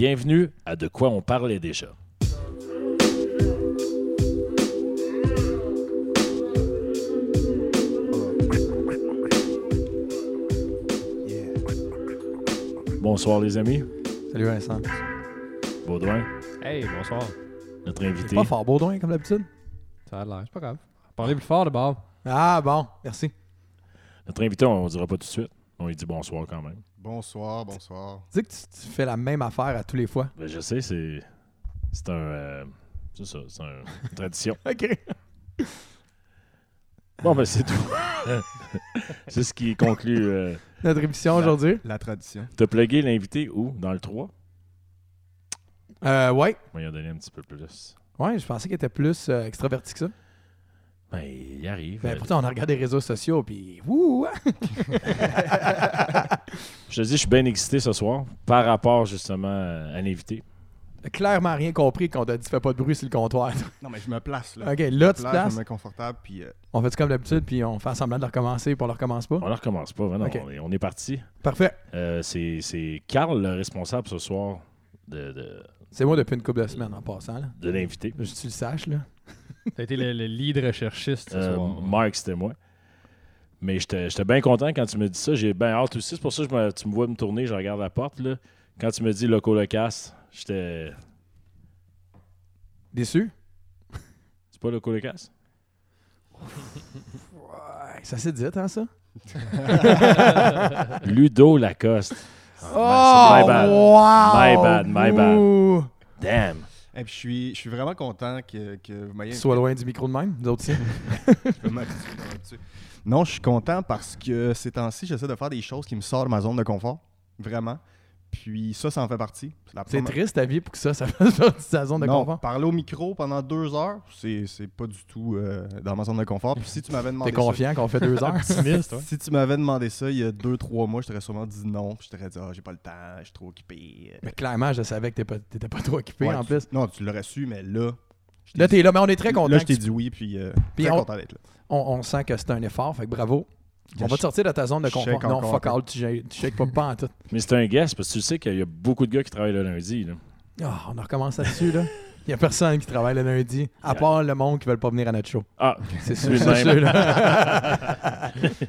Bienvenue à De quoi on parlait déjà. Bonsoir les amis. Salut Vincent. Baudouin, Hey, bonsoir. notre invité. C'est pas fort Baudouin comme d'habitude? Ça a l'air, c'est pas grave. Parlez plus fort d'abord. Ah bon, merci. Notre invité, on ne dira pas tout de suite. On lui dit bonsoir quand même. Bonsoir, bonsoir. Tu sais que tu fais la même affaire à tous les fois. Ben, je sais, c'est c'est ça, c'est une tradition. OK. Bon, ben c'est tout. C'est ce qui conclut. Notre émission aujourd'hui. La tradition. T'as plugué l'invité où? Dans le 3? Ouais. On va y en donner un petit peu plus. Ouais, je pensais qu'il était plus extraverti que ça. Ben, il arrive. Ben, pourtant, on a regardé les réseaux sociaux, puis wouh! Je te dis, je suis bien excité ce soir par rapport justement à l'invité. Clairement rien compris qu'on t'a dit fais pas de bruit sur le comptoir. Non, mais je me place là. OK, là, tu te Je me places. mets confortable, puis On fait comme d'habitude, puis on fait semblant de recommencer, puis on le recommence pas. On ne recommence pas, ben non, Ok. on est parti. Parfait. C'est Carl le responsable ce soir de C'est moi depuis une couple de semaines en passant. Là. l'invité. Juste que tu le saches, là. T'as été le lead recherchiste ce soir. Marc, c'était moi. Mais j'étais bien content quand tu me dis ça. J'ai bien hâte aussi. C'est pour ça que tu me vois me tourner, je regarde la porte. Là. Quand tu me dis Loco Locas, j'étais... Déçu? C'est pas Loco Locas? Ouais, ça s'est dit, hein, ça? Ludo Lacoste. Oh, my bad. wow! My bad. Ouh. Damn. et puis je suis vraiment content que vous m'ayez Sois loin du micro de même, nous autres aussi. Non, je suis content parce que ces temps-ci, j'essaie de faire des choses qui me sortent de ma zone de confort. Vraiment. Puis ça en fait partie. C'est triste ta vie pour que ça fasse partie de ta zone de non, confort. parler au micro pendant 2 heures, c'est pas du tout dans ma zone de confort. Puis si tu m'avais demandé T'es confiant qu'on fait 2 heures? Optimiste, ouais. Si tu m'avais demandé ça il y a 2-3 mois, je t'aurais sûrement dit non. Puis je t'aurais dit j'ai pas le temps, je suis trop occupé. Mais clairement, je savais que t'étais pas trop occupé Ouais, en plus. Non, tu l'aurais su, mais là. Là, t'es là, mais on est très content. Là, je que t'ai tu- dit oui, puis Puis très on- content d'être là. on sent que c'est un effort, fait que bravo. On va te sortir de ta zone de je confort. shake Non, encore fuck un peu. all, tu shakes pas en tout. Mais c'est un guest parce que tu sais qu'il y a beaucoup de gars qui travaillent le lundi. Là. Ah, on a recommencé là-dessus, là. Il y a personne qui travaille le lundi, à part le monde qui veut pas venir à notre show. Ah, C'est Lui sûr, de c'est même. sûr, là.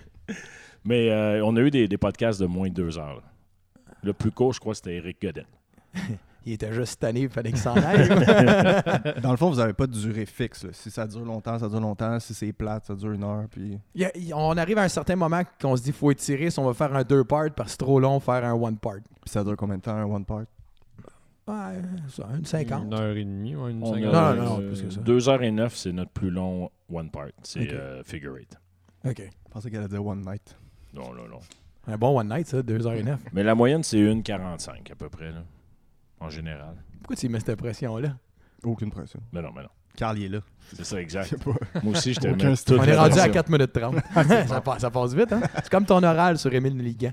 Mais on a eu des podcasts de moins de 2 heures. Là. Le plus court, je crois, c'était Éric Godin. Il était juste tanné, il fallait qu'il s'en aille. Dans le fond, vous n'avez pas de durée fixe. Là. Si ça dure longtemps, ça dure longtemps. Si c'est plate, ça dure 1 heure. Puis... On arrive à un certain moment qu'on se dit faut étirer si on va faire un 2-part parce que c'est trop long faire un 1-part. puis ça dure combien de temps, un one part? Ouais, ça, une 50. 1h30, ouais, une On 50. a, Non, plus que ça. 2h09, c'est notre plus long one part. C'est Ok. Figure Eight. OK. Je pensais qu'elle allait dire one night. Non. Un bon one night, ça, 2h09. Mais la moyenne, c'est 1h45 à peu près, là, en général. Pourquoi tu mets cette pression-là? Aucune pression. Mais non. Carl, il est là. C'est ça, exact. Je sais pas. Moi aussi, je te Aucun mets stress. toute On est la rendu à pression. 4 minutes 30. ça passe vite, hein? C'est comme ton oral sur Émile Ligan.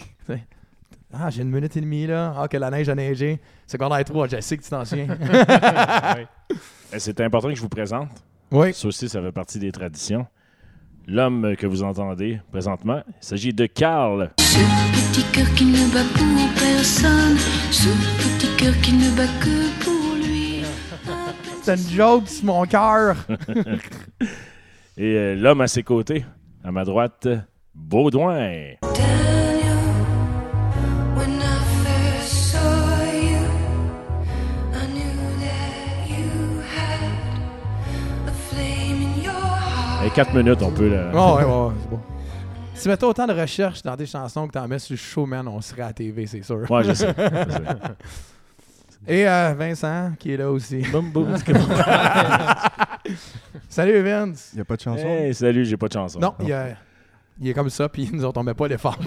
Ah, j'ai 1 minute et demie, là. Ah, que la neige a neigé. Secondaire 3, je sais que tu t'en souviens. Ouais. C'est important que je vous présente. Oui. Ça aussi, ça fait partie des traditions. L'homme que vous entendez présentement, il s'agit de Carl. Ce petit cœur qui ne bat pour personne, ce petit cœur qui ne bat que pour lui. C'est une joke sur mon cœur. Et l'homme à ses côtés, à ma droite, Baudouin. Daniel, when I first saw you, I knew that you had a flame in your heart. Et 4 minutes, on peut le... Oh, ouais, c'est bon. Si tu mettais autant de recherches dans tes chansons que t'en mets sur le show, man, on serait à la TV, c'est sûr. Ouais, je sais. Et Vincent, qui est là aussi. Boum, boum. Salut, Vince. Il n'y a pas de chanson. Hey, salut, j'ai pas de chanson. Non, il est comme ça, puis nous autres, on met pas l'effort.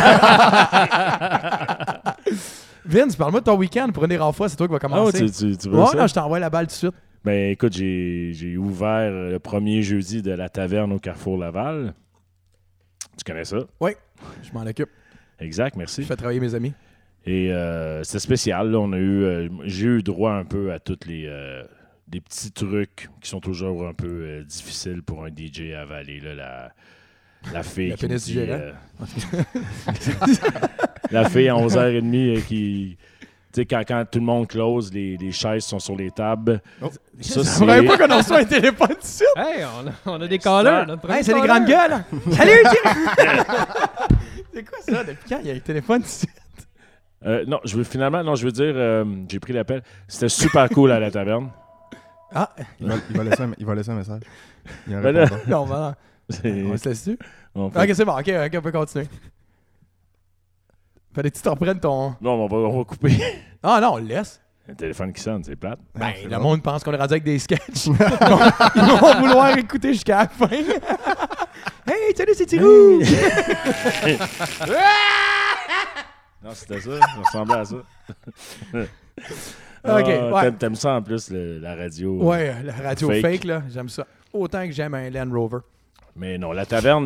Vince, parle-moi de ton week-end pour une des rares fois, c'est toi qui vas Ah, commencer. tu veux Ouais, ça? non, je t'envoie la balle tout de suite. Ben écoute, j'ai ouvert le premier jeudi de la taverne au Carrefour Laval. Tu connais ça? Je m'en occupe. Exact, Je merci. fais travailler mes amis. Et c'était spécial. Là, j'ai eu droit un peu à tous des petits trucs qui sont toujours un peu difficiles pour un DJ à avaler. Là, la fille La qui me pénis dit, du gérant. la fille à 11h30 qui sais, quand tout le monde close, les chaises sont sur les tables. Oh. Ça, Je ne pas qu'on reçoit un téléphone ici. Hey, on a des callers. notre premier Hey, c'est les caller. grandes gueules. Salut, Jim. C'est quoi ça? Depuis quand il y a un téléphone ici? Non, je veux dire, j'ai pris l'appel. C'était super cool à la taverne. Ah, Il va laisser un message. Il y a un Ben là- répondant. non, ben, C'est- on se laisse dessus. on fait- Ok, c'est bon. Ok, on peut continuer. Fallait que tu t'en reprennes ton... Non, on va couper. Ah non, on le laisse. Un téléphone qui sonne, c'est plate. Ben, c'est le bon. monde pense qu'on est rendu avec des sketchs. Ils vont vouloir écouter jusqu'à la fin. Hey, salut, c'est Tirou! Non, c'était ça. Ça ressemblait à ça. Ok, ouais. T'aimes ça en plus, la radio. Ouais, la radio Fake. fake, là, j'aime ça. Autant que j'aime un Land Rover. Mais non, la taverne.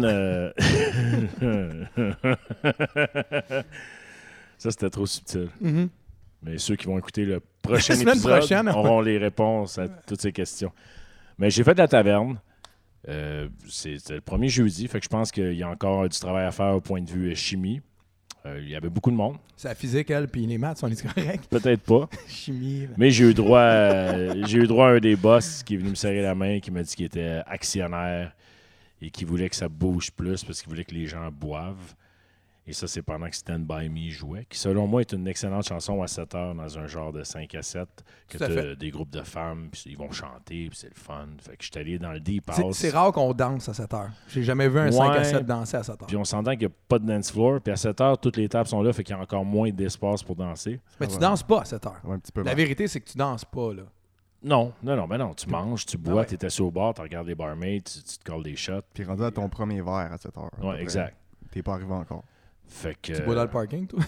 Ça, c'était trop subtil. Mhm. Mais ceux qui vont écouter le prochain La semaine épisode prochaine, ouais. auront les réponses à toutes ces questions. Mais j'ai fait de la taverne. C'était le premier jeudi, fait que je pense qu'il y a encore du travail à faire au point de vue chimie. Il y avait beaucoup de monde. C'est la physique, elle, puis les maths, on est correct. Peut-être pas. Chimie. Mais j'ai eu droit à un des boss qui est venu me serrer la main, qui m'a dit qu'il était actionnaire et qui voulait que ça bouge plus parce qu'il voulait que les gens boivent. Et ça, c'est pendant que Stand By Me jouait, qui selon moi est une excellente chanson à 7 heures dans un genre de 5 à 7, que Tout à tu fait. des groupes de femmes, puis ils vont chanter, puis c'est le fun. Fait que je suis allé dans le Deep C'est House. c'est rare qu'on danse à 7 heures. J'ai jamais vu un 5 à Ouais. 7 danser à 7 heures. Puis on s'entend qu'il n'y a pas de dance floor, puis à 7 heures, toutes les tables sont là, fait qu'il y a encore moins d'espace pour danser. Mais tu ouais. danses pas à 7 heures. Ouais, un petit peu. La mal. vérité, c'est que tu danses pas, là. Non, tu manges, tu bois, ouais. tu es assis au bar, tu regardes les barmaids, tu te colles des shots. Puis rendu à ton premier verre à 7 heures. à peu Ouais, près. exact. T'es pas arrivé encore. Fait que, Tu bois dans le parking, toi?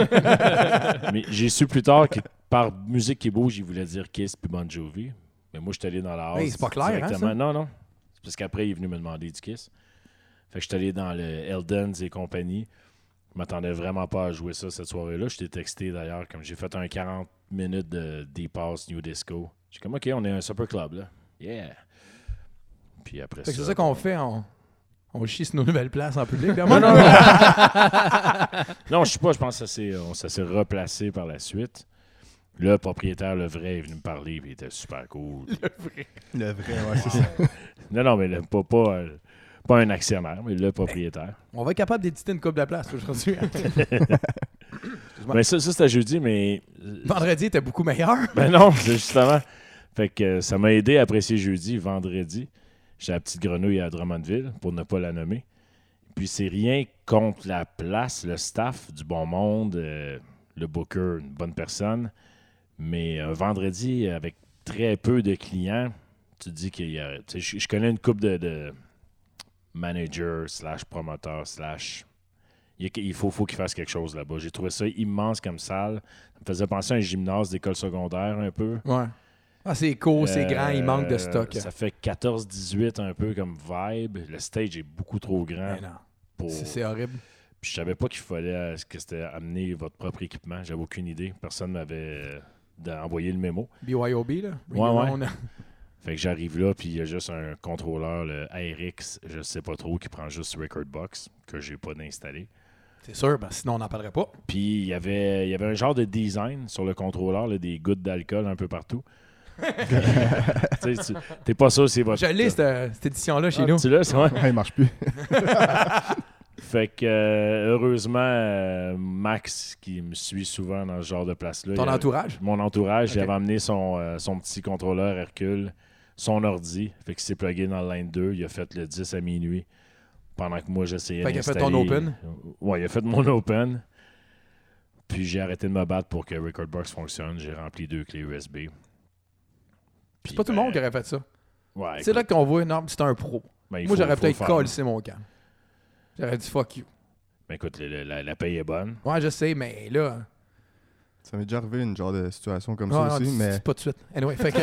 mais j'ai su plus tard que par musique qui bouge, il voulait dire Kiss puis Bon Jovi. Mais moi, je suis allé dans la house. Hey, c'est pas clair, hein, directement. ça? Non. C'est parce qu'après, il est venu me demander du Kiss. Fait que je suis allé dans le Eldens et compagnie. Je m'attendais vraiment pas à jouer ça cette soirée-là. Je t'ai texté d'ailleurs, comme j'ai fait un 40 minutes de Deep House New Disco. J'ai comme, OK, on est un super club, là. Yeah. Puis après Fait que ça... c'est ça qu'on fait, on chie sur nos nouvelles places en public. Non, non. Non, je sais pas. Je pense que ça s'est replacé par la suite. Le propriétaire, le vrai, est venu me parler, puis il était super cool. Le vrai, ouais, c'est ça. Non, mais pas un actionnaire, mais le propriétaire. On va être capable d'éditer une coupe de place aujourd'hui. Mais ça c'était jeudi, mais... Vendredi était beaucoup meilleur. Ben non, c'est justement... Fait que ça m'a aidé à apprécier jeudi, vendredi. J'étais à la petite grenouille à Drummondville, pour ne pas la nommer. Puis c'est rien contre la place, le staff, du bon monde, le booker, une bonne personne. Mais un vendredi, avec très peu de clients, tu te dis qu'il y a... Tu sais, je connais une couple de managers / promoteurs / il faut qu'il fasse quelque chose là-bas. J'ai trouvé ça immense comme salle. Ça me faisait penser à un gymnase d'école secondaire un peu. Ouais. Ah, c'est court, c'est grand, il manque de stock. Ça fait 14-18 un peu comme vibe. Le stage est beaucoup trop grand. Mais non, Pour... c'est horrible. Puis je savais pas qu'il fallait que c'était amener votre propre équipement. J'avais aucune idée. Personne m'avait envoyé le mémo. BYOB, là. Ouais. Fait que j'arrive là, puis il y a juste un contrôleur, le ARX, je sais pas trop, qui prend juste Record Box, que j'ai pas d'installer. C'est sûr, ben, sinon on n'en parlerait pas. Puis il y avait un genre de design sur le contrôleur, là, des gouttes d'alcool un peu partout. T'es pas sûr c'est votre... Je l'ai, cette édition-là, chez nous. Tu l'as, c'est vrai? Ouais, il marche plus. Fait que, heureusement, Max, qui me suit souvent dans ce genre de place-là... Ton entourage? Mon entourage, Ok. il avait amené son petit contrôleur Hercule, son ordi, fait qu'il s'est plugué dans le line 2, il a fait le 10 à minuit, pendant que moi, j'essayais Fait qu'il a fait d'installer... ton open? Ouais, il a fait mon open. Puis j'ai arrêté de me battre pour que Record Box fonctionne. J'ai rempli 2 clés USB. C'est pas tout le monde qui aurait fait ça. Ouais, C'est là qu'on voit, non, c'est un pro. Moi, j'aurais peut-être collé mon camp. J'aurais dit fuck you. Mais écoute, la paye est bonne. Ouais, je sais, mais là. Ça m'est déjà arrivé une genre de situation comme Non, ça aussi, mais... c'est pas tout de suite. Anyway, fait que.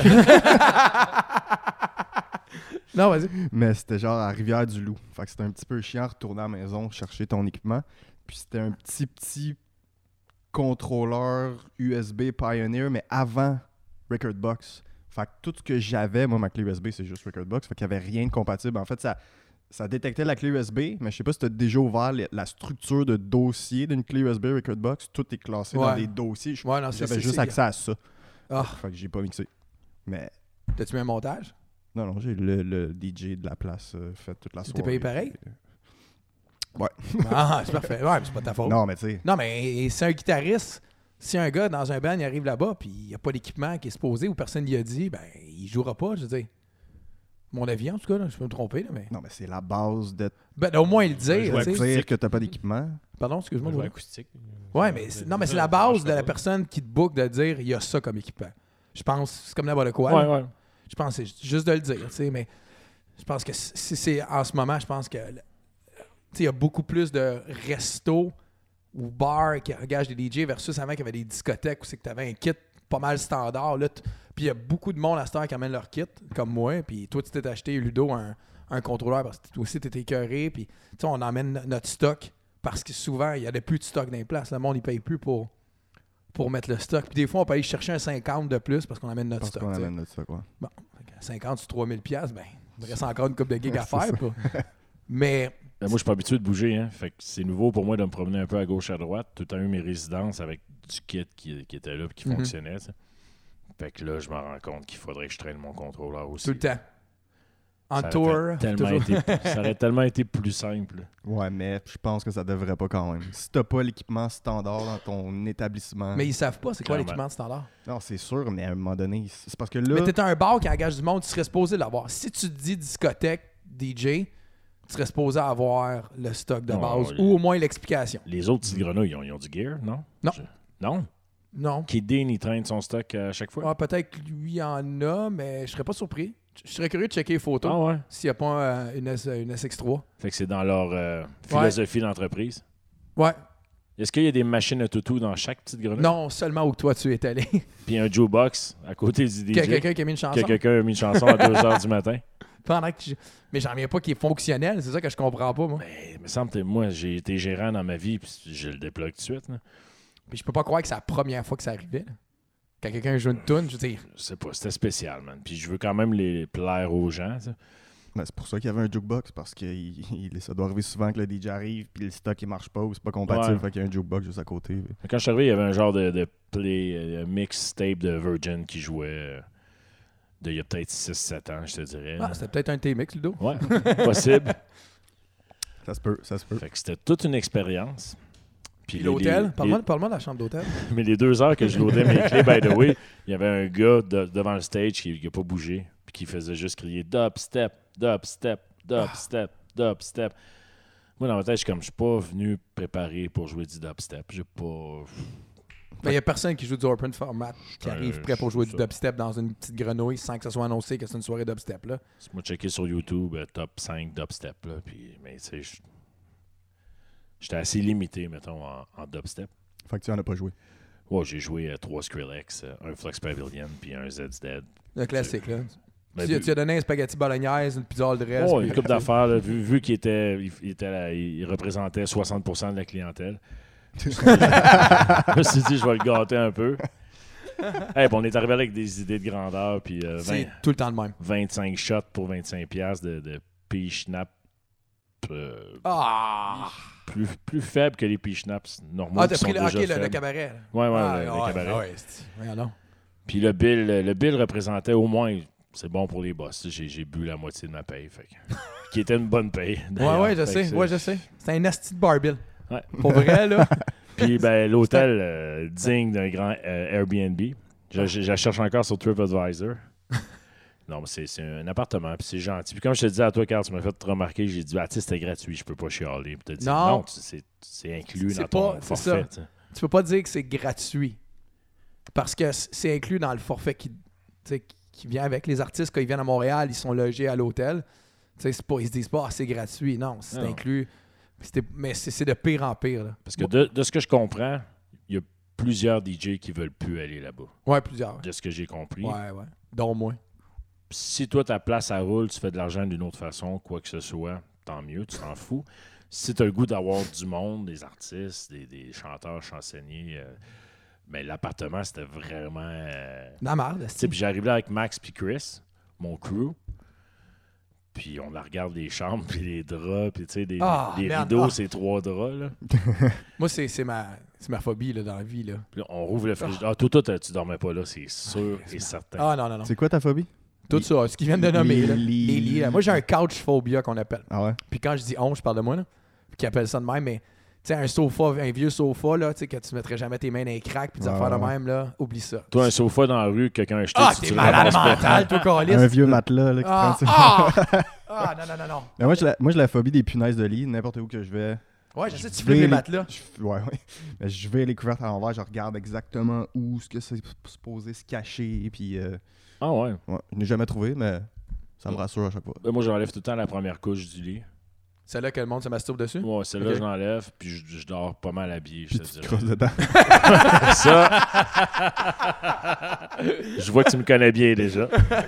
Non, vas-y. Mais c'était genre à Rivière-du-Loup. Fait que c'était un petit peu chiant retourner à la maison chercher ton équipement. Puis c'était un petit contrôleur USB Pioneer, mais avant Record Box. Fait que tout ce que j'avais, moi, ma clé USB, c'est juste Record Box. Fait qu'il n'y avait rien de compatible. En fait, ça Ça détectait la clé USB, mais je sais pas si tu as déjà ouvert la structure de dossier d'une clé USB Recordbox. Tout est classé dans des dossiers. Ouais, non, J'avais juste accès à ça. Ah. Fait que j'ai pas mixé. Mais T'as-tu mis un montage? non, j'ai le DJ de la place fait toute la soirée. T'es payé pareil? Ouais. Ah, c'est parfait. Ouais, mais c'est pas ta faute. Non, mais tu sais. Non, mais c'est un guitariste. Si un gars dans un band, il arrive là-bas puis il n'y a pas d'équipement qui est supposé ou personne lui a dit, ben, il jouera pas, je veux dire. Mon avis, en tout cas, là, je peux me tromper, là, mais... Non, mais c'est la base de Ben, au moins, il le dire, tu sais. dire que t'as pas d'équipement. Pardon, excuse-moi. Jouer Louis. acoustique. Ouais, mais non, mais c'est la base de la personne qui te book de dire, il y a ça comme équipement. Je pense, c'est comme n'importe quoi. Ouais, là. ouais. Je pense que c'est juste de le dire, tu sais, mais je pense que si c'est en ce moment, je pense que tu sais, il y a beaucoup plus de restos ou bars qui engagent des DJ versus avant qu'il y avait des discothèques où c'est que tu avais un kit pas mal standard. Là, puis il y a beaucoup de monde à cette heure qui amène leur kit, comme moi. Puis toi, tu t'es acheté, Ludo, un contrôleur parce que toi aussi, tu étais écœuré. Puis on emmène notre stock parce que souvent, il n'y a plus de stock dans les places. Le monde, il paye plus pour mettre le stock. Puis des fois, on peut aller chercher un 50 de plus parce qu'on amène notre stock. Parce qu'on amène notre stock, ouais. Bon, 50 sur 3000$, ben, il me reste encore une coupe de gigs à faire. Mais Ben, moi, je suis pas habitué de bouger. Hein. Fait que c'est nouveau pour moi de me promener un peu à gauche, à droite. Tout le temps eu mes résidences avec du kit qui était là et qui fonctionnait. T'sais. Fait que là, je me rends compte qu'il faudrait que je traîne mon contrôleur aussi. tout le temps. En Ça tour. aurait ça aurait tellement été plus simple. Ouais, mais je pense que ça devrait pas quand même. Si t'as pas l'équipement standard dans ton établissement. Mais ils savent pas c'est quoi Clairement. l'équipement de standard. Non, c'est sûr, mais à un moment donné, c'est parce que là. Mais t'es un bar qui engage du monde, tu serais supposé l'avoir. Si tu te dis discothèque, DJ, tu serais supposé avoir le stock de Non, base ou au moins l'explication. Les autres petites grenouilles, ils ont du gear, non? Non. Non? Non. Kid Dean, il traîne son stock à chaque fois? Ah, peut-être que lui en a, mais je serais pas surpris. Je serais curieux de checker les photos Ah ouais? s'il n'y a pas une SX3. Fait que c'est dans leur philosophie d'entreprise. Ouais. Est-ce qu'il y a des machines à toutou dans chaque petite grenouille? Non, seulement où toi tu es allé. Puis un jukebox à côté du DJ? Quelqu'un qui a mis une chanson. Que quelqu'un a mis une chanson à 2h du matin? Pendant que mais j'en reviens pas qu'il est fonctionnel, c'est ça que je comprends pas, moi. Mais il me semble que moi, j'ai été gérant dans ma vie, puis je le déplogue tout de suite. Là. Puis je peux pas croire que c'est la première fois que ça arrivait. Là. Quand quelqu'un joue une toune, je veux dire. Je sais pas, c'était spécial, man. Puis je veux quand même les plaire aux gens. T'sais. Ben, c'est pour ça qu'il y avait un jukebox, parce que ça doit arriver souvent que le DJ arrive, puis le stock il marche pas, ou c'est pas compatible, Ouais. fait qu'il y a un jukebox juste à côté. Quand je suis arrivé, il y avait un genre de play mixtape de Virgin qui jouait il y a peut-être 6-7 ans, je te dirais. Ah, c'était peut-être un T-Mix, Ludo. Ouais, possible. Ça se peut, ça se peut. Fait que c'était toute une expérience. Puis Puis l'hôtel. Parle-moi de la chambre d'hôtel. Mais les 2 heures que je loadais mes clés, by the way, il y avait un gars devant le stage qui n'a pas bougé, puis qui faisait juste crier dubstep, dubstep, dubstep, dubstep. Moi, dans ma tête, je suis pas venu préparé pour jouer du dubstep. J'ai pas. Mais il n'y a personne qui joue du open format qui arrive prêt pour jouer du ça. dubstep dans une petite grenouille sans que ça soit annoncé que c'est une soirée dubstep. Là. C'est moi checké sur YouTube, top 5 dubstep. Là, puis, mais tu sais, j'étais assez limité, mettons, en dubstep. Fait que tu en as pas joué. Ouais, j'ai joué 3 Skrillex, un Flux Pavilion, puis un Zed's Dead. Le classique. Là. Ben, Tu as donné un spaghetti bolognaise, une pizza de reste. Oh, puis- une couple d'affaires, là, vu qu'il il représentait 60% de la clientèle. Je me suis dit, je vais le gâter un peu. Hey, puis on est arrivé avec des idées de grandeur, puis C'est tout le temps le même. 25 shots pour 25$ de P-Schnapp plus faible que les P-Schnaps normaux. Ah, qui t'as sont pris déjà le faibles. cabaret. Ouais, Ah, le cabaret. ouais, voyons donc. Puis le bill représentait au moins, c'est bon pour les boss. J'ai bu la moitié de ma paye, fait que, qui était une bonne paye. Ouais, je sais. Ouais, je sais. C'est un asti de bar bill. Ouais. Pour vrai, là. Puis ben, l'hôtel digne d'un grand Airbnb. Je la cherche encore sur TripAdvisor. Non, mais c'est un appartement, puis c'est gentil. Puis comme je te disais à toi, Carl, tu m'as fait remarquer, j'ai dit, c'était gratuit, je peux pas chialer. Puis t'as dit, Non. non, c'est inclus C'est dans ton pas- c'est forfait. ça. t'sais. Tu peux pas dire que c'est gratuit. Parce que c'est inclus dans le forfait qui vient avec. Les artistes, quand ils viennent à Montréal, ils sont logés à l'hôtel. Ils se disent pas, c'est gratuit. Non, c'est Non. inclus. Mais c'est de pire en pire. Là. Parce que de ce que je comprends, il y a plusieurs DJ qui veulent plus aller là-bas. Ouais, plusieurs. De ce que j'ai compris. Ouais. Dont moi. Si toi, ta place, à roule, tu fais de l'argent d'une autre façon, quoi que ce soit, tant mieux, tu t'en fous. Si tu as le goût d'avoir du monde, des artistes, des chanteurs, chansonniers, mais l'appartement, c'était vraiment... La merde, Tu sais, puis j'arrive là avec Max puis Chris, mon crew. Puis on la regarde les chambres, puis les draps, puis tu sais, les Man, rideaux, c'est 3 draps, là. Moi, c'est ma phobie là, dans la vie. Là. Puis là, on rouvre le frigidaire. Ah, toi, tu dormais pas là, c'est sûr et certain. Ah non. C'est quoi ta phobie? Tout ça, ce qu'ils viennent de nommer. Les là. lits. Les lits. Là. Moi, j'ai un couch phobia qu'on appelle. Ah ouais? Puis quand je dis je parle de moi, là. Puis qu'ils appellent ça de même, mais tu sais, un vieux sofa, là, tu sais, que tu mettrais jamais tes mains dans les cracks, puis des affaires de même, là, oublie ça. Toi, un sofa dans la rue, quelqu'un a acheté, T'es malade mental, toi, Calis. Un vieux matelas là, qui prend ça. Non. Mais moi, j'ai la phobie des punaises de lit. N'importe où que je vais. Ouais, je sais, tu flippes les matelas. Ouais. Mais je vais les couvertes à l'envers, je regarde exactement où ce que c'est supposé se cacher. Puis, Ah ouais. je n'ai jamais trouvé, mais ça me rassure à chaque fois. Ben, moi, j'enlève tout le temps la première couche du lit. C'est là que le monde se masturbe dessus? Ouais, celle-là, Ok. je l'enlève, puis je dors pas mal habillé, Puis je te tu te dirais. crosses dedans. Ça, je vois que tu me connais bien déjà.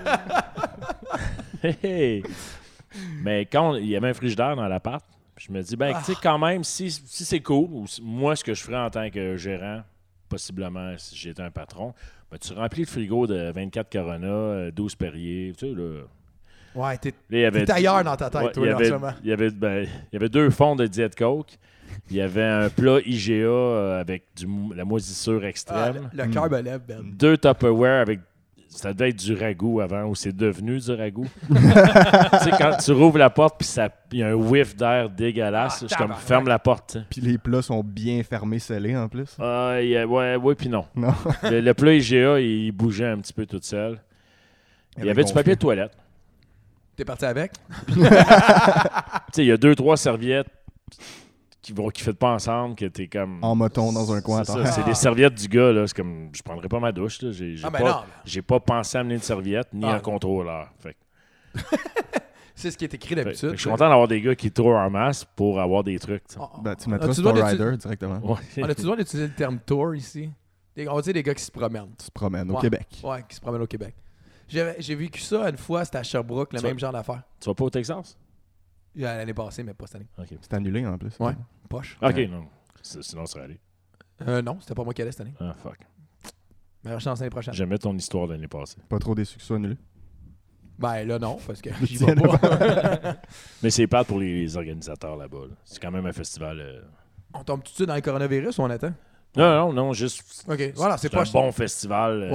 Hey. Mais quand il y avait un frigidaire dans l'appart, je me dis, ben, tu sais, quand même, si c'est cool, ou moi, ce que je ferais en tant que gérant, possiblement, si j'étais un patron, ben, tu remplis le frigo de 24 Corona, 12 Perrier, tu sais, là. Ouais, t'es Là, il y avait- ailleurs dans ta tête, Ouais, toi, il y là, en avait- ce moment. il y avait 2 fonds de Diet Coke. Il y avait un plat IGA avec la moisissure extrême. Le cœur me lève, Ben. 2 Tupperware avec. Ça devait être du ragoût avant, ou c'est devenu du ragoût. Tu sais, quand tu rouvres la porte, puis il y a un whiff d'air dégueulasse. Je suis comme, tabarnak. ferme la porte. Puis les plats sont bien fermés, scellés en plus. Ouais, puis non. Non. Le plat IGA, il bougeait un petit peu tout seul. Il y avait du papier de toilette. T'es parti avec? Tu sais, il y a 2-3 serviettes qui ne fit pas ensemble, que t'es comme... En moton dans un coin. C'est attends. ça, c'est des serviettes du gars, là. C'est comme, je prendrais pas ma douche, là. J'ai pas pensé à amener une serviette ni un contrôleur. Fait que- C'est ce qui est écrit fait d'habitude. que je suis content d'avoir des gars qui tournent en masse pour avoir des trucs, tu sais. Ben, tu mettras tu sur dois ton l'utiliser- rider directement. Ouais. On a-tu le droit d'utiliser le terme tour ici? On va dire des gars qui se promènent. Tu te promènes au Ouais. Québec. Ouais, qui se promènent au Québec. J'ai vécu ça une fois, c'était à Sherbrooke, le Ça- même genre d'affaire. Tu vas pas au Texas? L'année passée, mais pas cette année. OK. C'est annulé en plus. Ouais. Poche. OK, non. Sinon, ça serait allé. Non, c'était pas moi qui allais cette année. Ah, fuck. Meilleure chance l'année prochaine. J'aimais ton histoire de l'année passée. Pas trop déçu que ce soit annulé. Ben là, non, parce que j'y Tiens, vais pas. Mais c'est plate pour les organisateurs là-bas, là. C'est quand même un festival... On tombe tout de suite dans le coronavirus ou on attend? Non, juste... OK, voilà, c'est un pas bon festival.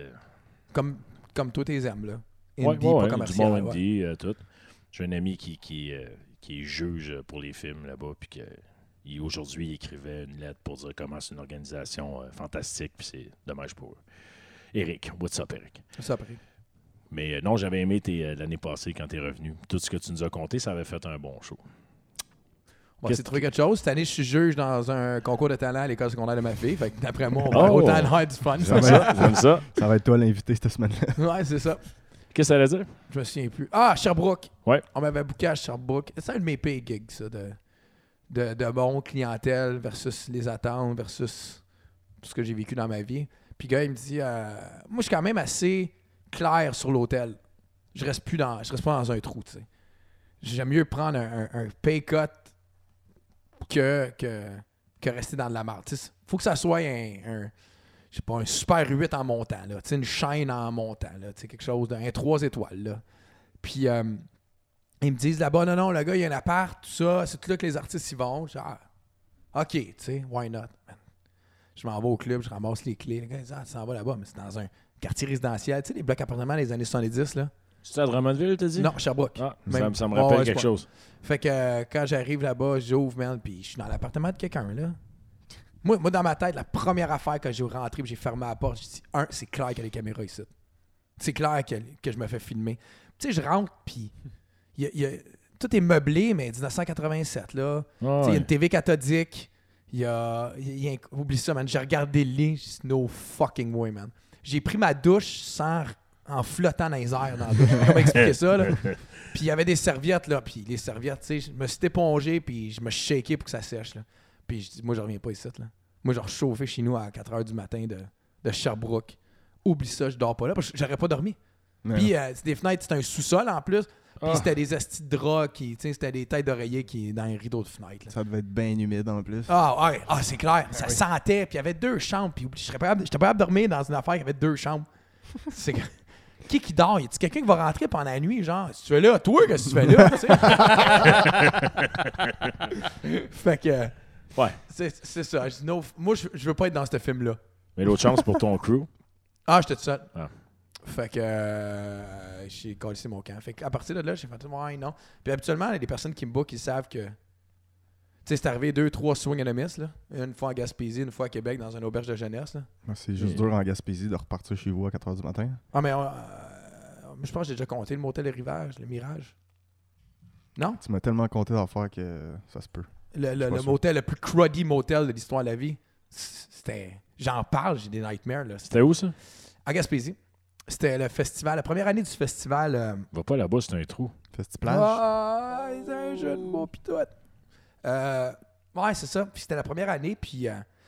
comme toi t'es aimes, là. Ouais, Indie, ouais, pas du commercial. bon ouais. indie, tout. J'ai un ami qui est juge pour les films là-bas, puis aujourd'hui, il écrivait une lettre pour dire comment c'est une organisation fantastique, puis c'est dommage pour eux. Eric, what's up, Eric? Ça après. Mais non, j'avais aimé l'année passée quand t'es revenu. Tout ce que tu nous as conté, ça avait fait un bon show. On va essayer de trouver quelque chose. Cette année, je suis juge dans un concours de talent à l'école secondaire de ma fille. Fait que d'après moi, on va Oh! autant avoir du fun. J'aime ça, j'aime ça. Ça va être toi l'invité cette semaine-là. Ouais, c'est ça. Qu'est-ce que ça allait dire? Je me souviens plus. Ah, Sherbrooke. Ouais. On m'avait booké à Sherbrooke. C'est un de mes pay gigs, ça, de bon clientèle versus les attentes versus tout ce que j'ai vécu dans ma vie. Puis le gars, il me dit, moi, je suis quand même assez clair sur l'hôtel. Je reste pas dans un trou, tu sais. J'aime mieux prendre un pay cut que rester dans de la merde. Faut que ça soit je sais pas, un super 8 en montant, là. Une chaîne en montant, là. Quelque chose d'un 3 étoiles, là. Puis, ils me disent là-bas, non, le gars, il y a un appart, tout ça, c'est tout là que les artistes y vont. Je dis, OK, tu sais, why not, man. Je m'en vais au club, je ramasse les clés. Le gars, il dit, tu s'en vas là-bas, mais c'est dans un quartier résidentiel. Tu sais, les blocs appartements des années 70, là. C'est à Drummondville, t'as dit? Non, Sherbrooke. Ah, Même- ça me Ouais, rappelle ouais, quelque c'est pas- chose. Fait que quand j'arrive là-bas, j'ouvre, man, puis je suis dans l'appartement de quelqu'un, là. Moi, dans ma tête, la première affaire que j'ai rentré puis j'ai fermé la porte, j'ai dit, c'est clair qu'il y a les caméras ici. C'est clair que je me fais filmer. Tu sais, je rentre, puis tout est meublé, mais 1987, là. Tu sais, il y a une TV cathodique. Oublie ça, man. J'ai regardé le lit, j'ai dit, no fucking way, man. J'ai pris ma douche en flottant dans les airs dans la douche. Je vais pas expliquer ça, là. Puis il y avait des serviettes, là. Puis les serviettes, tu sais, je me suis épongé, puis je me suis shaké pour que ça sèche, là. Puis je dis, moi, je reviens pas ici, là. Moi, je rechauffé chez nous à 4 h du matin de Sherbrooke. Oublie ça, je dors pas là, parce que j'aurais pas dormi. Puis c'est des fenêtres, c'était un sous-sol en plus. Puis c'était des astis de draps tu sais, c'était des têtes d'oreiller qui dans les rideaux de fenêtre, là. Ça devait être bien humide en plus. Ah ouais, c'est clair. Ça sentait, puis il y avait 2 chambres. Puis j'étais pas capable de dormir dans une affaire qui avait 2 chambres. C'est que qui dort? Y a-tu quelqu'un qui va rentrer pendant la nuit? Genre, si tu fais là, toi, qu'est-ce que tu fais là? Fait que. Ouais. C'est ça. Je dis, non, moi, je veux pas être dans ce film-là. Mais l'autre chance pour ton crew. Ah, j'étais tout seul. Ah. Fait que j'ai collé mon camp. Fait qu'à partir de là, j'ai fait ouais, non. Puis habituellement, les personnes qui me bookent, ils savent que. Tu sais, c'est arrivé 2-3 swing and a miss, là. Une fois en Gaspésie, une fois à Québec, dans une auberge de jeunesse, là. C'est juste dur en Gaspésie de repartir chez vous à 4h du matin. Ah, mais je pense que j'ai déjà compté le motel Le Rivage, le Mirage. Non? Tu m'as tellement compté d'affaires que ça se peut. Le motel, le plus cruddy motel de l'histoire de la vie. C'était. J'en parle, j'ai des nightmares, là. C'était où, ça? À Gaspésie. C'était le festival, la première année du festival. Va pas là-bas, c'est un trou. Festiplage. Ah, c'est un jeu de mots pis tout. Ouais, c'est ça. Puis c'était la première année, puis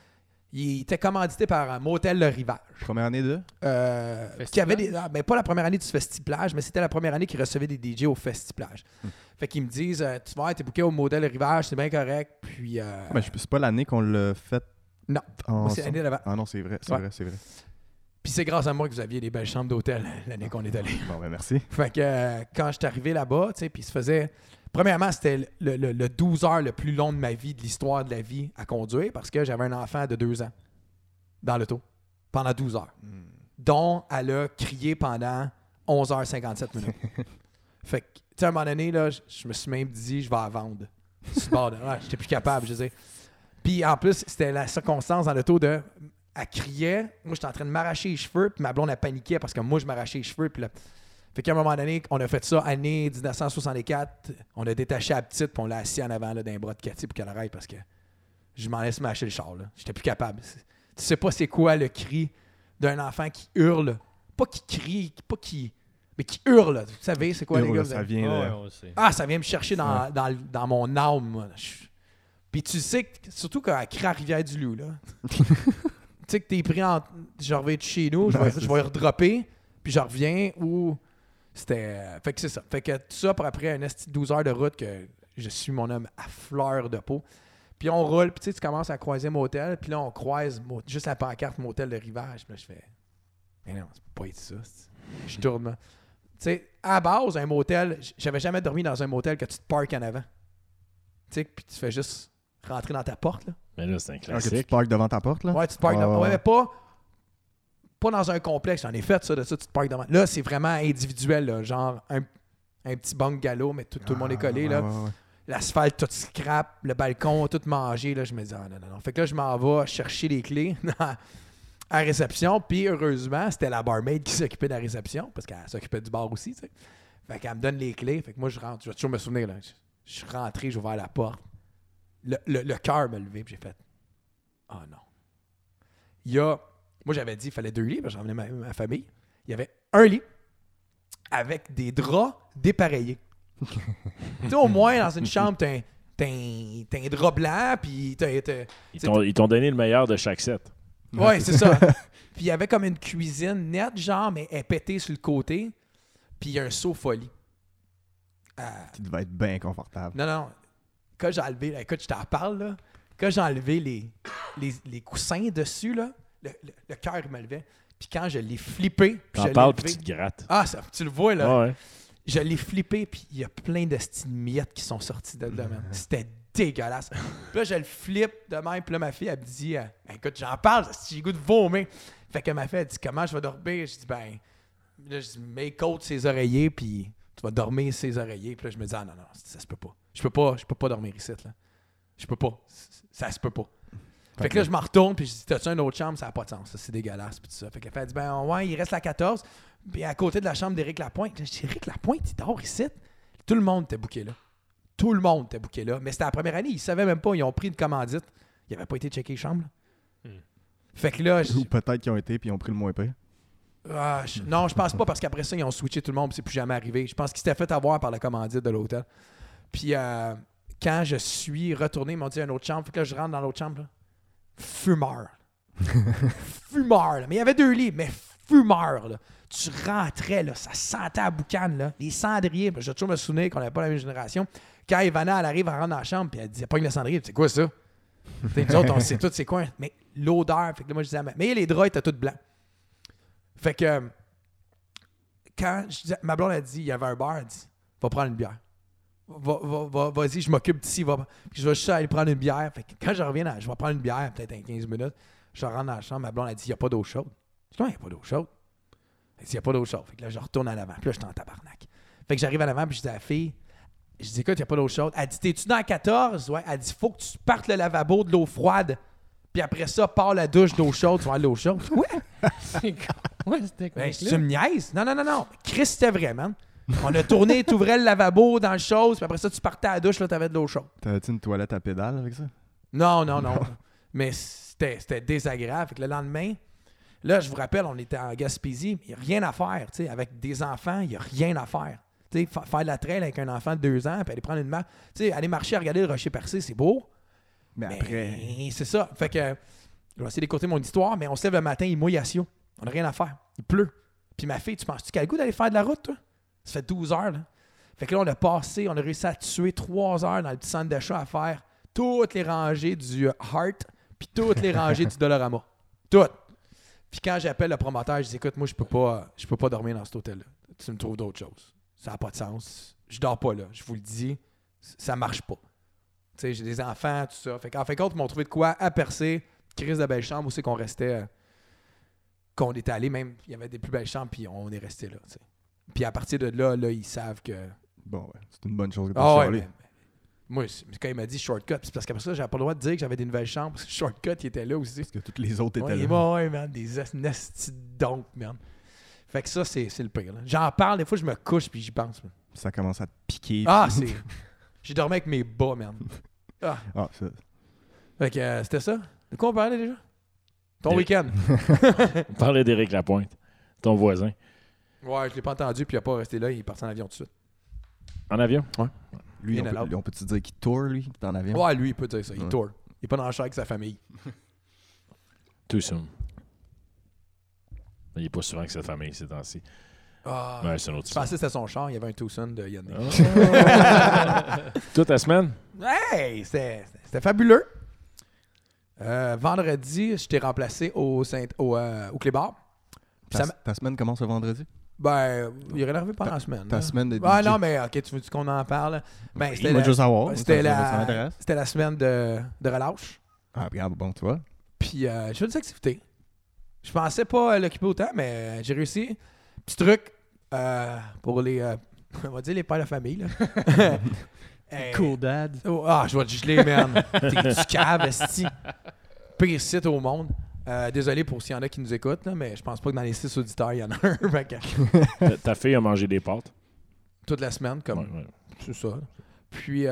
il était commandité par un motel Le Rivage. Première année de? Qui avait ben, pas la première année du Festiplage, mais c'était la première année qu'ils recevaient des DJ au Festiplage. Fait qu'ils me disent, tu vas être booké au motel Le Rivage, c'est bien correct. Puis. Mais c'est pas l'année qu'on l'a fait. Non. En... C'est l'année d'avant. Ah non, c'est vrai, c'est Ouais. vrai, c'est vrai. Puis c'est grâce à moi que vous aviez des belles chambres d'hôtel l'année qu'on est allé. Bon, ben merci. Fait que quand je suis arrivé là-bas, tu sais, puis il se faisait. Premièrement, c'était le 12 heures le plus long de ma vie, de l'histoire de la vie à conduire, parce que j'avais un enfant de 2 ans dans l'auto pendant 12 heures, dont elle a crié pendant 11h57 minutes. Fait que, tu sais, à un moment donné, là, je me suis même dit, je vais la vendre. J'étais plus capable, je sais. Puis en plus, c'était la circonstance dans l'auto de. Elle criait, moi j'étais en train de m'arracher les cheveux, puis ma blonde elle paniquait parce que moi je m'arrachais les cheveux. Puis là, fait qu'à un moment donné, on a fait ça, année 1964, on a détaché la petite, puis on l'a assis en avant là, d'un bras de Cathy pour qu'elle arrête parce que je m'en laisse mâcher le char. Là. J'étais plus capable. Tu sais pas c'est quoi le cri d'un enfant qui hurle. Pas qui crie, pas qui. Mais qui hurle. Vous savez, c'est quoi Hurle, les gars? ça vient Ouais, de... on le sait. Ah, ça vient me chercher dans mon âme. Moi. Puis tu sais, surtout quand elle crie à Rivière-du-Loup, là. Tu sais que t'es pris en. Je reviens de chez nous, je vais redropper, puis je reviens où c'était. Fait que c'est ça. Fait que tout ça pour après un esti de 12 heures de route que je suis mon homme à fleur de peau. Puis on roule, puis tu commences à croiser motel, puis là on croise juste la pancarte motel de Rivage. Puis là je fais. Mais non, c'est pas être ça. Je tourne. Tu sais, à la base, un motel, j'avais jamais dormi dans un motel que tu te parques en avant. Tu sais, puis tu fais juste rentrer dans ta porte, là. Mais là, c'est un Ah, que tu classique. te parques devant ta porte, là? Ouais, tu te parques Ouais, ouais, ouais. mais pas dans un complexe. J'en ai fait ça, de ça, tu te parques devant. Là, c'est vraiment individuel, là, genre un petit bungalow, mais tout le monde est collé. Là. Ouais. L'asphalte, tout scrap, le balcon, tout mangé. Là, je me dis, ah non. Fait que là, je m'en vais chercher les clés à la réception. Puis, heureusement, c'était la barmaid qui s'occupait de la réception, parce qu'elle s'occupait du bar aussi, tu sais. Fait qu'elle me donne les clés. Fait que moi, je rentre. Je vais toujours me souvenir, là. Je suis rentré, j'ai ouvert la porte. Le cœur me levait, puis j'ai fait, ah non. Moi, j'avais dit qu'il fallait 2 lits, parce que j'emmenais ma famille. Il y avait un lit avec des draps dépareillés. Tu sais, au moins, dans une chambre, t'as un drap blanc, puis Ils t'ont donné le meilleur de chaque set. ouais, c'est ça. Puis il y avait comme une cuisine nette, genre, mais elle est pétée sur le côté. Puis il y a un sofa lit. Tu devais être bien confortable. Non. Quand j'ai enlevé, écoute, je t'en parle, là. Quand j'ai enlevé les coussins dessus, là, le cœur me levait. Puis quand je l'ai flippé, puis T'en je l'ai parles puis levé- tu te grattes. Ah, ça, tu le vois, là. Ouais. Je l'ai flippé, puis il y a plein de miettes qui sont sorties de là, man. C'était dégueulasse. Puis là, je le flippe de même. Puis là, ma fille, elle me dit, écoute, j'en parle, j'ai le goût de vomir. Fait que ma fille, elle dit, comment je vais dormir? Je dis, ben, là, je dis, mets côte ses oreillers, puis tu vas dormir ses oreillers. Puis là, je me dis, ah non, ça se peut pas. Je peux pas dormir ici, là. Je peux pas. Ça se peut pas. Fait que là, je m'en retourne, puis je dis, t'as-tu une autre chambre? Ça n'a pas de sens, ça, c'est dégueulasse, puis tout ça. Fait qu'elle fait, elle dit, ben, ouais, il reste la 14, puis à côté de la chambre d'Éric Lapointe. Là, je dis, Éric Lapointe, il dort ici. Tout le monde était booké là. Tout le monde était booké là. Mais c'était la première année, ils savaient même pas, ils ont pris une commandite. Ils n'avaient pas été checker les chambres, là. Fait que là, Ou peut-être qu'ils ont été puis ils ont pris le moins pire. non, je pense pas, parce qu'après ça, ils ont switché tout le monde, puis c'est plus jamais arrivé. Je pense qu'ils s'étaient fait avoir par la commandite de l'hôtel. Puis quand je suis retourné, ils m'ont dit une autre chambre. Fait que là, je rentre dans l'autre chambre, là. Fumeur. Fumeur, là. Mais il y avait 2 lits, mais fumeur, là. Tu rentrais, là, ça sentait à boucane, là. Les cendriers, je vais toujours me souvenir qu'on n'avait pas la même génération. Quand Ivana, elle arrive, elle rentre dans la chambre, puis elle dit, pogne le cendrier, c'est quoi ça? Nous autres, on sait tout, c'est quoi? Mais l'odeur, fait que là, moi, je disais, mais les draps étaient tous blancs. Fait que quand ma blonde a dit, il y avait un bar, elle dit, va prendre une bière. Vas-y, je m'occupe d'ici. Puis je vais juste aller prendre une bière. Fait que quand je reviens, je vais prendre une bière, peut-être en 15 minutes. Je rentre dans la chambre, ma blonde a dit, il n'y a pas d'eau chaude. Je dis, comment il n'y a pas d'eau chaude? Elle dit, il n'y a pas d'eau chaude. Fait que là, je retourne à l'avant. Puis là, je suis en tabarnak. Fait que j'arrive à l'avant, puis je dis à la fille, je dis, écoute, il n'y a pas d'eau chaude. Elle dit, t'es-tu dans la 14? Ouais. Elle dit, faut que tu partes le lavabo de l'eau froide. Puis après ça, pars la douche d'eau chaude, tu vas avoir de l'eau chaude. Ouais. Ouais, c'était quoi? Ben, tu me niaises? Non. Chris, c'était vrai, man. On a tourné, tu ouvrais le lavabo dans le chose, puis après ça, tu partais à la douche, là, t'avais de l'eau chaude. T'avais-tu une toilette à pédale avec ça? Non. Mais c'était désagréable. Fait que le lendemain, là, je vous rappelle, on était en Gaspésie, il n'y a rien à faire. Tu sais, avec des enfants, il n'y a rien à faire. Tu sais, faire de la trail avec un enfant de 2 ans, puis aller prendre une marche. Tu sais, aller marcher, regarder le rocher percé, c'est beau. Mais après... C'est ça. Fait que, je vais essayer d'écouter mon histoire, mais on se lève le matin, il mouille à Sio. On n'a rien à faire. Il pleut. Puis ma fille, tu penses-tu qu'elle a le goût d'aller faire de la route, toi? Ça fait 12 heures, là. Fait que là, on a réussi à tuer 3 heures dans le petit centre d'achat à faire toutes les rangées du Heart puis toutes les rangées du Dollarama. Toutes. Puis quand j'appelle le promoteur, je dis, écoute, moi, je peux pas dormir dans cet hôtel-là. Tu me trouves d'autres choses. Ça n'a pas de sens. Je dors pas là. Je vous le dis, ça marche pas. Tu sais, j'ai des enfants, tout ça. Fait qu'en fin de compte, ils m'ont trouvé de quoi à percer. Crise de belle chambre où c'est qu'on restait, qu'on était allé, même, il y avait des plus belles chambres, puis on est resté là, tu sais. Puis à partir de là, ils savent que... Bon, ouais, c'est une bonne chose que Ah t'as ouais, moi, quand il m'a dit shortcut, c'est parce qu'après ça, j'avais pas le droit de dire que j'avais des nouvelles chambres, parce que shortcut, il était là aussi. Parce que toutes les autres étaient Ouais, là. ouais, man, des nasty donc, man. Fait que ça, c'est le pire. Là. J'en parle, des fois, je me couche, puis j'y pense, man. Ça commence à te piquer. Ah, puis- c'est... J'ai dormi avec mes bas, man. Ah. Ah, ça. Fait que c'était ça. De quoi on parlait déjà? Ton Des- week-end. On parlait d'Éric Lapointe, ton voisin. Ouais, je l'ai pas entendu, puis il a pas resté là, il est parti en avion tout de suite. En avion? Lui, In and out. on peut-tu dire qu'il tourne, lui, il est en avion? Ouais, lui, il peut dire ça, il Ouais. tourne. Il est pas dans le char avec sa famille. Too soon. Il n'est pas souvent avec sa famille ces temps-ci. Ah. Mais c'est une autre Je histoire. pensais que c'était son char, il y avait un Tucson de Hyundai. Toute la semaine? Hey, c'était fabuleux. Vendredi, je t'ai remplacé au Clébar. Puis ça Ta semaine commence ce vendredi? Ben, il aurait arrivé pendant la semaine. Ta là. semaine de Ah DJ. non, mais ok, tu veux qu'on en parle? Ben, Il m'a juste savoir. c'était Ça m'intéresse. c'était la semaine de relâche. Ah, regarde, bon, tu vois. Puis, je fais des activités. Je pensais pas l'occuper autant, mais j'ai réussi. Petit truc pour les, on va dire les pères de famille. Là. Cool dad. Oh, je vais te geler, man. T'es du cave, esti. Pire site au monde. Désolé pour s'il y en a qui nous écoutent, là, mais je pense pas que dans les 6 auditeurs, il y en a un. Fait que Ta fille a mangé des pâtes? toute la semaine, comme Ouais. c'est ça. Puis,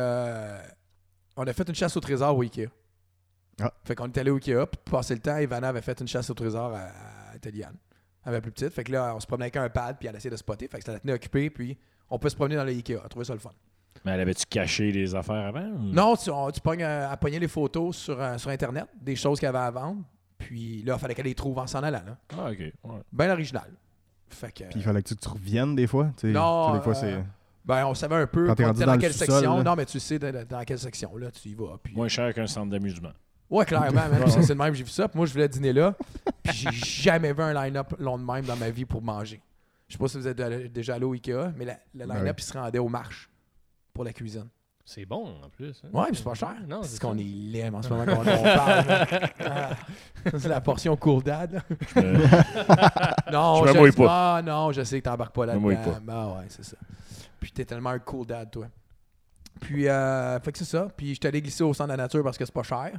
on a fait une chasse au trésor au Ikea. Ah. Fait qu'on est allé au Ikea, puis pour passer le temps, Ivana avait fait une chasse au trésor à Italiane. Elle avait plus petite. Fait que là, on se promenait avec un pad, puis elle essayait de spotter. Fait que ça la tenait occupée, puis on peut se promener dans le Ikea. Elle trouvait ça le fun. Mais elle avait-tu caché les affaires avant? Ou... Non, tu pognes à pogner les photos sur Internet, des choses qu'elle avait à vendre. Puis là, il fallait qu'elle les trouve en s'en allant. Là. Ah, OK. Ouais. Bien original. Fait que, Puis il fallait que tu reviennes des fois. Tu sais, Non, tu sais, des fois, c'est. ben, on savait un peu Quand t'es rendu dans le quelle sous-sol, section. là. Non, mais tu sais dans quelle section. Là, tu y vas. Puis... Moins cher qu'un centre d'amusement. Ouais, clairement. Même, c'est le même, j'ai vu ça. Puis moi, je voulais dîner là. Puis j'ai jamais vu un line-up long de même dans ma vie pour manger. Je sais pas si vous êtes déjà allé au Ikea, mais le line-up, Ouais. il se rendait aux marches pour la cuisine. C'est bon en plus. Hein? Ouais, puis c'est pas cher. Non, c'est c'est qu'on ça. est laid en ce moment qu'on on parle. Ah, c'est la portion cool dad. Là. Non, Je me mouille pas. Ah non, je sais que t'embarques pas Je me mouille là-dedans. Ah ouais, c'est ça. Puis t'es tellement un cool dad, toi. Puis, fait que c'est ça. Puis je suis allé glisser au centre de la nature parce que c'est pas cher.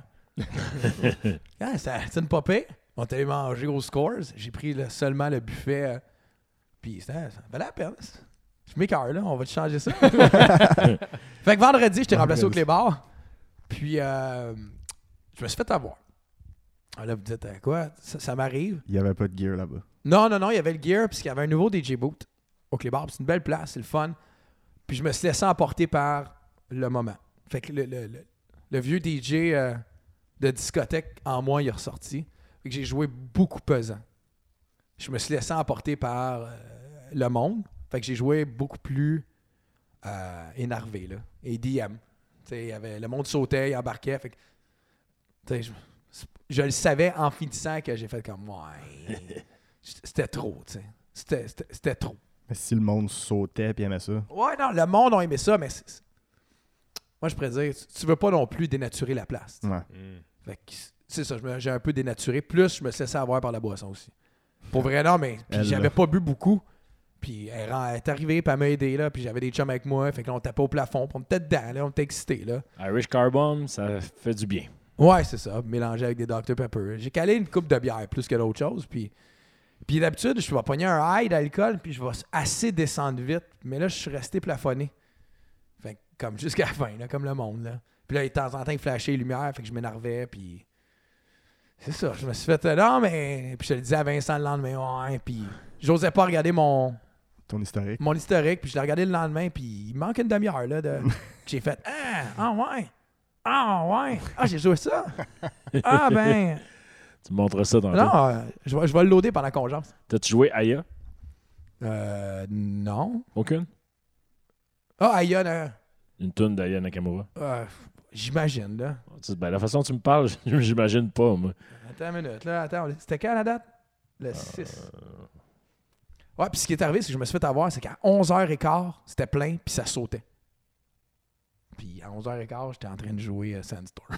Ah, c'est une popée. On est allé manger aux Scores. J'ai pris seulement le buffet. Puis ça valait la peine. Je m'écœure, là. On va te changer ça. Fait que vendredi, je t'ai remplacé au Clébar. Puis, je me suis fait avoir. Alors là, vous dites, quoi? Ça m'arrive. Il n'y avait pas de gear là-bas. Non, il y avait le gear, puisqu'il y avait un nouveau DJ boot au Clébar. C'est une belle place, c'est le fun. Puis je me suis laissé emporter par le moment. Fait que le vieux DJ de discothèque en moi, il est ressorti. Fait que j'ai joué beaucoup pesant. Je me suis laissé emporter par le monde. Fait que j'ai joué beaucoup plus énervé, là. Et DM. Il y avait, le monde sautait, il embarquait. Fait que, je le savais en finissant que j'ai fait comme, ouais, c'était trop, tu sais. C'était trop. Mais si le monde sautait et aimait ça. Ouais, non, le monde a aimé ça, mais moi, je pourrais dire, tu veux pas non plus dénaturer la place. Ouais. Fait que c'est ça, j'ai un peu dénaturé. Plus, je me laissais avoir par la boisson aussi. Pour vrai, non, mais puis Elle, j'avais là. pas bu beaucoup. Puis elle est arrivée, puis elle m'a aidé, là. Puis j'avais des chums avec moi. Fait que là, on tapait au plafond. Puis on était dedans, là. On était excités, là. Irish Car Bomb, ça fait du bien. Ouais, c'est ça. Mélangé avec des Dr Pepper. J'ai calé une coupe de bière plus que d'autres choses. Puis d'habitude, je vais pogner un high d'alcool, puis je vais assez descendre vite. Mais là, je suis resté plafonné. Fait que comme jusqu'à la fin, là, comme le monde, là. Puis là, de temps en temps, il flashait les lumières. Fait que je m'énervais, puis... C'est ça. Je me suis fait... Non, mais... Puis je le disais à Vincent le lendemain. Ouais, puis... J'osais pas regarder mon historique, puis je l'ai regardé le lendemain, puis il me manque une demi-heure, là, de... J'ai fait, j'ai joué ça? Ah, ben... Tu me montres ça dans Non, je vais le loader pendant qu'on jase. T'as-tu joué Aya? Non. Aucune? Ah, Aya, là, Une toune d'Aya Nakamura? j'imagine, là. Ben, la façon dont tu me parles, j'imagine pas, moi. Attends une minute, là, attends. C'était quand, la date? Le 6. Ouais, puis ce qui est arrivé, c'est que je me suis fait avoir, c'est qu'à 11h15, c'était plein, puis ça sautait. Puis à 11h15, j'étais en train de jouer Sandstorm.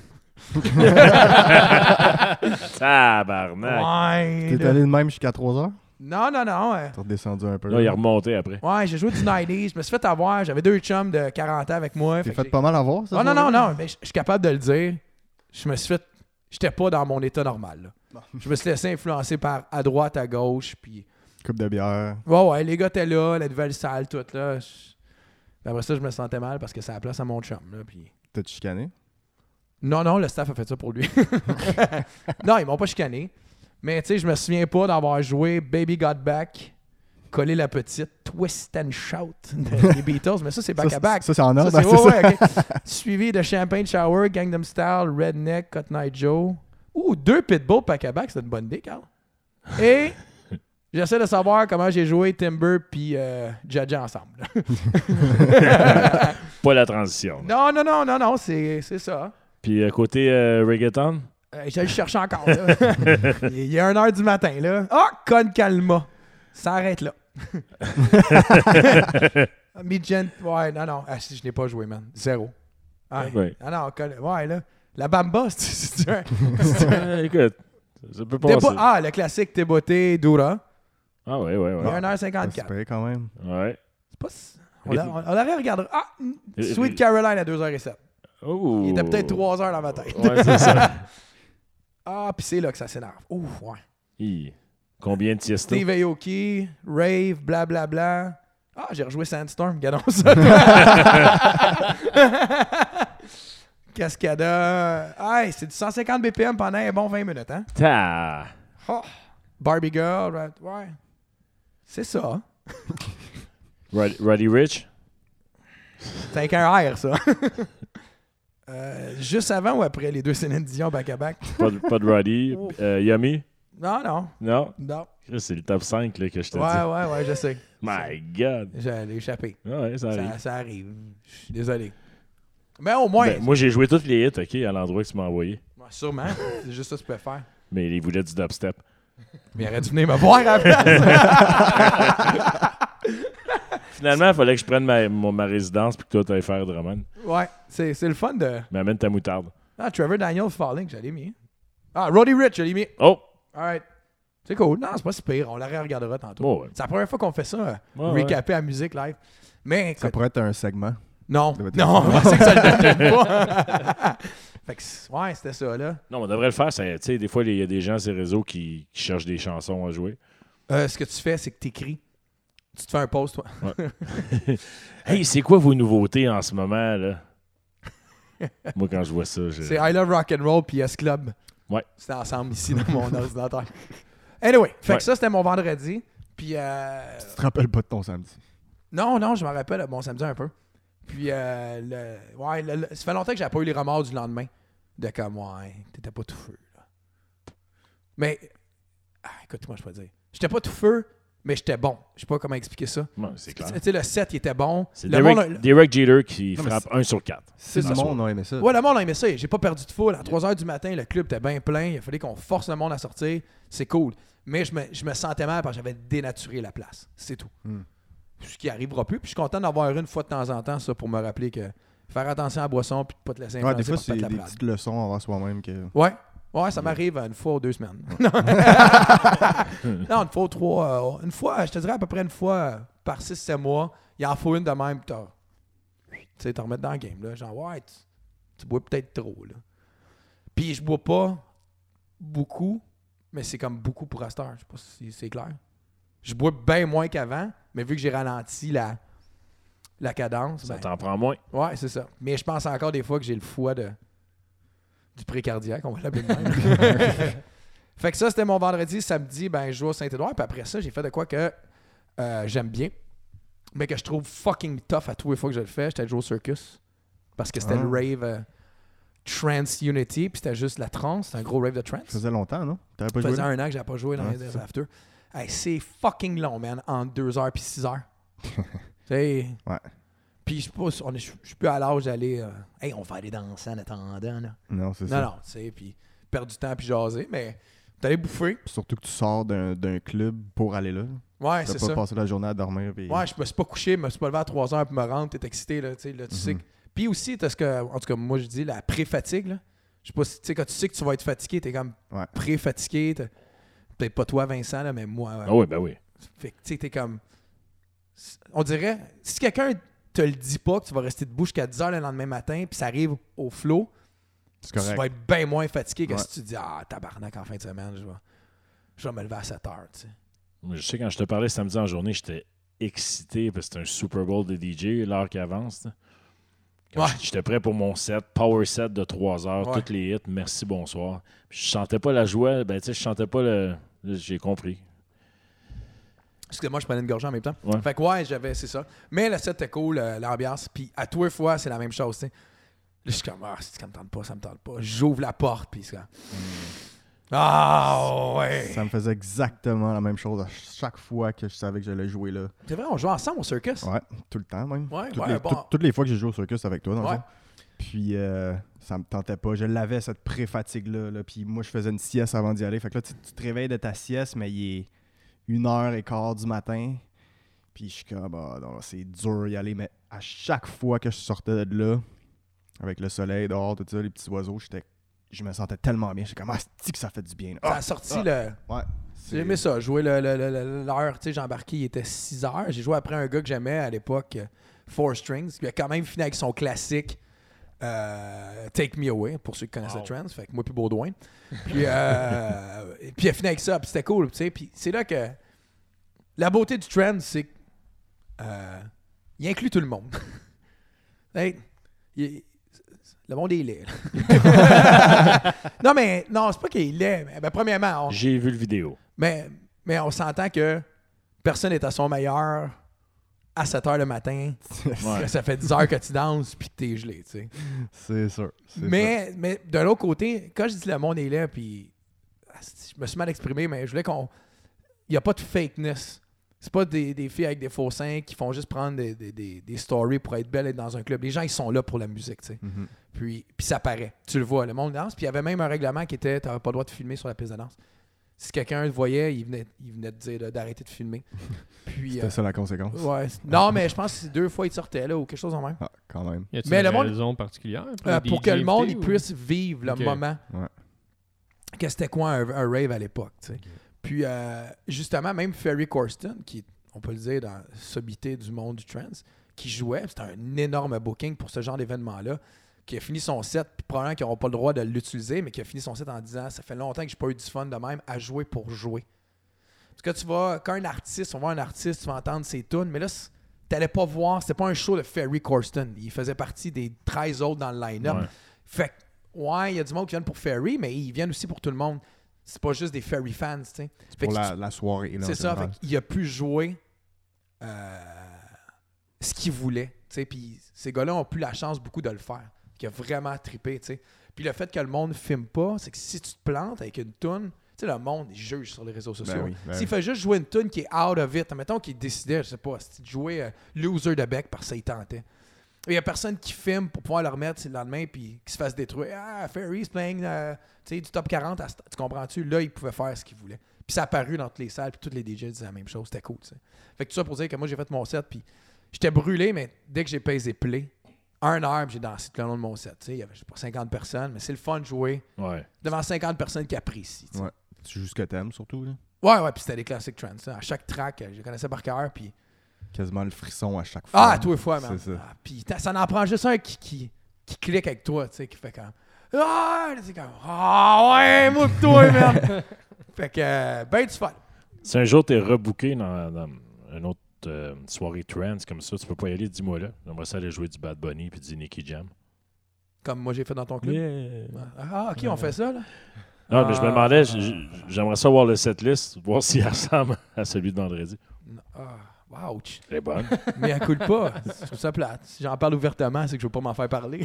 Tabarnak! Ouais. T'es allé de même jusqu'à 3h? Non. T'es redescendu un peu. Là, il est remonté après. Ouais, j'ai joué du 90s. Je me suis fait avoir. J'avais 2 chums de 40 ans avec moi. T'es que fait j'ai- pas mal avoir, ça? Oh, non. Mais je suis capable de le dire. Je me suis fait... J'étais pas dans mon état normal, là. Je me suis laissé influencer par à droite, à gauche, puis... Coupe de bière. Ouais, les gars étaient là, la nouvelle salle, tout, là. Puis après ça, je me sentais mal parce que ça a la place à mon chum, là, puis... T'as-tu chicané? Non, le staff a fait ça pour lui. Non, ils m'ont pas chicané. Mais tu sais, je me souviens pas d'avoir joué Baby Got Back, Coller la petite, Twist and Shout des Beatles, mais ça, c'est back-à-back. Ça, c'est en ordre. Ça, hein, c'est- c'est ça? ouais, ok. Suivi de Champagne Shower, Gangnam Style, Redneck, Cotton Eye Joe. 2 Pitbull back-à-back, c'est une bonne idée, Carl. Et j'essaie de savoir comment j'ai joué Timber puis Jaja ensemble. Pas la transition. là. Non, c'est ça. Puis côté reggaeton? Je le cherche encore. Là. Il est 1h du matin. Là. Con Calma. Ça arrête là. Midgent. Ouais, non. Si, je n'ai pas joué, man. 0. Ouais. Ouais, là. La Bamba, c'est Écoute, ça peut passer. le classique Teboté Dura. Ah ouais. Il est C'est 1h54. payé quand même. Ouais. C'est pas... On l'aurait regardé. Sweet Caroline à 2h07. Oh. Il était peut-être 3h dans ma tête. Ouais, c'est ça. Puis c'est là que ça s'énerve. Ouf, ouais. Hi. Combien de Tiesto? Steve Aoki, Rave, blablabla. J'ai rejoué Sandstorm, regardons ça. Cascada. C'est du 150 BPM pendant un bon 20 minutes, hein? Ta. Barbie Girl, ouais. C'est ça. Roddy Rich? C'est avec un R, ça. Juste avant ou après les 2 Céline Dion back-à-back? Pas de Roddy. Ouf. Yummy? Non. Non? Non. C'est le top 5 là, que je te dis. Ouais, je sais. My God. J'allais échapper. Ouais, ça arrive. Ça arrive. Je suis désolé. Mais au moins... Ben, moi, j'ai joué toutes les hits, OK, à l'endroit que tu m'as envoyé. Ouais, sûrement. C'est juste ça que tu peux faire. Mais il voulait du dubstep. Mais il aurait dû venir me voir à la place. Finalement, il fallait que je prenne ma résidence puis que toi, tu ailles faire Drummond. Ouais, c'est le fun de... M'amène ta moutarde. Trevor Daniel Falling, je l'ai mis. Roddy Rich, je l'ai mis. Oh! Alright. C'est cool. Non, c'est pas si pire. On la regardera tantôt. Oh, ouais. C'est la première fois qu'on fait ça, Ouais, recapper la musique live. Mais Ça pourrait être un segment. non, Ça va être- on sait que ça ne le donne pas. Fait que, ouais, c'était ça, là. Non, on devrait le faire. Tu sais, des fois, il y a des gens sur les réseaux qui cherchent des chansons à jouer. Ce que tu fais, c'est que tu écris. Tu te fais un post, toi. Hey, c'est quoi vos nouveautés en ce moment, là? Moi, quand je vois ça, C'est I Love Rock and Roll puis Yes Club. Ouais. C'était ensemble ici dans mon ordinateur. Anyway, fait Ouais. que ça, c'était mon vendredi. Puis, Tu te rappelles pas de ton samedi. non, je me rappelle, bon, samedi un peu. Puis, ça fait longtemps que j'avais pas eu les remords du lendemain. De comme, t'étais pas tout feu, là. Mais, écoute, moi, je peux te dire. J'étais pas tout feu, mais j'étais bon. Je sais pas comment expliquer ça. Ouais, c'est clair. Tu sais, le set, il était bon. C'est Le monde Derek Jeter qui Non, mais frappe 1 sur 4. C'est Le ça. monde a aimé ça. Ouais, le monde a aimé ça. J'ai pas perdu de foule. À 3h du matin, le club était bien plein. Il a fallu qu'on force le monde à sortir. C'est cool. Mais je me sentais mal parce que j'avais dénaturé la place. C'est tout. ce qui arrivera plus. Puis je suis content d'avoir une fois de temps en temps ça pour me rappeler que faire attention à la boistion puis de pas te laisser Ouais, influencer des fois, par c'est Pat des Laprade. petites leçons envers soi-même que. Ouais, ça m'arrive une fois ou 2 semaines. Non, une fois ou 3. Une fois, je te dirais à peu près une fois par 6-7 mois. Il en faut une de même. Tu sais, t'en remettre dans le game. Là. Genre, ouais, tu bois peut-être trop. Là. Puis je bois pas beaucoup, mais c'est comme beaucoup pour Astor. Je sais pas si c'est clair. Je bois bien moins qu'avant, mais vu que j'ai ralenti la cadence. Ça Ben, t'en prend moins. ouais, c'est ça. Mais je pense encore des fois que j'ai le foie du précardiaque, on va l'appeler de même. Fait que ça, c'était mon vendredi. Samedi, ben, je joue au Saint-Édouard. Puis après ça, j'ai fait de quoi que j'aime bien, mais que je trouve fucking tough à tous les fois que je le fais. J'étais joué au Circus. Parce que c'était le rave Trance Unity. Puis c'était juste la trance. C'était un gros rave de trance. Ça faisait longtemps, non? T'avais pas Ça joué? faisait là? 1 an que j'avais pas joué dans Ouais, les c'est ça. after. Hey, c'est fucking long, man. Entre 2 heures puis 6 heures. Ouais. Puis je sais pas, je suis plus à l'âge d'aller. Hey, on va aller danser en attendant. Là. Non, c'est ça. Non, tu sais, puis perdre du temps puis jaser, mais t'allais bouffer. Surtout que tu sors d'un club pour aller là. Ouais, Tu c'est vas pas ça. passer la journée à dormir. Puis... Ouais, je me suis pas couché, je me suis pas levé à 3 heures pour me rendre, t'es excité, là, tu sais, là, tu sais. Puis aussi, t'as ce que, en tout cas, moi je dis, la pré-fatigue, là. Je sais pas si, tu sais, quand tu sais que tu vas être fatigué, t'es comme Ouais. pré-fatigué. Peut-être pas toi, Vincent, là, mais moi. Ah oui, ben oui. Fait que, tu sais, t'es comme. On dirait, si quelqu'un te le dit pas, que tu vas rester debout jusqu'à 10 heures le lendemain matin, puis ça arrive au flow, C'est tu correct. vas être bien moins fatigué que Ouais. si tu te dis, ah, tabarnak, en fin de semaine, je vais me lever à 7 heures, tu sais. Je sais, quand je te parlais samedi en journée, j'étais excité parce que c'est un Super Bowl de DJ, l'heure qui avance. Là. Quand Ouais. J'étais prêt pour mon set, power set de 3 heures, Ouais. toutes les hits, merci, bonsoir. Puis je chantais pas la joie, ben tu sais, je chantais pas le. Là, j'ai compris. Excusez-moi, je prenais une gorgée en même temps. Ouais. Fait que ouais, c'est ça. Mais le set était cool, l'ambiance. Puis à tous les fois, c'est la même chose, tu sais. Là, je suis comme, ça me tente pas, ça me tente pas. J'ouvre la porte, puis c'est comme, ah ouais. Ça me faisait exactement la même chose à chaque fois que je savais que j'allais jouer là. C'est vrai, on joue ensemble au circus. Ouais, tout le temps même. Ouais, toutes, ouais, les, bon. toutes les fois que j'ai joué au circus avec toi, dans le Ouais. fond. Puis ça me tentait pas. Je l'avais, cette pré-fatigue-là. Là. Puis moi, je faisais une sieste avant d'y aller. Fait que là, tu te réveilles de ta sieste, mais il est 1h15 du matin. Puis je suis comme, non, c'est dur d'y aller. Mais à chaque fois que je sortais de là, avec le soleil dehors, tout ça, les petits oiseaux, je me sentais tellement bien. J'étais comme, c'est que ça fait du bien. Ça a sorti le. Ouais. J'ai aimé ça, jouer l'heure. Tu sais, j'ai embarqué, il était 6 heures. J'ai joué après un gars que j'aimais à l'époque, Four Strings, qui a quand même fini avec son classique Take Me Away, pour ceux qui connaissent le trance. Fait que moi, puis Baudouin. Puis, puis il a fini avec ça, puis c'était cool. Tu sais, puis c'est là que la beauté du trance, c'est qu'il inclut tout le monde. Hey, le monde est laid. là. non, c'est pas qu'il est laid. Mais, premièrement, J'ai vu le vidéo. mais on s'entend que personne n'est à son meilleur à 7 h le matin. Ouais. Ça fait 10 heures que tu danses puis que t'es gelé, tu sais. C'est sûr. Mais de l'autre côté, quand je dis le monde est là, puis je me suis mal exprimé, mais je voulais qu'on. Il n'y a pas de fakeness. C'est pas des filles avec des faux seins qui font juste prendre des stories pour être belles et être dans un club. Les gens, ils sont là pour la musique, tu sais. Mhm. Puis ça paraît. Tu le vois, le monde danse. Puis il y avait même un règlement qui était, tu n'avais pas le droit de filmer sur la piste de danse. Si quelqu'un le voyait, il venait de dire d'arrêter de filmer. Puis, C'était ça la conséquence. ouais. Non, mais je pense que c'est 2 fois il sortait là ou quelque chose en même. Ah, quand même. Y a-t-il Mais une le monde- raison particulière Pour les que le DJ monde invités, il ou- puisse vivre le Ok. moment Ouais. que c'était quoi un rave à l'époque. Tu sais. Puis justement, même Ferry Corsten, qui, on peut le dire, dans la sommité du monde du trance, qui jouait, c'était un énorme booking pour ce genre d'événement-là, qui a fini son set, puis probablement qu'ils n'auront pas le droit de l'utiliser, mais qui a fini son set en disant « Ça fait longtemps que j'ai pas eu du fun de même à jouer pour jouer. » Parce que tu vas, quand un artiste, on voit un artiste, tu vas entendre ses tunes, mais là, t'allais pas voir, c'était pas un show de Ferry Corsten. Il faisait partie des 13 autres dans le line-up. Ouais. Fait que, ouais, il y a du monde qui vient pour Ferry, mais ils viennent aussi pour tout le monde. C'est pas juste des Ferry fans, tu sais. Fait Pour que la soirée. là, c'est en ça, général. fait qu'il a pu jouer ce qu'il voulait, tu sais. Puis ces gars-là ont plus la chance beaucoup de le faire, qui a vraiment trippé, tu sais. Puis le fait que le monde filme pas, c'est que si tu te plantes avec une toune, tu sais, le monde, il juge sur les réseaux sociaux. oui, ben S'il oui. fait juste jouer une tune qui est out of it, mettons qu'il décidait, je sais pas, si tu jouais Loser de Beck parce que ça il tentait. Il y a personne qui filme pour pouvoir le remettre le lendemain puis qu'il se fasse détruire. Ah, Ferry's playing tu sais, du top 40, tu comprends-tu? Là, il pouvait faire ce qu'il voulait. Puis ça a apparu dans toutes les salles, puis tous les DJ disaient la même chose. C'était cool, tu sais. Fait que tout ça pour dire que moi, j'ai fait mon set, puis j'étais brûlé, mais dès que j'ai pesé play, 1 heure, puis j'ai dansé tout le long de mon set. Tu sais, il y avait, je sais pas, 50 personnes, mais c'est le fun de jouer Ouais. devant 50 personnes qui apprécient. Tu sais. Ouais. Tu joues ce que t'aimes, surtout. Là. Ouais, puis c'était des classiques trends. À chaque track, je les connaissais par cœur, puis... Quasiment le frisson à chaque fois. Ah, tous les fois, man. C'est ça. Ah, puis ça en prend juste un qui clique avec toi, tu sais, qui fait comme... Ah, c'est comme... Ah, ouais, moi pis toi, man. Fait que, ben du fun. Si un jour t'es rebooké dans une autre soirée trance comme ça, tu peux pas y aller, dis-moi là. J'aimerais ça aller jouer du Bad Bunny puis du Nicky Jam. Comme moi, j'ai fait dans ton club. Ah, OK, on fait ça, là? Non, mais je me demandais, j'aimerais ça voir le setlist, voir s'il ressemble à celui de vendredi. Ah, ouch. Elle est bonne. Mais elle coule pas. Je trouve ça plate. Si j'en parle ouvertement, c'est que je veux pas m'en faire parler.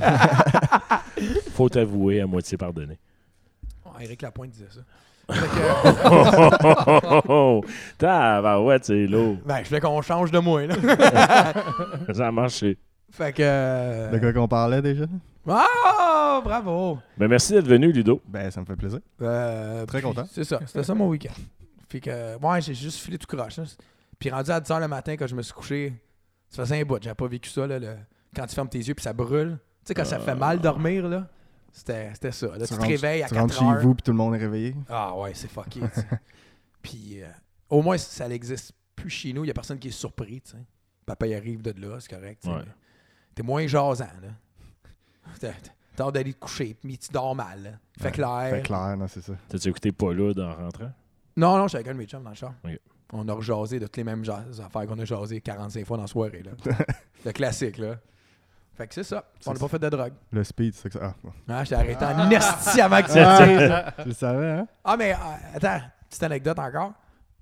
Faut t'avouer, à moitié pardonné. Oh, Éric Lapointe disait ça. Fait que, Tabarouette, c'est lourd. ben, je voulais qu'on change de moi, là. Ça a marché. Fait que... De quoi qu'on parlait déjà? Ah, bravo! Ben, merci d'être venu, Ludo. Ben, ça me fait plaisir. Très Très content. C'est ça. C'était ça mon week-end. Fait que, ouais, j'ai juste filé tout croche. Hein. Puis rendu à 10h le matin, quand je me suis couché, ça faisait un bout. J'avais pas vécu ça, là, quand tu fermes tes yeux puis ça brûle. Tu sais, quand ça fait mal dormir, là, c'était ça. Là, tu te réveilles à 4 rentres heures. chez vous puis tout le monde est réveillé. Ah ouais, c'est fucké. Tu sais. Puis au moins, ça n'existe plus chez nous. Il n'y a personne qui est surpris. Tu sais. Papa, il arrive de là, c'est correct. Tu sais, Ouais. mais t'es moins jasant. Là. T'as hâte d'aller te coucher, mais tu dors mal. Là. Fait clair. Fait clair, non, c'est ça. T'as-tu écouté Paula en rentrant? Non, je suis avec un de mes chums dans le char. Ok. On a rejasé de toutes les mêmes affaires qu'on a jasé 45 fois dans la soirée. Là. Le classique, là. Fait que c'est ça. On n'a pas fait de drogue. Le speed, c'est que ça. Ah, Ah, je t'ai arrêté en esti avant que tu le dises. tu le savais, hein? Ah, mais attends, petite anecdote encore.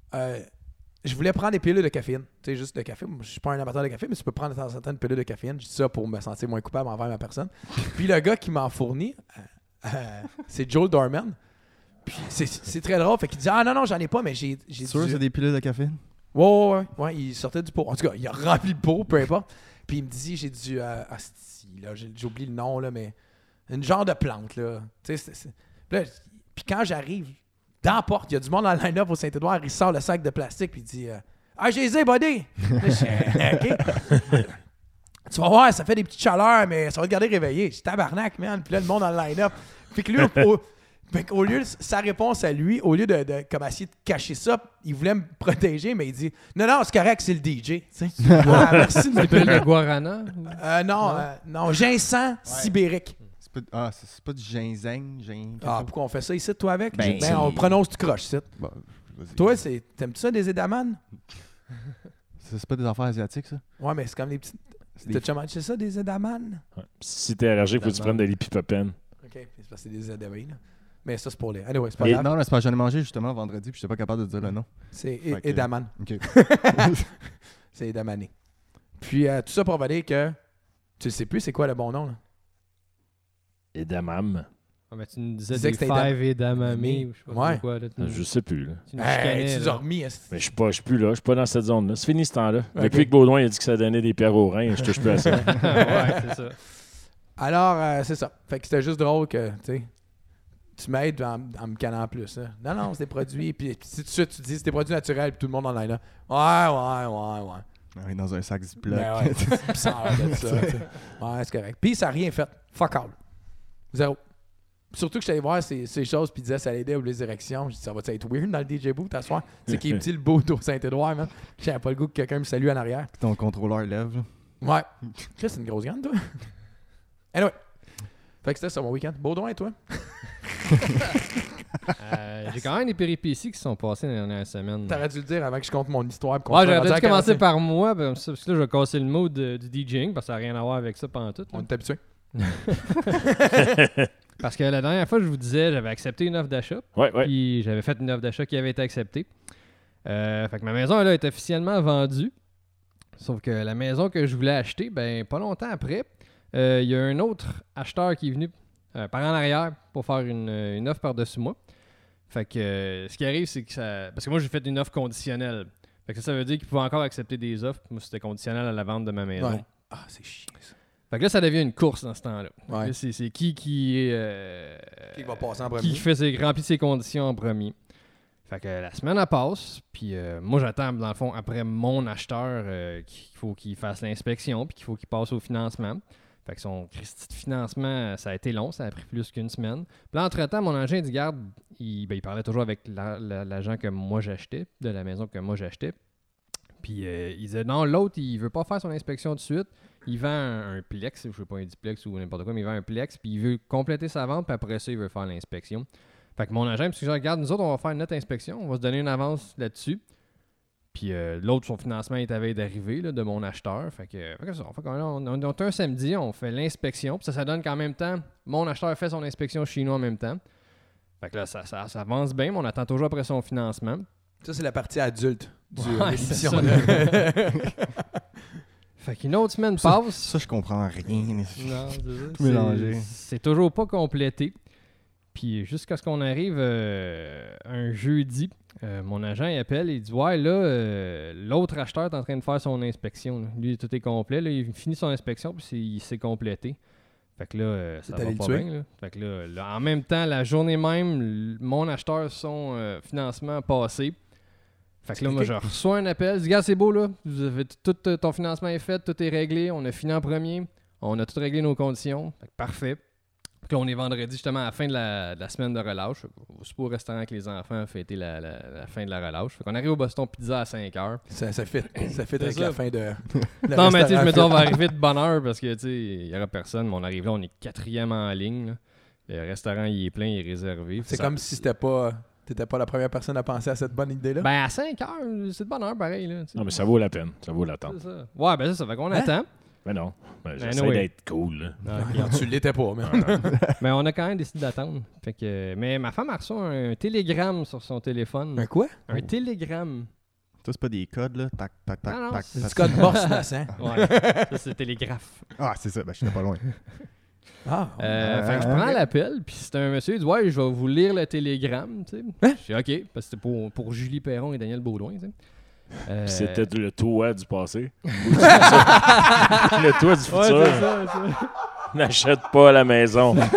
Je voulais prendre des pilules de caféine. Tu sais, juste de café. Moi, je suis pas un amateur de café, mais tu peux prendre de temps en temps une pilule de caféine. Je dis ça pour me sentir moins coupable envers ma personne. Puis le gars qui m'en fournit, c'est Joel Dorman. Puis c'est très drôle. Fait qu'il dit, ah non, j'en ai pas, mais j'ai Sûr que c'est des pilules de café? Ouais, il sortait du pot. En tout cas, il a rempli le pot, peu importe. Puis il me dit, j'ai du... là, j'ai oublié le nom, là, mais... Une genre de plante, là. Tu sais, puis quand j'arrive, dans la porte, il y a du monde dans le line-up au Saint-Édouard, il sort le sac de plastique, puis il dit ah, j'ai les ai, buddy! Là, je dis, OK. Tu vas voir, ça fait des petites chaleurs, mais ça va te garder réveillé. Je dis, tabarnak, man. Puis là, le monde dans le line-up. Puis que lui, au lieu de sa réponse à lui, au lieu de comme essayer de cacher ça, il voulait me protéger, mais il dit non, c'est correct, c'est le DJ. Tu sais. Ah, merci de me C'est pas le guarana? non, ginseng sibérique. C'est pas du ginseng? Ah, pourquoi on fait ça ici, toi, avec? Ben, On prononce du croche, ici. Bon, vas-y. Toi, t'aimes-tu ça, des édamanes? C'est pas des affaires asiatiques, ça? Ouais, mais c'est comme des petites... C'est T'as déjà mangé ça, des édamanes? Ouais. Si t'es allergique, faut que tu prennes de l'épipopène. OK, c'est parce que c'est des édamines. Mais ça, c'est pour les... Anyway, c'est pas Et grave. non, c'est parce que j'en ai mangé justement vendredi puis j'étais pas capable de dire le nom. C'est Fait que- édaman. OK. C'est édamané. Puis, tout ça pour dire que... Tu sais plus c'est quoi le bon nom, là? Edamame. Ah, mais tu nous disais disais des que c'était five et damamé ou je sais pas Ouais. quoi. Là, Je sais plus, là. tu nous Hey, chicanais, tu là. nous as remis. Mais je suis plus là, je suis pas dans cette zone-là. C'est fini ce temps-là. Ok. Depuis que Baudouin a dit que ça donnait des pierres aux reins, je touche plus à ça. Ouais, c'est ça. Alors, c'est ça. Fait que c'était juste drôle que, tu m'aides en me canant plus. Hein. Non, c'est des produits. Puis tout de suite, tu dis c'est des produits naturels, puis tout le monde en a là. Ouais. On est dans un sac Ziploc. Ben ouais, c'est bizarre de ça. T'sais. Ouais, c'est correct. Puis ça n'a rien fait. Fuck all. Zéro. Surtout que je suis allé voir ces choses, puis disais ça allait aider aux les érections. Je dis ça va être weird dans le DJ booth à soir. C'est qui est petit le boot au Saint-Édouard, man. J'avais pas le goût que quelqu'un me salue en arrière. Puis ton contrôleur lève. Là. Ouais. Chris, c'est une grosse grande, toi. Anyway. Fait que c'était ça mon week-end. Baudouin et toi? J'ai quand même des péripéties qui se sont passées dans les dernières semaines. T'aurais dû le dire avant que je compte mon histoire. Ouais, j'aurais dû commencer par moi, parce que là, je vais casser le mot du DJing, parce que ça n'a rien à voir avec ça pendant tout. On est habitué. Parce que la dernière fois, je vous disais, j'avais accepté une offre d'achat, Ouais. puis j'avais fait une offre d'achat qui avait été acceptée. Fait que ma maison, là, est officiellement vendue. Sauf que la maison que je voulais acheter, ben pas longtemps après, il y a un autre acheteur qui est venu par en arrière pour faire une offre par-dessus moi. Fait que ce qui arrive, c'est que ça... Parce que moi, j'ai fait une offre conditionnelle. Fait que ça veut dire qu'il pouvait encore accepter des offres. Moi, c'était conditionnel à la vente de ma maison. Ouais. Ah, c'est chiant ça. Fait que là, ça devient une course dans ce temps-là. Ouais. Là, c'est qui Qui va passer en premier? qui remplit ses conditions en premier. Fait que la semaine, elle passe, puis moi, j'attends, dans le fond, après mon acheteur, qu'il faut qu'il fasse l'inspection, puis qu'il faut qu'il passe au financement. Fait que son Christy de financement, ça a été long, ça a pris plus qu'une semaine. Puis là, entre-temps, mon agent dit, garde, il parlait toujours avec l'agent que moi j'achetais, de la maison que moi j'achetais. Puis il disait, non, l'autre, il veut pas faire son inspection tout de suite. Il vend un plex, je sais pas un duplex ou n'importe quoi, mais il vend un plex, puis il veut compléter sa vente, puis après ça, il veut faire l'inspection. Fait que mon agent me suggère, regarde, nous autres, on va faire notre inspection, on va se donner une avance là-dessus. Puis l'autre, son financement est à veille d'arriver là, de mon acheteur. Fait que ça, on a un samedi, on fait l'inspection. Puis ça donne qu'en même temps, mon acheteur fait son inspection chez nous en même temps. Fait que là, ça avance bien, mais on attend toujours après son financement. Ça, c'est la partie adulte de l'émission. Fait qu'une autre semaine passe. Ça, je comprends rien. Non, Tout mélangé. C'est toujours pas complété. Puis jusqu'à ce qu'on arrive un jeudi, mon agent il appelle et il dit « Ouais, là, l'autre acheteur est en train de faire son inspection. Là. Lui, tout est complet. Là, il finit son inspection puis il s'est complété. » Fait que là, ça va pas bien. Là. Fait que là, en même temps, la journée même, mon acheteur, son financement passé. Fait que là, moi, je reçois un appel. Je dis « Gars, c'est beau, là. Tout ton financement est fait, tout est réglé. On a fini en premier. On a tout réglé nos conditions. Fait que parfait. » Puis là, on est vendredi, justement, à la fin de la semaine de relâche. On se au restaurant avec les enfants fêter la fin de la relâche. Fait qu'on arrive au Boston Pizza à 5h. Ça fait avec la fin de non, mais tu sais, je me dis, on va arriver de bonne heure parce que, tu sais, il n'y aura personne. Mais on arrive là, on est 4e en ligne. Là. Le restaurant, il est plein, il est réservé. C'est comme si t'étais pas la première personne à penser à cette bonne idée-là? Ben, à 5h, c'est de bonne heure, pareil. Là, non, mais ça vaut la peine. Ça vaut l'attente. C'est ça. Ouais, ben ça fait qu'on attend. Mais non. J'essaie d'être cool. Là. Non, tu l'étais pas, mais. Mais on a quand même décidé d'attendre. Fait que, mais ma femme a reçu un télégramme sur son téléphone. Un quoi? Un télégramme. Ça, c'est pas des codes, là. Tac, tac, tac, non, tac. C'est du code Morse, Nassan. Ouais, ça, c'est télégraphe. Ah, c'est ça. Ben, je suis pas loin. Fait que je prends l'appel, puis c'est un monsieur, il dit « Ouais, je vais vous lire le télégramme. » Je dis « OK, parce que c'était pour Julie Perron et Daniel Baudouin. » C'était le toit du passé. Le toit du futur. Ouais, c'est ça. N'achète pas la maison. Bonne,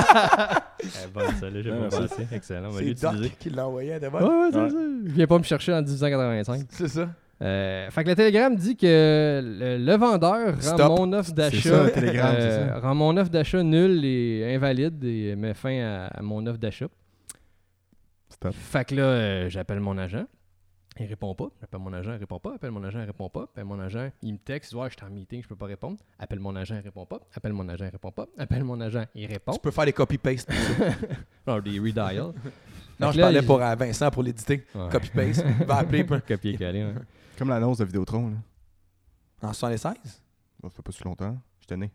ça, là, j'ai pas pensé. Excellent, on va l'utiliser. C'est Doc qui l'a envoyé à Devon. Ouais, c'est ça. Il vient pas me chercher en 1885. C'est ça. Fait que le télégramme dit que le vendeur rend mon offre d'achat rend mon offre d'achat nulle et invalide et met fin à mon offre d'achat. Stop. Fait que là, j'appelle mon agent. Il répond pas. J'appelle mon agent, il répond pas. Appelle mon agent, il répond pas. Appelle mon agent, il me texte. Ouais, je suis en meeting, je peux pas répondre. Appelle mon agent, il répond pas. Appelle mon agent, il répond pas. Appelle mon agent, il répond. Tu peux faire les copy-paste. Alors, des redial. Non, je parlais pour Vincent pour l'éditer. Ouais. Copy-paste. Il va appeler. Copier-coller. Ouais. Comme l'annonce de Vidéotron. Là. En 76? Ça fait pas si longtemps. J'étais né.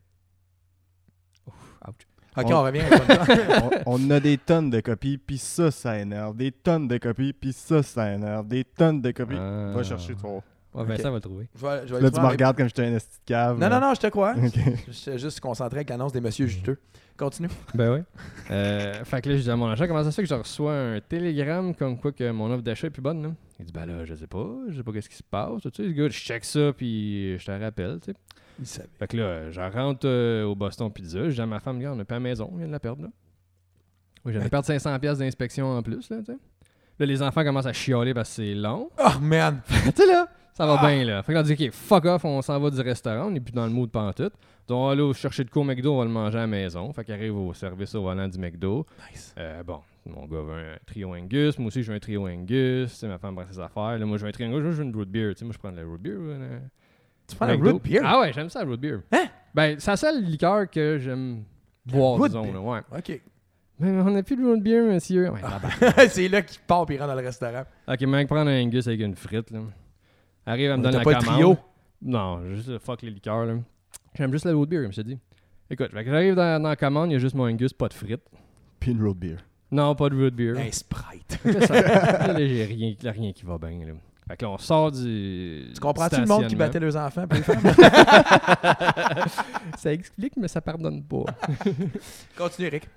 Ouch. Ok, on revient avec ça. On a des tonnes de copies, puis ça énerve. Des tonnes de copies, puis ça énerve. Des tonnes de copies. Va chercher, tu vois. Ouais, Vincent va le trouver. Là, tu me regardes comme j'étais un esti de cave. Non, je te crois. Okay. Je suis juste concentré avec l'annonce des Messieurs Juteux. Continue. Ben oui. Fait que là, je dis à mon agent, comment ça se fait que je reçois un télégramme comme quoi que mon offre d'achat est plus bonne, là? Il dit, ben là, je sais pas qu'est-ce qui se passe. Tu sais, je check ça, puis je te rappelle, tu sais. Il savait. Fait que là, je rentre au Boston Pizza, je dis à ma femme, regarde, on n'a pas la maison, on vient de la perdre, là. Oui, j'allais perdre 500$ d'inspection en plus, là, tu sais. Là, les enfants commencent à chialer parce que c'est long. Oh, man! Tu sais, là, ça va bien, là. Fait que là, on dit, OK, fuck off, on s'en va du restaurant, on n'est plus dans le mood pantoute. Donc, on va aller chercher de quoi au McDo, on va le manger à la maison. Fait qu'il arrive au service au volant du McDo. Nice. Bon, mon gars veut un trio Angus, moi aussi, je veux un trio Angus. Tu sais, ma femme prend ses affaires. Là, moi, je veux un trio Angus, je veux une root beer. Tu sais, moi, je prends de la root beer. Tu prends la root beer? Ah ouais, j'aime ça, la root beer. Hein? Ben, c'est la seule liqueur que j'aime boire, root disons. beer? Là, ouais. OK. Mais on n'a plus de root beer, monsieur. Ouais, c'est là qu'il part et il rentre dans le restaurant. OK, mais prendre un Angus avec une frite, là. Arrive à me donner la pas commande. Le trio? Non, juste fuck les liqueurs, là. J'aime juste la root beer, je me suis dit. Écoute, j'arrive dans la commande, il y a juste mon Angus, pas de frites. Puis une root beer. Non, pas de root beer. Un Sprite. Là, j'ai rien qui va bien, là. Fait que là, on sort du. Tu comprends-tu le monde qui battait leurs enfants pour les femmes? Ça explique, mais ça pardonne pas. Continue, Eric.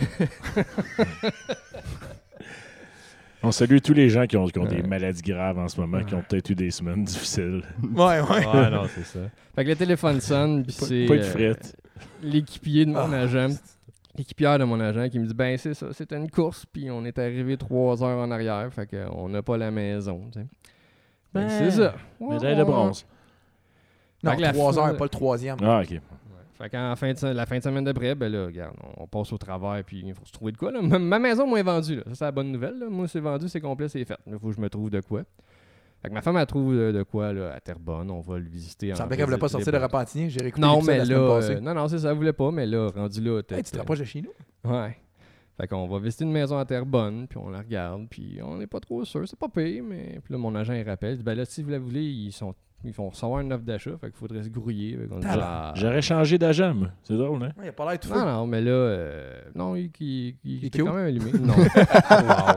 On salue tous les gens qui ont des maladies graves en ce moment, qui ont peut-être eu des semaines difficiles. Ouais. Ouais, non, c'est ça. Fait que le téléphone sonne, puis c'est pas de frites. l'équipier de mon agent l'équipière de mon agent qui me dit ben c'est ça, c'était une course, puis on est arrivé 3 heures en arrière, fait qu'on n'a pas la maison. Tu sais. Ben, c'est ça. Médaille de bronze. Non, Fait que la 3 fin- heures, pas le 3e. Ah, OK. Fait qu'en la fin de semaine d'après, ben là, regarde, on passe au travers, puis il faut se trouver de quoi. Là. Ma maison, moi, est vendue. Là. Ça, c'est la bonne nouvelle. Là. Moi, c'est vendu, c'est complet, c'est fait. Il faut que je me trouve de quoi. Fait que ma femme, elle trouve de quoi là, à Terrebonne. On va le visiter. Il semblait qu'elle voulait pas sortir de Repentigny. J'ai réécouté Non, l'épisode mais la semaine là, passée. non, c'est ça, elle voulait pas, mais là, rendu là, Hey, tu te rapproches de chez nous? Ouais. Fait qu'on va visiter une maison à Terrebonne, puis on la regarde, puis on n'est pas trop sûr. C'est pas pire, mais... Puis là, mon agent, il rappelle. Il dit, ben là, si vous la voulez, ils vont recevoir une offre d'achat, fait qu'il faudrait se grouiller. Fait qu'on dit, J'aurais changé d'agent, moi. C'est drôle, hein? Il a pas l'air tout fou. Non, mais là, non, il était cute? quand même allumé. Non. Wow.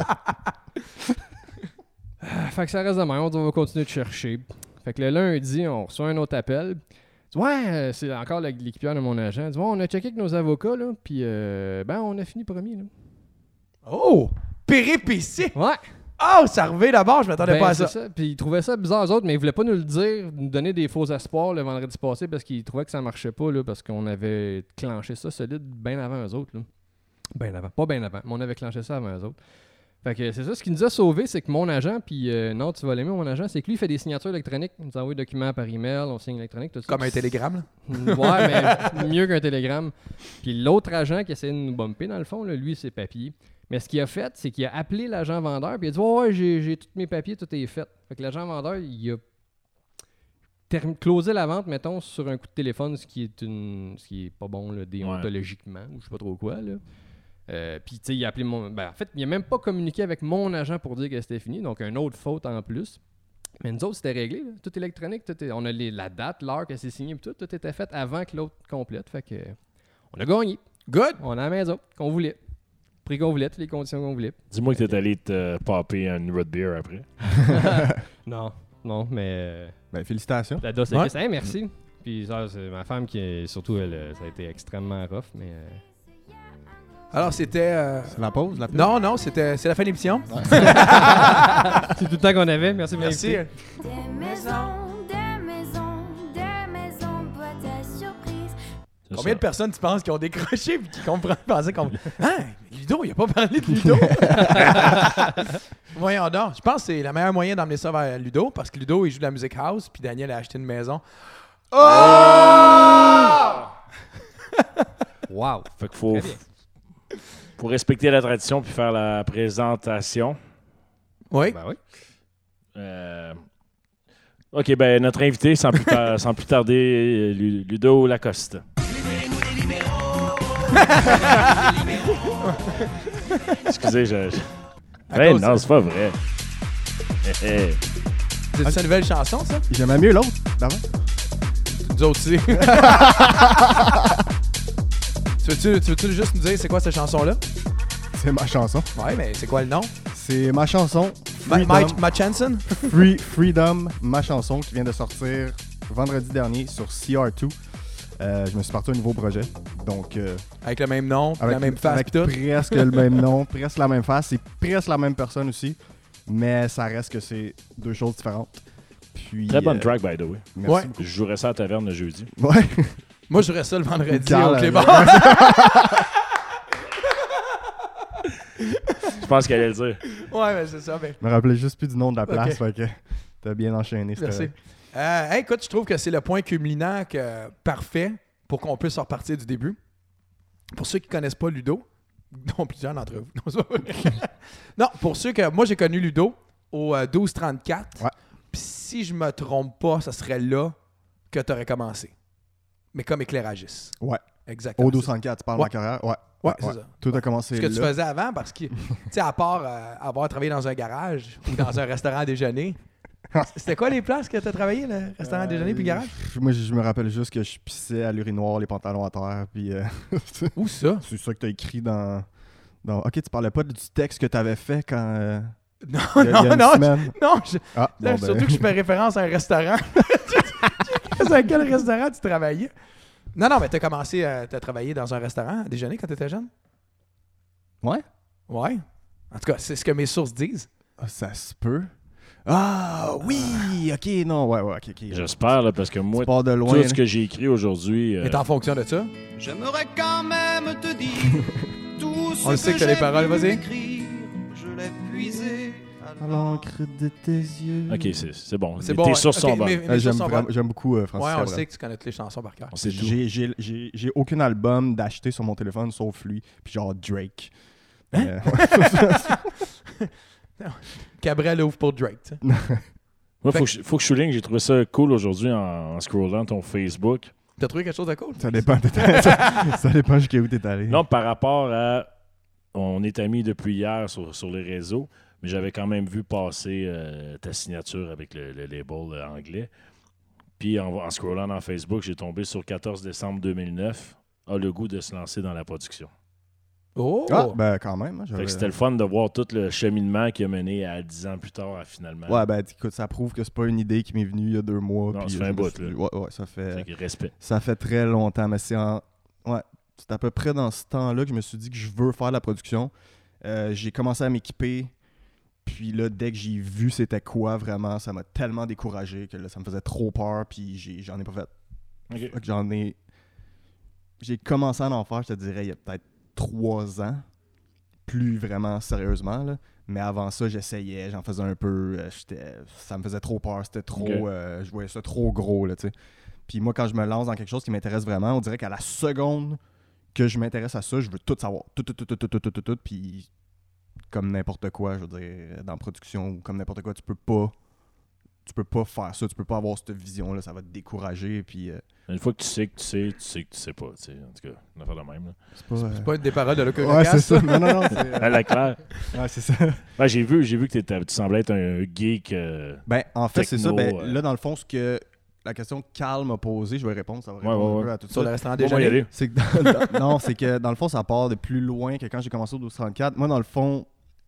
Fait que ça reste de même, on dit, on va continuer de chercher. Fait que le lundi, on reçoit un autre appel. Il dit, ouais, c'est encore l'équipière de mon agent. Il dit, ouais, on a checké avec nos avocats, là, puis ben, on a fini premier, là. Oh! Péripétie! Ouais! Oh, ça revient d'abord, je m'attendais Ben, pas à c'est ça. Puis ils trouvaient ça bizarre, eux autres, mais ils voulaient pas nous le dire, nous donner des faux espoirs le vendredi passé parce qu'ils trouvaient que ça marchait pas, là, parce qu'on avait clenché ça solide bien avant eux autres. Là. Bien avant. Pas bien avant, mais on avait clenché ça avant eux autres. Fait que c'est ça, ce qui nous a sauvés, c'est que mon agent, puis non, tu vas l'aimer, mon agent, c'est que lui, il fait des signatures électroniques. Il nous envoie des documents par email, on signe électronique, tout ça. Comme un télégramme, là. Ouais, mais mieux qu'un télégramme. Puis l'autre agent qui essayait de nous bumper, dans le fond, là, lui, c'est papier. Mais ce qu'il a fait, c'est qu'il a appelé l'agent vendeur, puis il a dit ouais, j'ai tous mes papiers, tout est fait. Fait que l'agent vendeur, il a closé la vente, mettons, sur un coup de téléphone, ce qui est pas bon, là, déontologiquement, ou je sais pas trop quoi, là. Puis, tu sais, il a appelé mon... Ben, en fait, il a même pas communiqué avec mon agent pour dire que c'était fini, donc une autre faute en plus. Mais nous autres, c'était réglé, là. Tout électronique, on a la date, l'heure que c'est signé, tout était fait avant que l'autre complète. Fait que on a gagné. Good! On a la maison qu'on voulait. Prix qu'on voulait, toutes les conditions qu'on voulait. Dis-moi que t'es allé te popper un root beer après. Non, mais... Ben, félicitations. La DOS, Ouais. hey, merci. Puis ça, c'est ma femme qui, surtout, elle, ça a été extrêmement rough, mais... Alors, c'était... C'est la pause, la pause? Non, c'est la fin de l'émission. c'est tout le temps qu'on avait. Merci de Merci. m'inviter. Des maisons, boîte à surprise. C'est Combien ça. de personnes tu penses qui ont décroché et qui pensaient qu'on... Hein? Ludo, il a pas parlé de Ludo. Voyons donc. Je pense que c'est le meilleur moyen d'emmener ça vers Ludo parce que Ludo, il joue de la music house puis Daniel a acheté une maison. Wow. Fait qu'il faut respecter la tradition puis faire la présentation. Oui. Ben oui. OK, ben notre invité, sans plus tarder, Ludo Lacoste. Excusez, À cause- non, c'est pas vrai. C'est sa nouvelle chanson, ça? J'aimais mieux l'autre, d'avant. Nous autres aussi. tu veux-tu juste nous dire c'est quoi cette chanson-là? C'est ma chanson. Ouais, mais c'est quoi le nom? C'est ma chanson, Mike Hansen? Freedom, ma chanson qui vient de sortir vendredi dernier sur CR2. Je me suis parti à un nouveau projet. Donc, Avec le même nom, la même face avec pis tout. presque le même nom, presque la même face. C'est presque la même personne aussi. Mais ça reste que c'est deux choses différentes. Puis, Très bonne track, by the way. Merci Ouais. beaucoup. Je jouerais ça à la taverne le jeudi. Ouais. Moi, je ça le vendredi Carl, au Clébar. Je pense qu'elle allait le dire. Ouais, mais c'est ça. Ben, Je me rappelais juste plus du nom de la place. Ok. Fait que t'as bien enchaîné. c'était merci. vrai. Hey, écoute, je trouve que c'est le point culminant parfait pour qu'on puisse repartir du début. Pour ceux qui ne connaissent pas Ludo, dont plusieurs d'entre vous. Non, c'est pas vrai. Non, pour ceux que... Moi, j'ai connu Ludo au 1234. Ouais. Puis si je me trompe pas, ça serait là que tu aurais commencé. Mais comme éclairagiste. Ouais. Exactement. Au 1234, tu parles de Ouais. ma carrière? Ouais. Ouais, c'est ça. Tout a commencé Ce que là. tu faisais avant, parce que, tu sais, à part avoir travaillé dans un garage ou dans un restaurant à déjeuner, c'était quoi les places que tu as travaillé, le restaurant à déjeuner puis le garage? Moi, je me rappelle juste que je pissais à l'urinoir, les pantalons à terre. Puis Où ça? c'est ça que tu as écrit dans. Ok, tu parlais pas du texte que tu avais fait quand. Non, il y a une non, semaine. non. Ah, bon, ben. Surtout que je fais référence à un restaurant. À quel restaurant tu travaillais? Non, mais tu as commencé à travailler dans un restaurant à déjeuner quand tu étais jeune? Ouais. Ouais. En tout cas, c'est ce que mes sources disent. Ah, ça se peut. Ah, oui! OK, non, ouais, OK. J'espère, là, parce que moi, Tu pars de loin. tout là. ce que j'ai écrit aujourd'hui... Et en fonction de ça, J'aimerais quand même te dire tout ce on le sait que t'as les j'ai paroles, pu vas-y. écrire, je l'ai puisé À l'encre de tes yeux. OK, c'est bon. C'est Tes bon. sources sont ok, bonnes. mes sources sont bonnes. J'aime beaucoup Francis Ouais, on le Cabrel. sait que tu connais toutes les chansons par cœur. On sait tout. J'ai aucun album d'acheter sur mon téléphone sauf lui, puis genre Drake. Hein? Cabrel ouvre pour Drake, tu sais. Moi, faut que je souligne, j'ai trouvé ça cool aujourd'hui en scrollant ton Facebook. T'as trouvé quelque chose de cool? Ça dépend. Ça dépend jusqu'à où t'es allé. Non, par rapport à... On est amis depuis hier sur les réseaux, mais j'avais quand même vu passer ta signature avec le label anglais. Puis en scrollant dans Facebook, j'ai tombé sur 14 décembre 2009, a le goût de se lancer dans la production. Oh! Ah, ben quand même. Fait que c'était le fun de voir tout le cheminement qui a mené à 10 ans plus tard, finalement. Ouais, ben écoute, ça prouve que c'est pas une idée qui m'est venue il y a 2 mois. Non, puis ça fait un bout, là. Ouais, ça Fait fait... que respect. Ça fait très longtemps, mais c'est à peu près dans ce temps-là que je me suis dit que je veux faire de la production. J'ai commencé à m'équiper, puis là, dès que j'ai vu c'était quoi vraiment, ça m'a tellement découragé que là, ça me faisait trop peur, puis j'en ai pas fait. OK. Fait que j'ai commencé à en faire, je te dirais, il y a peut-être 3 ans, plus vraiment sérieusement, là. Mais avant ça, j'essayais, j'en faisais un peu, ça me faisait trop peur, c'était trop, Ok. je voyais ça trop gros, là, tu sais. Puis moi, quand je me lance dans quelque chose qui m'intéresse vraiment, on dirait qu'à la seconde que je m'intéresse à ça, je veux tout savoir. Tout. Puis comme n'importe quoi, je veux dire, dans la production ou comme n'importe quoi, tu peux pas faire ça. Tu peux pas avoir cette vision-là. Ça va te décourager. Puis Une fois que tu sais que tu sais, tu sais que tu sais pas. Tu sais. En tout cas, une affaire de même. Là. C'est pas des paroles de Luc Ouais, c'est ça. Non. À la claire. Ouais, c'est ça. Ouais, j'ai vu que tu semblais être un geek. Ben, en fait, c'est ça. Techno, Ben, là, dans le fond, la question que Carl m'a posée, je vais répondre. Ça va répondre un peu à tout Sur le ça. restaurant Bon, on va y déjeuner. aller. C'est que non, c'est que dans le fond, ça part de plus loin que quand j'ai commencé au 1234. Moi, dans le fond,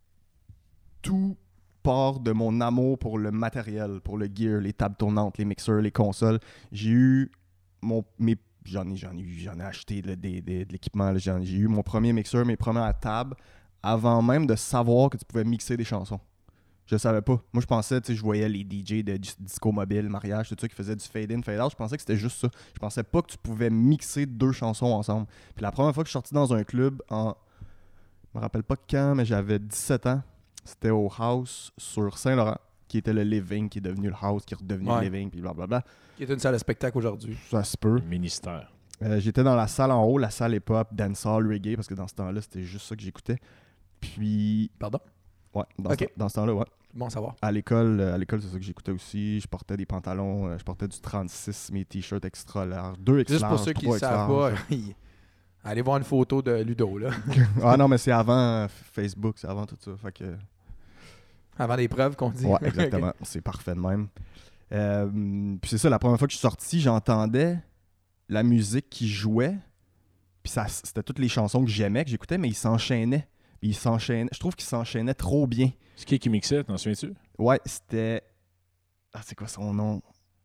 tout part de mon amour pour le matériel, pour le gear, les tables tournantes, les mixeurs, les consoles. J'ai eu j'en ai acheté de l'équipement. Là. J'ai eu mon premier mixeur, mes premières tables, avant même de savoir que tu pouvais mixer des chansons. Je savais pas. Moi, je pensais, tu sais, je voyais les DJ de disco mobile, mariage, tout ça, qui faisaient du fade-in, fade-out. Je pensais que c'était juste ça. Je pensais pas que tu pouvais mixer 2 chansons ensemble. Puis la première fois que je suis sorti dans un club, je me rappelle pas quand, mais j'avais 17 ans. C'était au House sur Saint-Laurent, qui était le Living, qui est devenu le House, qui est redevenu le Living, puis blablabla. Qui est une salle de spectacle aujourd'hui. Ça se peut. Ministère. J'étais dans la salle en haut, la salle hip-hop, dancehall, reggae, parce que dans ce temps-là, c'était juste ça que j'écoutais. Puis... Pardon? Ouais, Ok. dans ce temps-là, ouais. Bon à savoir. À l'école, c'est ça que j'écoutais aussi. Je portais des pantalons, je portais du 36, mes t-shirts extra larges, 2 extra Juste pour larges, ceux qui 3 ne extra savent pas, larges. allez voir une photo de Ludo, là. Ah non, mais c'est avant Facebook, c'est avant tout ça. Fait que... Avant les preuves qu'on dit. Ouais, exactement. C'est parfait de même. Puis c'est ça, la première fois que je suis sorti, j'entendais la musique qui jouait. Puis c'était toutes les chansons que j'aimais, que j'écoutais, mais ils s'enchaînaient. Je trouve qu'ils s'enchaînaient trop bien. C'est qui mixait, t'en souviens-tu? Ouais, c'était... Ah, c'est quoi son nom?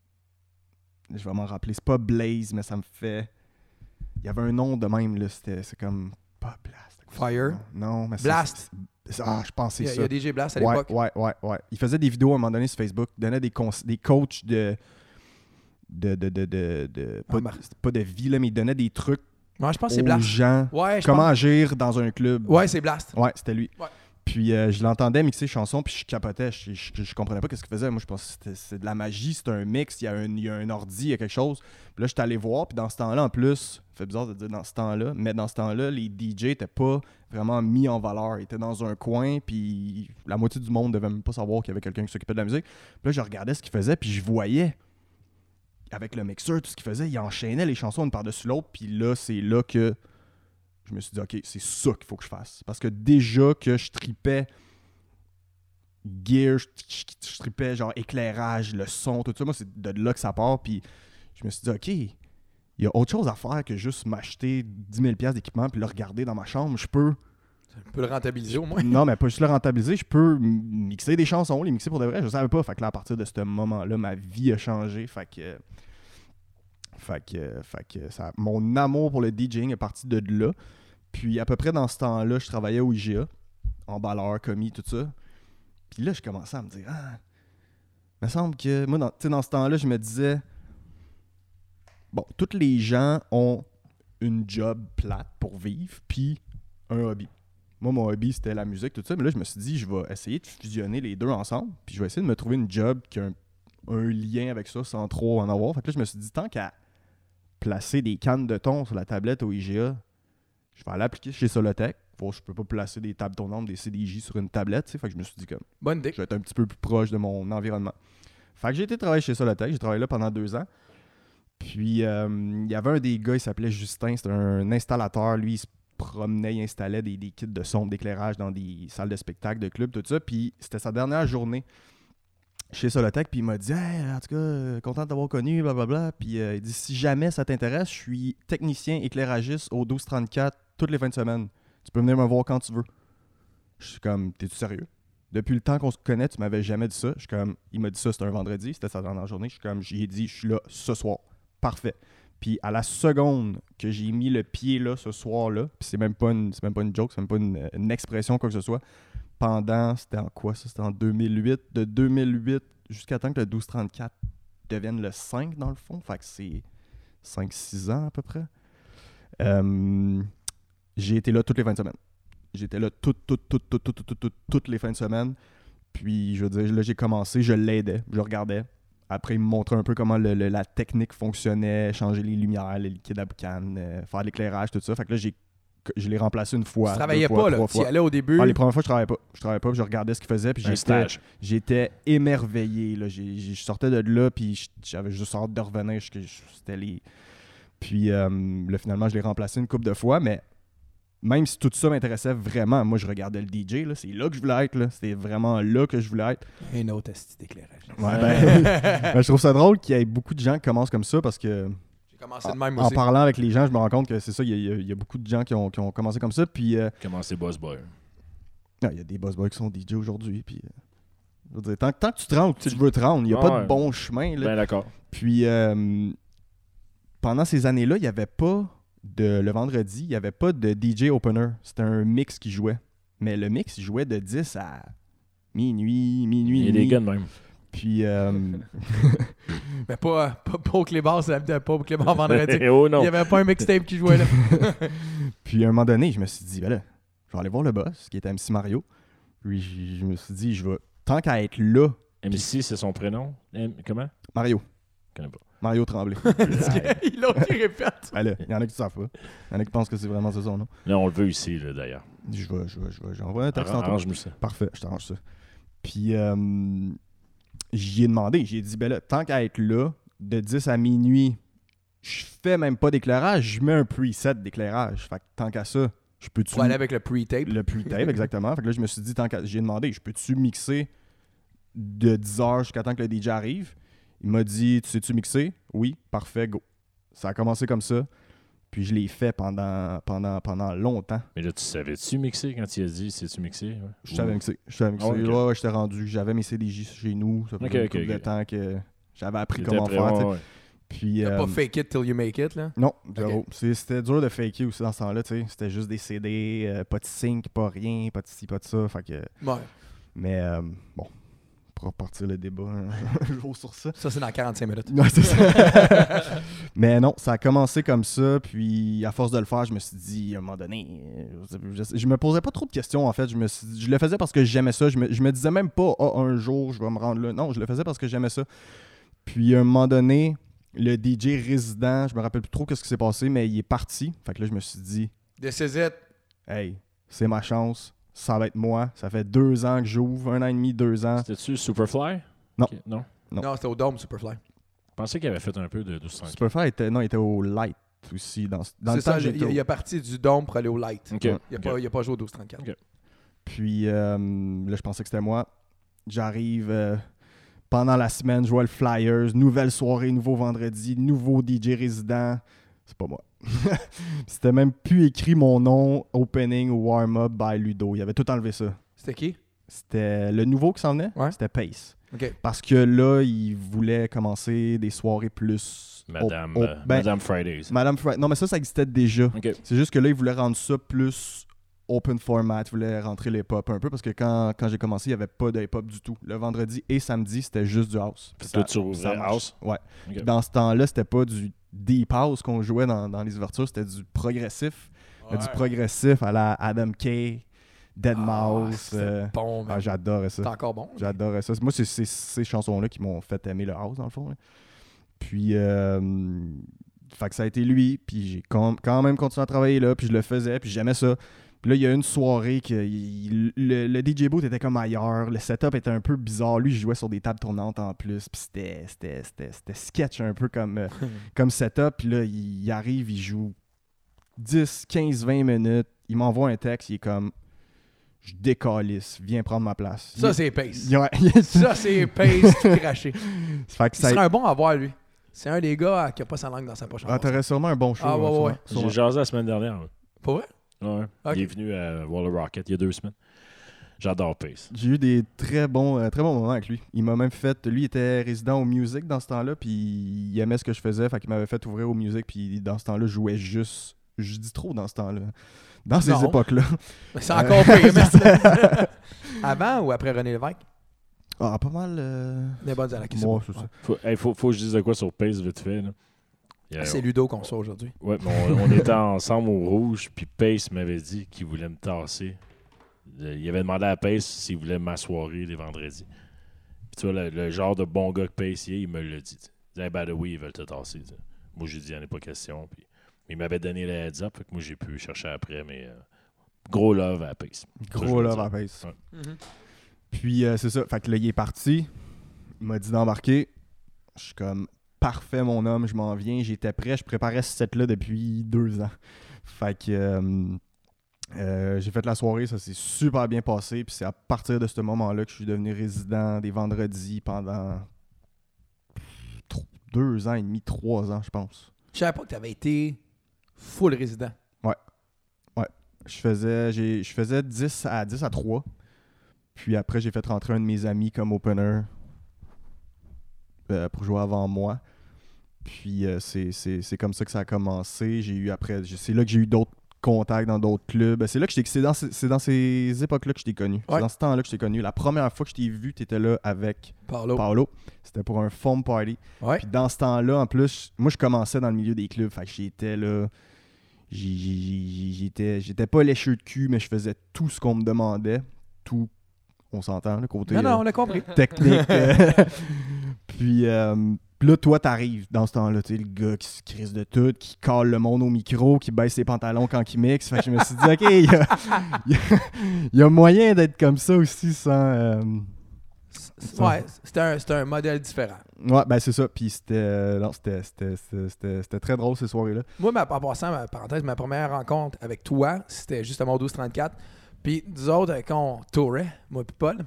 Je vais m'en rappeler. C'est pas Blaze, mais ça me fait... Il y avait un nom de même, là. C'est comme... Pas Blast. Fire? Non, mais Blast? je pense que Il c'est y ça. a DJ Blast à Ouais, l'époque. ouais. Il faisait des vidéos à un moment donné sur Facebook. Il donnait des coachs pas de vie, là, mais il donnait des trucs Ouais, je pense que c'est aux Blast. gens. Ouais, je Comment pense. agir dans un club. Ouais, c'est Blast. Ouais, c'était lui. Ouais. Puis je l'entendais mixer chansons, puis je capotais. Je comprenais pas ce qu'il faisait. Moi, je pensais que c'est de la magie, c'est un mix, il y a un ordi, il y a quelque chose. Puis là, j'étais allé voir, puis dans ce temps-là, en plus, ça fait bizarre de dire dans ce temps-là, mais dans ce temps-là, les DJ étaient pas vraiment mis en valeur. Ils étaient dans un coin, puis la moitié du monde devait même pas savoir qu'il y avait quelqu'un qui s'occupait de la musique. Puis là, je regardais ce qu'il faisait, puis je voyais, avec le mixeur, tout ce qu'il faisait, il enchaînait les chansons une par-dessus l'autre, puis là, c'est là que je me suis dit, OK, c'est ça qu'il faut que je fasse. Parce que déjà que je tripais gear, je tripais genre éclairage, le son, tout ça, moi, c'est de là que ça part. Puis je me suis dit, OK, il y a autre chose à faire que juste m'acheter 10 000$ d'équipement puis le regarder dans ma chambre. Je peux... Tu peux le rentabiliser au moins. Non, mais pas juste le rentabiliser, je peux mixer des chansons, les mixer pour de vrai. Je savais pas. Fait que là, à partir de ce moment-là, ma vie a changé. Fait que ça, mon amour pour le DJing est parti de là. Puis à peu près dans ce temps-là, je travaillais au IGA, en balleur, commis, tout ça. Puis là, je commençais à me dire, me semble que moi, dans ce temps-là, je me disais, bon, tous les gens ont une job plate pour vivre, puis un hobby. Moi, mon hobby, c'était la musique, tout ça, mais là, je me suis dit, je vais essayer de fusionner les deux ensemble, puis je vais essayer de me trouver une job qui a un lien avec ça sans trop en avoir. Fait que là, je me suis dit, tant qu'à placer des cannes de thon sur la tablette au IGA, je vais aller appliquer chez Solotech. Je peux pas placer des tables tournantes, des CDJ sur une tablette, fait que je me suis dit comme, Bonne idée. je vais être un petit peu plus proche de mon environnement. Fait que j'ai été travailler chez Solotech, j'ai travaillé là pendant 2 ans. Puis, il y avait un des gars, il s'appelait Justin, c'était un installateur, lui, il se promenait, il installait des kits de son, d'éclairage dans des salles de spectacle, de clubs, tout ça, puis c'était sa dernière journée chez Solotech, puis il m'a dit « Hey, en tout cas, content de t'avoir connu, blablabla. » Puis il dit « Si jamais ça t'intéresse, je suis technicien éclairagiste au 1234 toutes les fins de semaine. Tu peux venir me voir quand tu veux. » Je suis comme « T'es-tu sérieux? Depuis le temps qu'on se connaît, tu m'avais jamais dit ça. » Je suis comme « Il m'a dit ça, c'était un vendredi, c'était sa dernière journée. » Je suis comme « J'y ai dit, je suis là ce soir. » Parfait. Puis à la seconde que j'ai mis le pied là, ce soir-là, puis c'est même pas une joke, c'est même pas une expression, quoi que ce soit, c'était en quoi ça? C'était en 2008. De 2008 jusqu'à temps que le 1234 devienne le 5 dans le fond. Fait que c'est 5-6 ans à peu près. J'ai été là toutes les fins de semaine. J'étais là toutes les fins de semaine. Puis je veux dire, là j'ai commencé, je l'aidais, je le regardais. Après, il me montrait un peu comment la technique fonctionnait, changer les lumières, les liquides à boucan, faire l'éclairage, tout ça. Fait que là, je l'ai remplacé une fois. Tu travaillais 2 fois, pas, là. 3 Tu fois. y allais au début. Les premières fois, je travaillais pas. Je regardais ce qu'il faisait, puis j'étais émerveillé. Là. Je sortais de là, puis j'avais juste hâte de revenir. Puis là, finalement, je l'ai remplacé une couple de fois, mais même si tout ça m'intéressait vraiment, moi, je regardais le DJ. Là. C'est là que je voulais être. Là. C'était vraiment là que je voulais être. Un autre asti d'éclairage. Ouais, ben, je trouve ça drôle qu'il y ait beaucoup de gens qui commencent comme ça parce que J'ai commencé de même en aussi. parlant avec les gens, je me rends compte que c'est ça, il y a beaucoup de gens qui ont commencé comme ça. Puis Commencer boss boy. il y a des boss boys qui sont DJ aujourd'hui. Puis je veux dire, tant que tu te rends où tu veux te rendre, il n'y a pas de bon chemin. Là. Ben d'accord. Puis pendant ces années-là, il n'y avait pas le vendredi, il n'y avait pas de DJ opener. C'était un mix qui jouait. Mais le mix, il jouait de 10 à minuit. Il y a des gars de même. Puis Mais pas au Clébar, pas au Clébar vendredi. Oh non. Il n'y avait pas un mixtape qui jouait là. Puis à un moment donné, je me suis dit, ben là, je vais aller voir le boss, qui était MC Mario. Puis je me suis dit, tant qu'à être là. MC, c'est son prénom. Comment? Mario. Je connais pas. Mario Tremblay. Il l'autre qui répète. Ben là, il y en a qui ne savent pas. Il y en a qui pensent que c'est vraiment ça son nom. Là, on le veut ici, là, d'ailleurs. J'envoie un texte tantôt. Arrange-nous ça. Parfait, je t'arrange ça. Puis j'y ai demandé, j'ai dit, ben là, tant qu'à être là, de 10 à minuit, je fais même pas d'éclairage, je mets un preset d'éclairage. Fait que tant qu'à ça, je peux-tu... Pour aller avec le pre-tape. Le pre-tape, exactement. Fait que là, je me suis dit, j'ai demandé, je peux-tu mixer de 10h jusqu'à temps que le DJ arrive? Il m'a dit, tu sais-tu mixer? Oui, parfait, go. Ça a commencé comme ça. Puis je l'ai fait pendant longtemps. Mais là, tu savais-tu mixer quand il a dit sais-tu mixer? Ouais. Je savais mixer. Ah, okay. Ouais, j'étais rendu. J'avais mes CDJ chez nous. Ça faisait une couple de temps que j'avais appris comment faire. Ouais. Puis, T'as pas fake it till you make it, là? Non, zéro. Okay. C'était dur de faker aussi dans ce temps-là. C'était juste des CD, pas de sync, pas rien, pas de ci, pas de ça. Fait que... Ouais. Mais bon, pour repartir le débat un jour sur ça. Ça, c'est dans 45 minutes. Ouais, c'est ça. Mais non, ça a commencé comme ça, puis à force de le faire, je me suis dit, à un moment donné, je me posais pas trop de questions, en fait. Je le faisais parce que j'aimais ça. Je me disais même pas, un jour, je vais me rendre là. Non, je le faisais parce que j'aimais ça. Puis à un moment donné, le DJ résident, je me rappelle plus trop ce qui s'est passé, mais il est parti. Fait que là, je me suis dit, This is it. hey, c'est ma chance. Ça va être moi. Ça fait 2 ans que j'ouvre, 1 an et demi, 2 ans. C'était-tu Superfly? Non. Okay. Non. Non, c'était au Dome, Superfly. Je pensais qu'il avait fait un peu de 1200. Superfly il était au Light aussi. Dans le ça, temps, il est parti du Dome pour aller au Light. Okay. Il n'a pas joué au 12-34. Okay. Puis là, je pensais que c'était moi. J'arrive pendant la semaine, je vois le Flyers, nouvelle soirée, nouveau vendredi, nouveau DJ résident. C'est pas moi. C'était même plus écrit mon nom, opening ou warm-up by Ludo. Il avait tout enlevé ça. C'était qui? C'était le nouveau qui s'en venait. Ouais. C'était Pace. OK. Parce que là, il voulait commencer des soirées plus... Madame Fridays. Madame Fridays. Non, mais ça existait déjà. OK. C'est juste que là, il voulait rendre ça plus open format, il voulait rentrer l'hip-hop un peu parce que quand j'ai commencé, il n'y avait pas de hip-hop du tout. Le vendredi et samedi, c'était juste du house. Puis toi, tu ouvrais marche. house? Ouais. Ok. Dans ce temps-là, c'était pas du deep house qu'on jouait dans les ouvertures, c'était du progressif. Ouais. Du progressif à la Adam K, Deadmau5. C'était bon, man. J'adorais ça. C'est encore bon. J'adorais ça. Moi, c'est ces chansons-là qui m'ont fait aimer le house, dans le fond. Là. Puis, fait que ça a été lui. Puis j'ai quand même continué à travailler là. Puis je le faisais. Puis j'aimais ça. Puis là, il y a une soirée que le DJ booth était comme ailleurs. Le setup était un peu bizarre. Lui, il jouait sur des tables tournantes en plus. Puis c'était sketch un peu comme setup. Puis là, il arrive, il joue 10, 15, 20 minutes. Il m'envoie un texte. Il est comme... Je décalisse, viens prendre ma place. Ça, c'est Pace. Ouais. Ça, c'est Pace tout craché. Fait que Il serait un bon à voir, lui. C'est un des gars qui a pas sa langue dans sa poche. Ah, t'aurais sûrement un bon show. Ah, ouais, ouais. J'ai jasé la semaine dernière. Ouais. Pas vrai? Ouais. Ok. Il est venu à Waller Rocket il y a 2 semaines. J'adore Pace. J'ai eu des très bons moments avec lui. Il m'a même fait... Lui, il était résident au Music dans ce temps-là, puis il aimait ce que je faisais, fait qu'il m'avait fait ouvrir au Music, puis dans ce temps-là, je jouais juste... Je dis trop dans ce temps-là. Dans ces Non. époques-là. Mais c'est encore pire, merde. Avant ou après René Lévesque? Ah, pas mal... Des bonnes à la question. Moi, c'est ça. Faut que je dise de quoi sur Pace vite fait. Là. C'est Ludo qu'on soit aujourd'hui. Ouais, mais on était ensemble au Rouge, puis Pace m'avait dit qu'il voulait me tasser. Il avait demandé à Pace s'il voulait m'assoirer les vendredis. Puis tu vois, le genre de bon gars que Pace il me l'a dit. Il disait, by the way, ils veulent te tasser. T'sais. Moi, j'ai dit, il n'y en a pas question. Puis il m'avait donné le heads up, fait que moi, j'ai pu chercher après, mais gros love à Pace. Gros love à Pace. Ouais. Mm-hmm. Puis c'est ça. Fait que là, il est parti. Il m'a dit d'embarquer. Je suis comme... Parfait, mon homme, je m'en viens. J'étais prêt. Je préparais ce set-là depuis 2 ans. Fait que j'ai fait la soirée. Ça s'est super bien passé. Puis c'est à partir de ce moment-là que je suis devenu résident des vendredis pendant 2 ans et demi, 3 ans, je pense. Je savais pas que tu avais été full résident. Je faisais 10 à 3. Puis après, j'ai fait rentrer un de mes amis comme opener pour jouer avant moi. Puis c'est comme ça que ça a commencé. C'est là que j'ai eu d'autres contacts dans d'autres clubs. C'est dans ces époques-là que je t'ai connu. Ouais. C'est dans ce temps-là que je t'ai connu. La première fois que je t'ai vu, tu étais là avec Paolo. C'était pour un foam party. Ouais. Puis dans ce temps-là, en plus, moi je commençais dans le milieu des clubs. Fait que j'étais là. J'étais pas lécheux de cul, mais je faisais tout ce qu'on me demandait. Tout, on s'entend, le côté Non, on a compris. technique. Puis là, toi, t'arrives dans ce temps-là. Tu sais, le gars qui se crisse de tout, qui cale le monde au micro, qui baisse ses pantalons quand il mixe. Fait que je me suis dit, OK, il y a moyen d'être comme ça aussi sans... Ouais, c'était un modèle différent. Ouais, ben c'est ça. Puis c'était très drôle ces soirées-là. Moi, en passant, ma première rencontre avec toi, c'était justement au 12-34. Puis nous autres, quand on tourait, moi et Paul,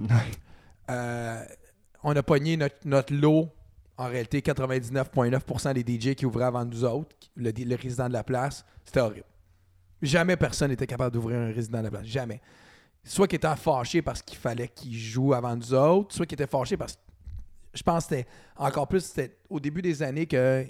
on a pogné notre lot. En réalité, 99,9% des DJ qui ouvraient avant nous autres, le résident de la place, c'était horrible. Jamais personne n'était capable d'ouvrir un résident de la place. Jamais. Soit qu'il était fâché parce qu'il fallait qu'il joue avant nous autres, soit qu'il était fâché parce que je pense que c'était encore plus, c'était au début des années que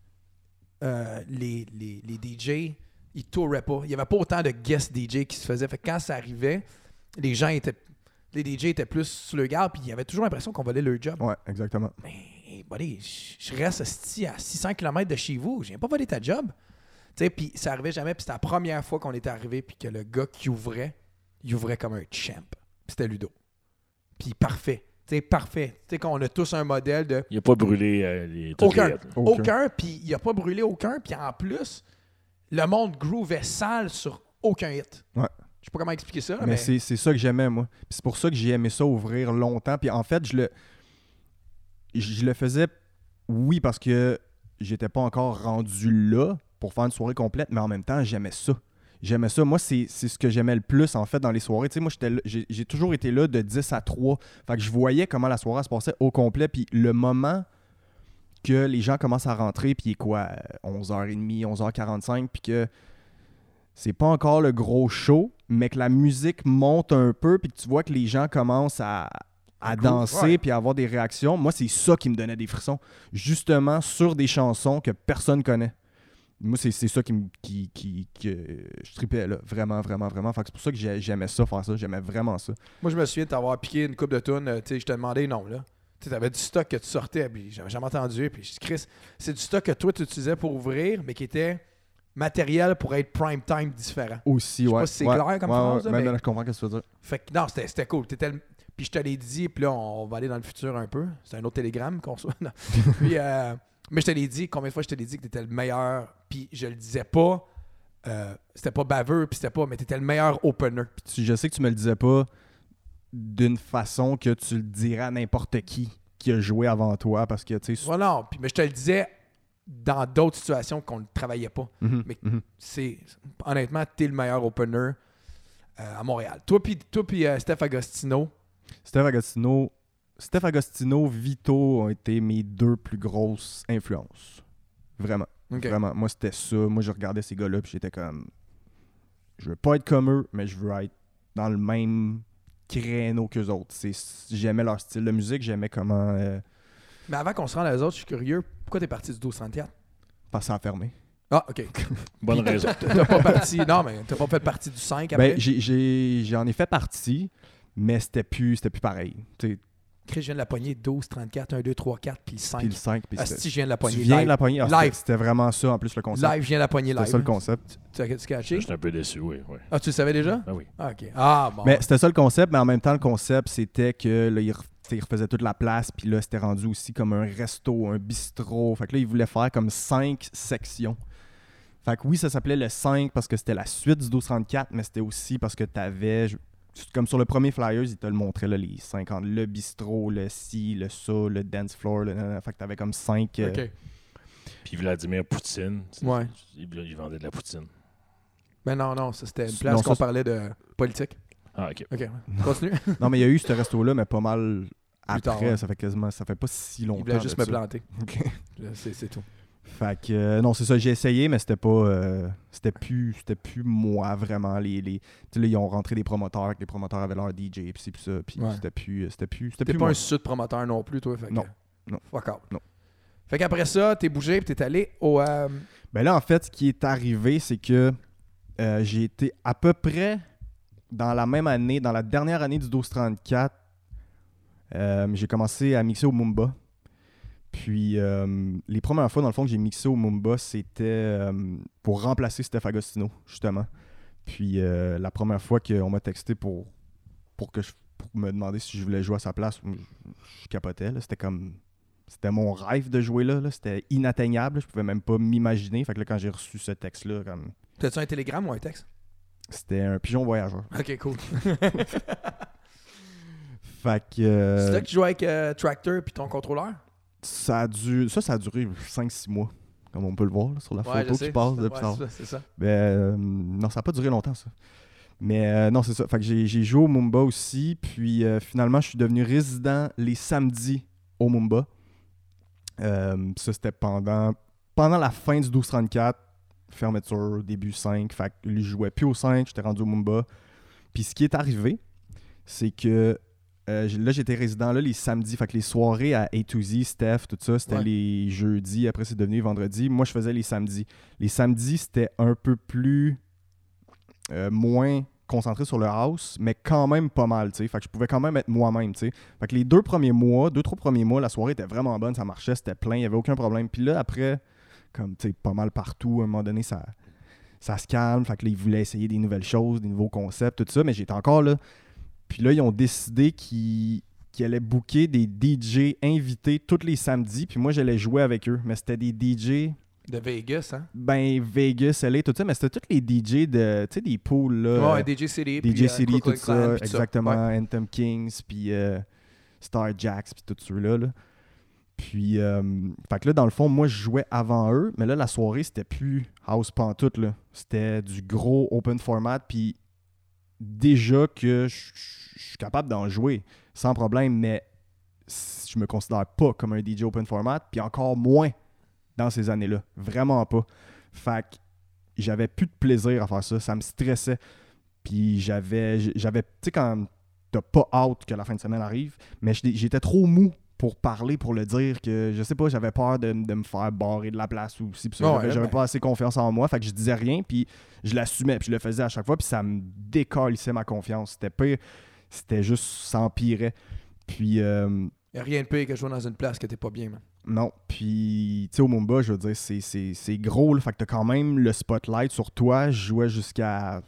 les DJ, ils touraient pas. Il n'y avait pas autant de guest DJ qui se faisaient. Fait que quand ça arrivait, les DJ étaient plus sous le garde, puis il y avait toujours l'impression qu'on volait leur job. Ouais, exactement. Mais, buddy, je reste à 600 km de chez vous. Je viens pas voler ta job. Tu sais, puis ça arrivait jamais. Puis c'était la première fois qu'on était arrivé, puis que le gars qui ouvrait, il ouvrait comme un champ. Puis c'était Ludo. Puis parfait. Tu sais, parfait. Tu sais, qu'on a tous un modèle de... Il n'a pas brûlé Aucun. Puis il a pas brûlé aucun. Puis en plus, le monde groovait sale sur aucun hit. Ouais. Je sais pas comment expliquer ça. Mais c'est ça que j'aimais, moi. Puis c'est pour ça que j'ai aimé ça ouvrir longtemps. Puis en fait, je le faisais, oui, parce que j'étais pas encore rendu là pour faire une soirée complète, mais en même temps, j'aimais ça. J'aimais ça. Moi, c'est ce que j'aimais le plus, en fait, dans les soirées. Tu sais, moi, j'ai toujours été là de 10 à 3. Fait que je voyais comment la soirée se passait au complet. Puis le moment que les gens commencent à rentrer, puis il est quoi, 11h30, 11h45, puis que c'est pas encore le gros show, mais que la musique monte un peu, puis que tu vois que les gens commencent à danser, puis à avoir des réactions. Moi, c'est ça qui me donnait des frissons. Justement, sur des chansons que personne connaît. moi, c'est ça que je tripais, là. Vraiment, vraiment, vraiment. Fait que c'est pour ça que j'aimais ça, faire ça. J'aimais vraiment ça. Moi, je me souviens de t'avoir piqué une coupe de tunes. Tu sais, je te demandais non, là. Tu avais du stock que tu sortais, puis j'avais jamais entendu. Puis je dis, Chris, c'est du stock que toi, tu utilisais pour ouvrir, mais qui était matériel pour être prime time différent. Aussi, Je sais ouais. pas si c'est clair comme phrase, là, Même mais- là, je comprends ce que tu veux dire. Fait que non, c'était cool. Puis je te l'ai dit, puis là, on va aller dans le futur un peu. C'est un autre télégramme qu'on reçoit. Non. Puis, mais je te l'ai dit, combien de fois je te l'ai dit que t'étais le meilleur, puis je le disais pas, c'était pas baveux, puis c'était pas, mais t'étais le meilleur opener. Je sais que tu me le disais pas d'une façon que tu le dirais à n'importe qui a joué avant toi, parce que, tu sais... Ouais, non, puis, mais je te le disais dans d'autres situations qu'on ne travaillait pas. Mhm, Mais mhm. honnêtement, t'es le meilleur opener à Montréal. Toi puis Steph Agostino. Steph Agostino, Vito ont été mes 2 plus grosses influences. Vraiment. OK. Vraiment. Moi, c'était ça. Moi, je regardais ces gars-là, puis j'étais comme... Je veux pas être comme eux, mais je veux être dans le même créneau qu'eux autres. J'aimais leur style de musique, j'aimais comment... Mais avant qu'on se rende à les autres, je suis curieux. Pourquoi t'es parti du 1234? passer enfermé. Ah, OK. Bonne raison. T'as pas parti... Non, mais t'as pas fait partie du 5 après? Ben, j'en ai fait partie, mais c'était plus pareil. Tu sais, Chris, je viens de la poignée 12, 34, 1, 2, 3, 4, puis 5. puis le 5, puis Asti, je viens de la tu poignée viens live. de la poignée. Live. C'était vraiment ça, en plus, le concept. Live, je viens de la poignée live. C'était ça le concept. Tu as catché? J'étais un peu déçu, oui. Ah, tu le savais déjà? Ah oui. Ah, OK. Ah, bon. Mais c'était ça le concept, mais en même temps, le concept, c'était que là, il refaisait toute la place, puis là, c'était rendu aussi comme un resto, un bistrot. Fait que là, il voulait faire comme 5 sections. Fait que oui, ça s'appelait le 5 parce que c'était la suite du 1234, mais c'était aussi parce que t'avais... Comme sur le premier Flyers, il te le montrait, là, les 50. Le bistrot, le ci, le ça, le dance floor. Fait que t'avais comme 5... OK. Puis Vladimir Poutine, Ouais. il vendait de la poutine. Ben non, ça c'était une Non, place ça, qu'on c'est- parlait de politique. Ah, OK. OK, continue. Non, mais il y a eu ce resto-là, mais pas mal après. tard, ouais. Ça fait pas si longtemps. Il voulait juste de me ça. planter. OK. C'est tout. Fait que non, c'est ça, j'ai essayé, mais c'était pas c'était plus moi vraiment. Tu sais, là, ils ont rentré des promoteurs, que les promoteurs avaient leur DJ, puis c'est plus ça, puis Ouais. c'était plus T'es pas moi. un sud promoteur non plus, toi. Fait que, Non. Non. Fuck out. Non. Fait qu'après ça, t'es bougé puis t'es allé au... Ben là, en fait, ce qui est arrivé, c'est que j'ai été à peu près dans la même année, dans la dernière année du 1234, j'ai commencé à mixer au Mumba. Puis les premières fois, dans le fond, que j'ai mixé au Mumba, c'était pour remplacer Steph Agostino, justement. Puis la première fois qu'on m'a texté pour me demander si je voulais jouer à sa place, je capotais. Là. C'était mon rêve de jouer là. C'était inatteignable. Je pouvais même pas m'imaginer. Fait que là, quand j'ai reçu ce texte-là, T'as-tu un télégramme ou un texte? c'était un pigeon voyageur. OK, cool. Fait que C'est là que tu jouais avec Tractor puis ton contrôleur? ça a duré 5-6 mois, comme on peut le voir là, sur la photo qui passe depuis ça. C'est ça. Non, ça n'a pas duré longtemps, ça. Mais non, c'est ça. Fait que j'ai joué au Mumba aussi. Puis finalement, je suis devenu résident les samedis au Mumba. Ça, c'était pendant la fin du 1234. Fermeture, début 5. Fait que je jouais plus au 5, j'étais rendu au Mumba. Puis ce qui est arrivé, c'est que là, j'étais résident là les samedis. Fait que les soirées à A to Z, Steph, tout ça, c'était Ouais. les jeudis. Après, c'est devenu vendredi. Moi, je faisais les samedis. Les samedis, c'était un peu plus... moins concentré sur le house, mais quand même pas mal, tu sais. Fait que je pouvais quand même être moi-même, tu sais. Fait que les 2-3 premiers mois, la soirée était vraiment bonne, ça marchait, c'était plein, il n'y avait aucun problème. Puis là, après, comme, tu sais, pas mal partout, à un moment donné, ça se calme. Fait que là, ils voulaient essayer des nouvelles choses, des nouveaux concepts, tout ça, mais j'étais encore là. Puis là, ils ont décidé qu'ils allaient booker des DJ invités tous les samedis, puis moi, j'allais jouer avec eux. Mais c'était des DJ... De Vegas, hein? Ben, Vegas, LA, tout ça, mais c'était tous les DJ de, tu sais, des pools, là. Ouais, DJ City. DJ puis, City, Crooklyn tout ça, Clan, puis exactement. Ouais. Anthem Kings, puis Star Jacks, puis tout ceux-là. Là. Puis, fait que là, dans le fond, moi, je jouais avant eux, mais là, la soirée, c'était plus house pantoute, là. C'était du gros open format, puis déjà que je suis capable d'en jouer sans problème, mais je me considère pas comme un DJ open format, puis encore moins dans ces années-là. Vraiment pas. Fait que j'avais plus de plaisir à faire ça. Ça me stressait. Puis j'avais tu sais, quand t'as pas hâte que la fin de semaine arrive, mais j'étais trop mou pour parler, pour le dire, que je sais pas, j'avais peur de me faire barrer de la place ou si, j'avais pas assez confiance en moi, fait que je disais rien, puis je l'assumais, puis je le faisais à chaque fois, puis ça me décalissait ma confiance. C'était pire, c'était juste, ça empirait. Puis... Il n'y a rien de pire que jouer dans une place que t'es pas bien, man. Non, puis tu sais, au Mumba, je veux dire, c'est gros, là, fait que t'as quand même le spotlight sur toi. Je jouais jusqu'à...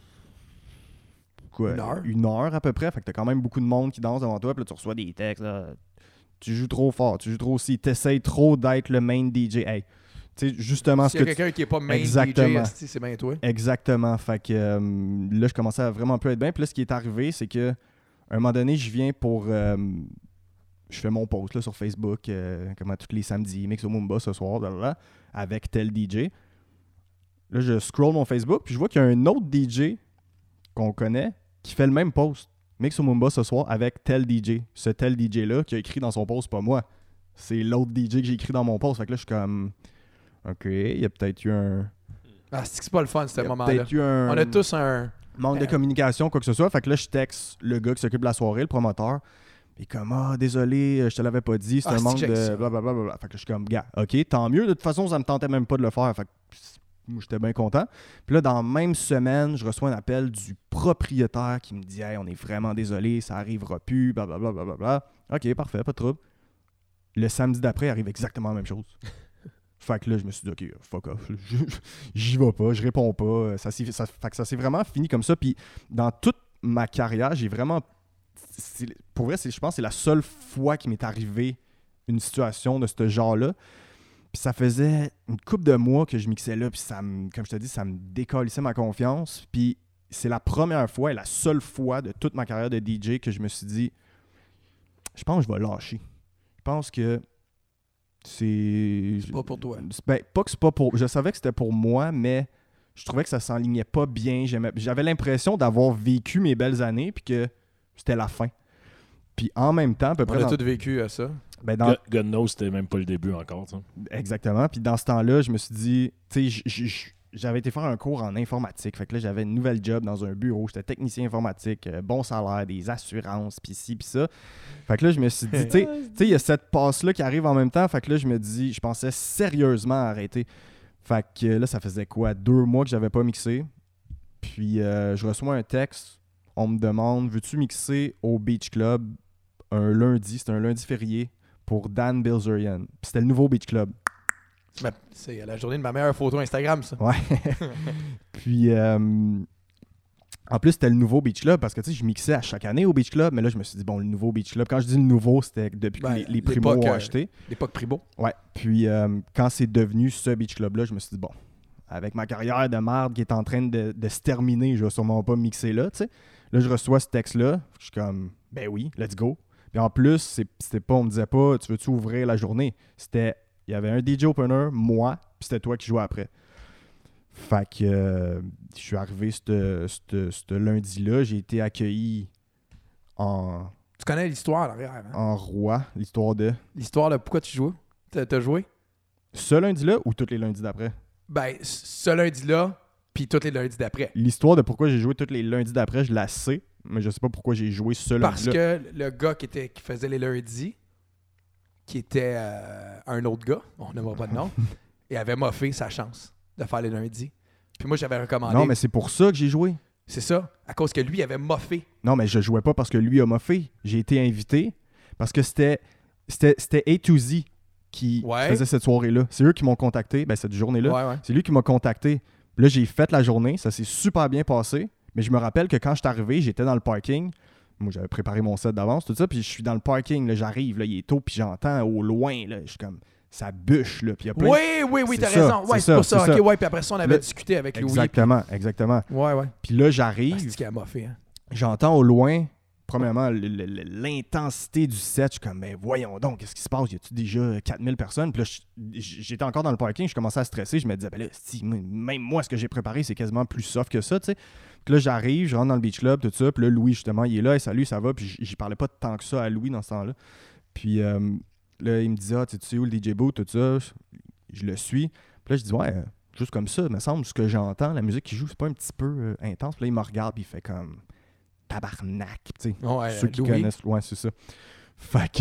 quoi? Une heure à peu près, fait que t'as quand même beaucoup de monde qui danse devant toi, puis là, tu reçois des textes, là. Tu joues trop fort, tu joues trop aussi, t'essayes trop d'être le main DJ. Hey, tu sais, justement... S'il y a quelqu'un qui est pas main Exactement. DJ, c'est bien toi. Exactement, fait que là, je commençais à vraiment plus être bien, puis là, ce qui est arrivé, c'est que à un moment donné, je viens pour... je fais mon post là, sur Facebook, comme à tous les samedis, mix au Mumba ce soir, blablabla, avec tel DJ. Là, je scroll mon Facebook, puis je vois qu'il y a un autre DJ qu'on connaît qui fait le même post. Mix au Mumba ce soir avec tel DJ. Ce tel DJ-là qui a écrit dans son post, pas moi. C'est l'autre DJ que j'ai écrit dans mon post. Fait que là, je suis comme... OK, il y a peut-être eu un... Ah, c'est pas le fun, ce moment-là. Peut-être eu un... On a tous un... manque de communication, quoi que ce soit. Fait que là, je texte le gars qui s'occupe de la soirée, le promoteur. Et comme, désolé, je te l'avais pas dit, c'est un manque de blablabla. Fait que je suis comme, gars, OK, tant mieux. De toute façon, ça me tentait même pas de le faire. Fait que moi, j'étais bien content. Puis là, dans la même semaine, je reçois un appel du propriétaire qui me dit, hey, on est vraiment désolé, ça arrivera plus, blablabla. OK, parfait, pas de trouble. Le samedi d'après, il arrive exactement la même chose. Fait que là, je me suis dit, OK, fuck off. J'y vais pas, je réponds pas. Fait que ça s'est vraiment fini comme ça. Puis dans toute ma carrière, j'ai vraiment... Pour vrai, je pense que c'est la seule fois qu'il m'est arrivé une situation de ce genre-là. Puis ça faisait une couple de mois que je mixais là, puis comme je te dis, ça me décalissait ma confiance. Puis c'est la première fois et la seule fois de toute ma carrière de DJ que je me suis dit, je pense que je vais lâcher. Je pense que c'est pas pour toi. Ben, pas que c'est pas pour... Je savais que c'était pour moi, mais je trouvais que ça s'enlignait pas bien. J'avais l'impression d'avoir vécu mes belles années, puis que c'était la fin. Puis en même temps, à peu près... On a tous vécu ça. Ben God knows, c'était même pas le début encore. T'sais. Exactement. Puis dans ce temps-là, je me suis dit... Tu sais, j'avais été faire un cours en informatique. Fait que là, j'avais une nouvelle job dans un bureau. J'étais technicien informatique, bon salaire, des assurances, puis ci, puis ça. Fait que là, je me suis dit... Tu sais, il y a cette passe-là qui arrive en même temps. Fait que là, je me dis... Je pensais sérieusement arrêter. Fait que là, ça faisait quoi? 2 mois que j'avais pas mixé. Puis je reçois un texte. On me demande, veux-tu mixer au Beach Club un lundi? C'était un lundi férié pour Dan Bilzerian. Puis c'était le nouveau Beach Club. C'est la journée de ma meilleure photo Instagram, ça. Ouais. Puis, en plus, c'était le nouveau Beach Club parce que, tu sais, je mixais à chaque année au Beach Club, mais là, je me suis dit, bon, le nouveau Beach Club. Quand je dis le nouveau, c'était depuis que les Primo ont acheté. L'époque Primo. Ouais. Puis, quand c'est devenu ce Beach Club-là, je me suis dit, bon, avec ma carrière de merde qui est en train de se terminer, je vais sûrement pas mixer là, tu sais. Là, je reçois ce texte-là. Je suis comme, ben oui, let's go. Puis en plus, c'était pas, on me disait pas, tu veux-tu ouvrir la journée? C'était, il y avait un DJ opener, moi, puis c'était toi qui jouais après. Fait que je suis arrivé ce lundi-là. J'ai été accueilli en... Tu connais l'histoire derrière, hein? En roi, l'histoire de... L'histoire de pourquoi tu jouais? T'as joué? Ce lundi-là ou tous les lundis d'après? Ben, ce lundi-là, puis tous les lundis d'après. L'histoire de pourquoi j'ai joué tous les lundis d'après, je la sais, mais je sais pas pourquoi j'ai joué ce lundi-là. Parce que le gars qui faisait les lundis, qui était un autre gars, on n'aimera pas de nom, et avait moffé sa chance de faire les lundis. Puis moi, j'avais recommandé... Non, mais c'est pour ça que j'ai joué. C'est ça, à cause que lui avait moffé. Non, mais je jouais pas parce que lui a moffé. J'ai été invité parce que c'était A to Z qui faisait cette soirée-là. C'est eux qui m'ont contacté, cette journée-là. Ouais. C'est lui qui m'a contacté. Là, j'ai fait la journée, ça s'est super bien passé. Mais je me rappelle que quand je suis arrivé, j'étais dans le parking. Moi, j'avais préparé mon set d'avance, tout ça. Puis je suis dans le parking, là, j'arrive, là, il est tôt, puis j'entends au loin, là, je suis comme, ça bûche, là. Puis il y a plein Oui, t'as raison. Ouais, c'est pour ça. OK, ouais, puis après ça, on avait discuté avec Louis. Exactement. Ouais. Puis là, j'arrive. C'est ce qui a moffé, hein. J'entends au loin, premièrement, l'intensité du set. Je suis comme, mais voyons donc, qu'est-ce qui se passe? Y a-tu déjà 4000 personnes? Puis là, j'étais encore dans le parking, je commençais à stresser. Je me disais, ben là, même moi, ce que j'ai préparé, c'est quasiment plus soft que ça, tu sais. Puis là, j'arrive, je rentre dans le Beach Club, tout ça. Puis là, Louis, justement, il est là, et salut, ça va. Puis j'y parlais pas tant que ça à Louis dans ce temps-là. Puis là, il me dit, tu sais où le DJ Booth, tout ça? Je le suis. Puis là, je dis, ouais, juste comme ça, il me semble, ce que j'entends, la musique qui joue, c'est pas un petit peu intense. Puis là, il me regarde, puis il fait comme tabarnak, tu sais. Ouais, ceux qui Louis. connaissent, ouais, c'est ça. Fait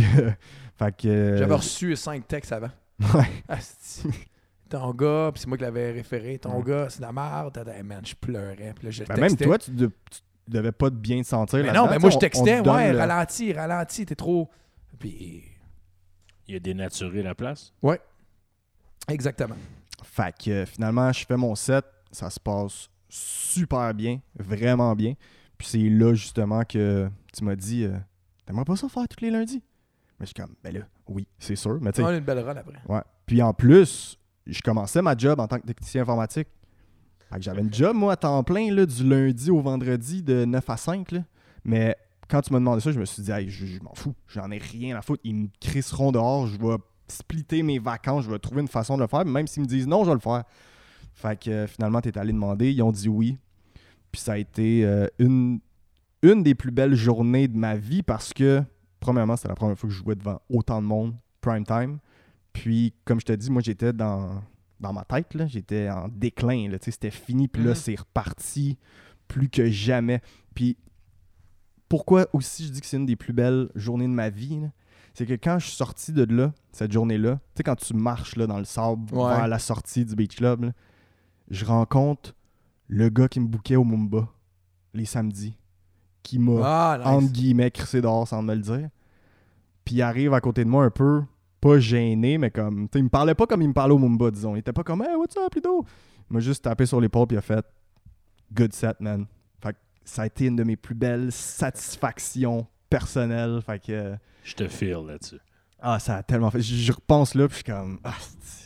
que J'avais reçu 5 textes avant. ouais. Asti. Ton gars, puis c'est moi qui l'avais référé. Ton gars, c'est de la merde. Hey, man, je pleurais. Puis là, je Ben, textais. même toi, tu devais pas bien te sentir Mais là-dedans. non, mais moi, je On textais. te donne Ouais, le- ralentis, t'es trop. Puis, Il a dénaturé la place. exactement. Fait que finalement, je fais mon set, ça se passe super bien, vraiment bien. Puis c'est là justement que tu m'as dit t'aimerais pas ça faire tous les lundis? Mais je suis comme, ben là, oui, c'est sûr. Mais tu On sais, a une belle run après. ouais. Puis en plus, je commençais ma job en tant que technicien informatique. Fait que j'avais une job, moi, à temps plein, là, du lundi au vendredi de 9 à 5. Là. Mais quand tu m'as demandé ça, je me suis dit, hey, je m'en fous, j'en ai rien à foutre. Ils me crisseront dehors, je vais splitter mes vacances, je vais trouver une façon de le faire. Même s'ils me disent non, je vais le faire. Fait que finalement, t'es allé demander, ils ont dit oui. Puis ça a été une des plus belles journées de ma vie parce que, premièrement, c'était la première fois que je jouais devant autant de monde, prime time. Puis, comme je te dis, moi, j'étais dans ma tête, là, j'étais en déclin. Là, c'était fini, puis là, c'est reparti plus que jamais. Puis, pourquoi aussi je dis que c'est une des plus belles journées de ma vie, là, c'est que quand je suis sorti de là, cette journée-là, tu sais, quand tu marches là, dans le sable vers la sortie du Beach Club, là, je rencontre le gars qui me bookait au Mumba les samedis, qui m'a, entre guillemets, crissé dehors sans me le dire. Puis il arrive à côté de moi un peu, pas gêné, mais comme, tu sais, il me parlait pas comme il me parlait au Mumba, disons. Il était pas comme, hey, what's up, Lido? Il m'a juste tapé sur l'épaule, puis il a fait, good set, man. Fait que ça a été une de mes plus belles satisfactions personnelles. Fait que. Je te feel là-dessus. Ah, ça a tellement fait. Je repense là, puis je suis comme. Ah,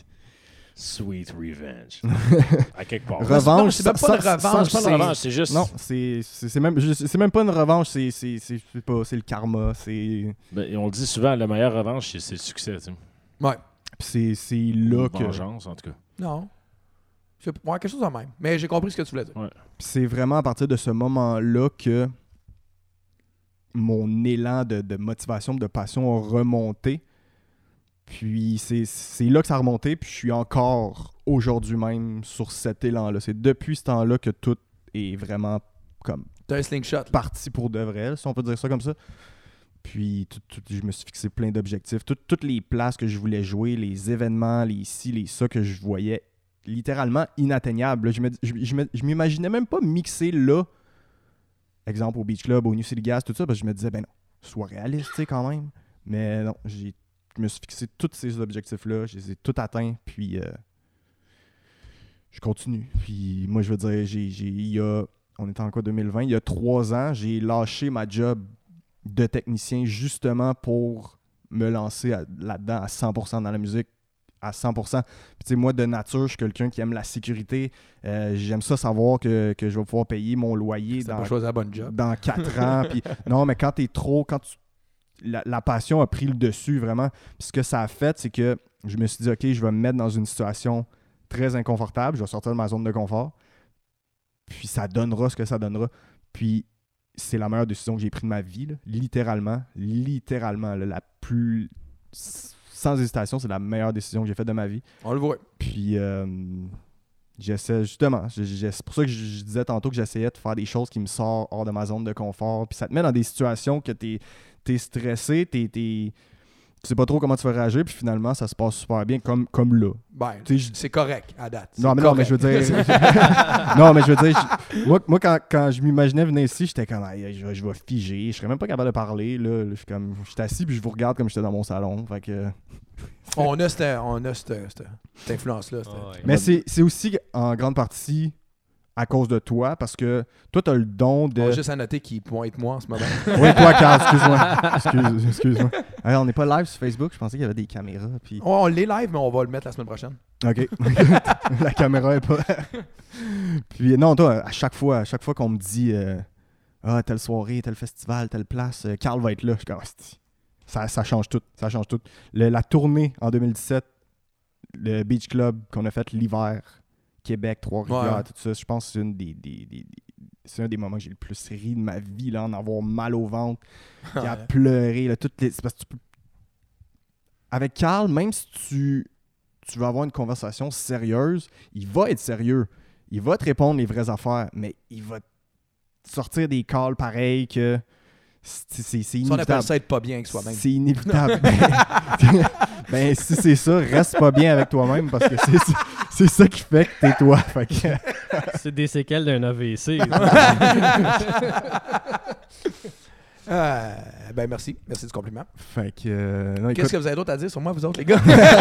Sweet revenge. À quelque part. Revanche, c'est même pas une revanche. C'est pas une revanche, c'est juste. Non, c'est même pas une revanche, c'est le karma. Ben, on le dit souvent, la meilleure revanche, c'est le succès. Tu sais. Ouais. C'est là que. Vengeance, en tout cas. Non. C'est quelque chose de même. Mais j'ai compris ce que tu voulais dire. Ouais. C'est vraiment à partir de ce moment-là que mon élan de motivation, de passion a remonté. Puis c'est là que ça a remonté, puis je suis encore aujourd'hui même sur cet élan-là. C'est depuis ce temps-là que tout est vraiment comme T'as un slingshot. parti pour de vrai, si on peut dire ça comme ça. Puis je me suis fixé plein d'objectifs. Toutes les places que je voulais jouer, les événements, les ci, les ça que je voyais littéralement inatteignables. Là, je m'imaginais même pas mixer là, exemple au Beach Club, au New City Gas, tout ça, parce que je me disais, ben non, sois réaliste, tu sais, quand même. Mais non, je me suis fixé tous ces objectifs-là, je les ai tous atteints, puis je continue. Puis moi, je veux dire, on était en quoi, 2020, il y a 3 ans, j'ai lâché ma job de technicien justement pour me lancer là-dedans à 100% dans la musique, à 100%. Puis tu sais, moi, de nature, je suis quelqu'un qui aime la sécurité. J'aime ça savoir que je vais pouvoir payer mon loyer T'as pas choisi la bonne job. dans 4 ans. Puis, non, mais quand la passion a pris le dessus, vraiment. Puis ce que ça a fait, c'est que je me suis dit, OK, je vais me mettre dans une situation très inconfortable. Je vais sortir de ma zone de confort. Puis ça donnera ce que ça donnera. Puis c'est la meilleure décision que j'ai prise de ma vie. Là. Littéralement, là, la plus... Sans hésitation, c'est la meilleure décision que j'ai faite de ma vie. On le voit. Puis j'essaie justement, c'est pour ça que je disais tantôt que j'essayais de faire des choses qui me sortent hors de ma zone de confort. Puis ça te met dans des situations que t'es stressé, tu sais pas trop comment tu vas réagir, puis finalement ça se passe super bien comme là. Ben, c'est correct à date. Non, mais je veux dire. Non, mais je veux dire, moi quand je m'imaginais venir ici, j'étais comme, je vais figer, je serais même pas capable de parler. Là, je suis assis, puis je vous regarde comme j'étais dans mon salon. Fait que. On a cette influence-là. Mais c'est aussi en grande partie à cause de toi, parce que toi, t'as le don de. On a juste à noter qu'il pointe moi en ce moment. Oui, toi, Carl, excuse-moi. Alors, on n'est pas live sur Facebook, je pensais qu'il y avait des caméras. Puis... On l'est live, mais on va le mettre la semaine prochaine. OK. La caméra est pas. Puis non, toi, à chaque fois qu'on me dit telle soirée, tel festival, telle place, Carl va être là, je suis comme, ça change tout. Ça change tout. La tournée en 2017, le Beach Club qu'on a fait l'hiver, Québec, Trois-Rivières, tout ça, je pense que c'est un des moments que j'ai le plus ri de ma vie, là, en avoir mal au ventre, puis à pleurer. Là, c'est parce que avec Carl, même si tu veux avoir une conversation sérieuse, il va être sérieux. Il va te répondre les vraies affaires, mais il va te sortir des calls pareils que c'est Si on appelle inévitable. ça être pas bien avec soi-même. C'est inévitable. Ben, si c'est ça, reste pas bien avec toi-même parce que c'est ça qui fait que t'es toi. Fait que, C'est des séquelles d'un AVC. Ben merci. Merci du compliment. fait que non, écoute, Qu'est-ce que vous avez d'autre à dire sur moi, vous autres, les gars?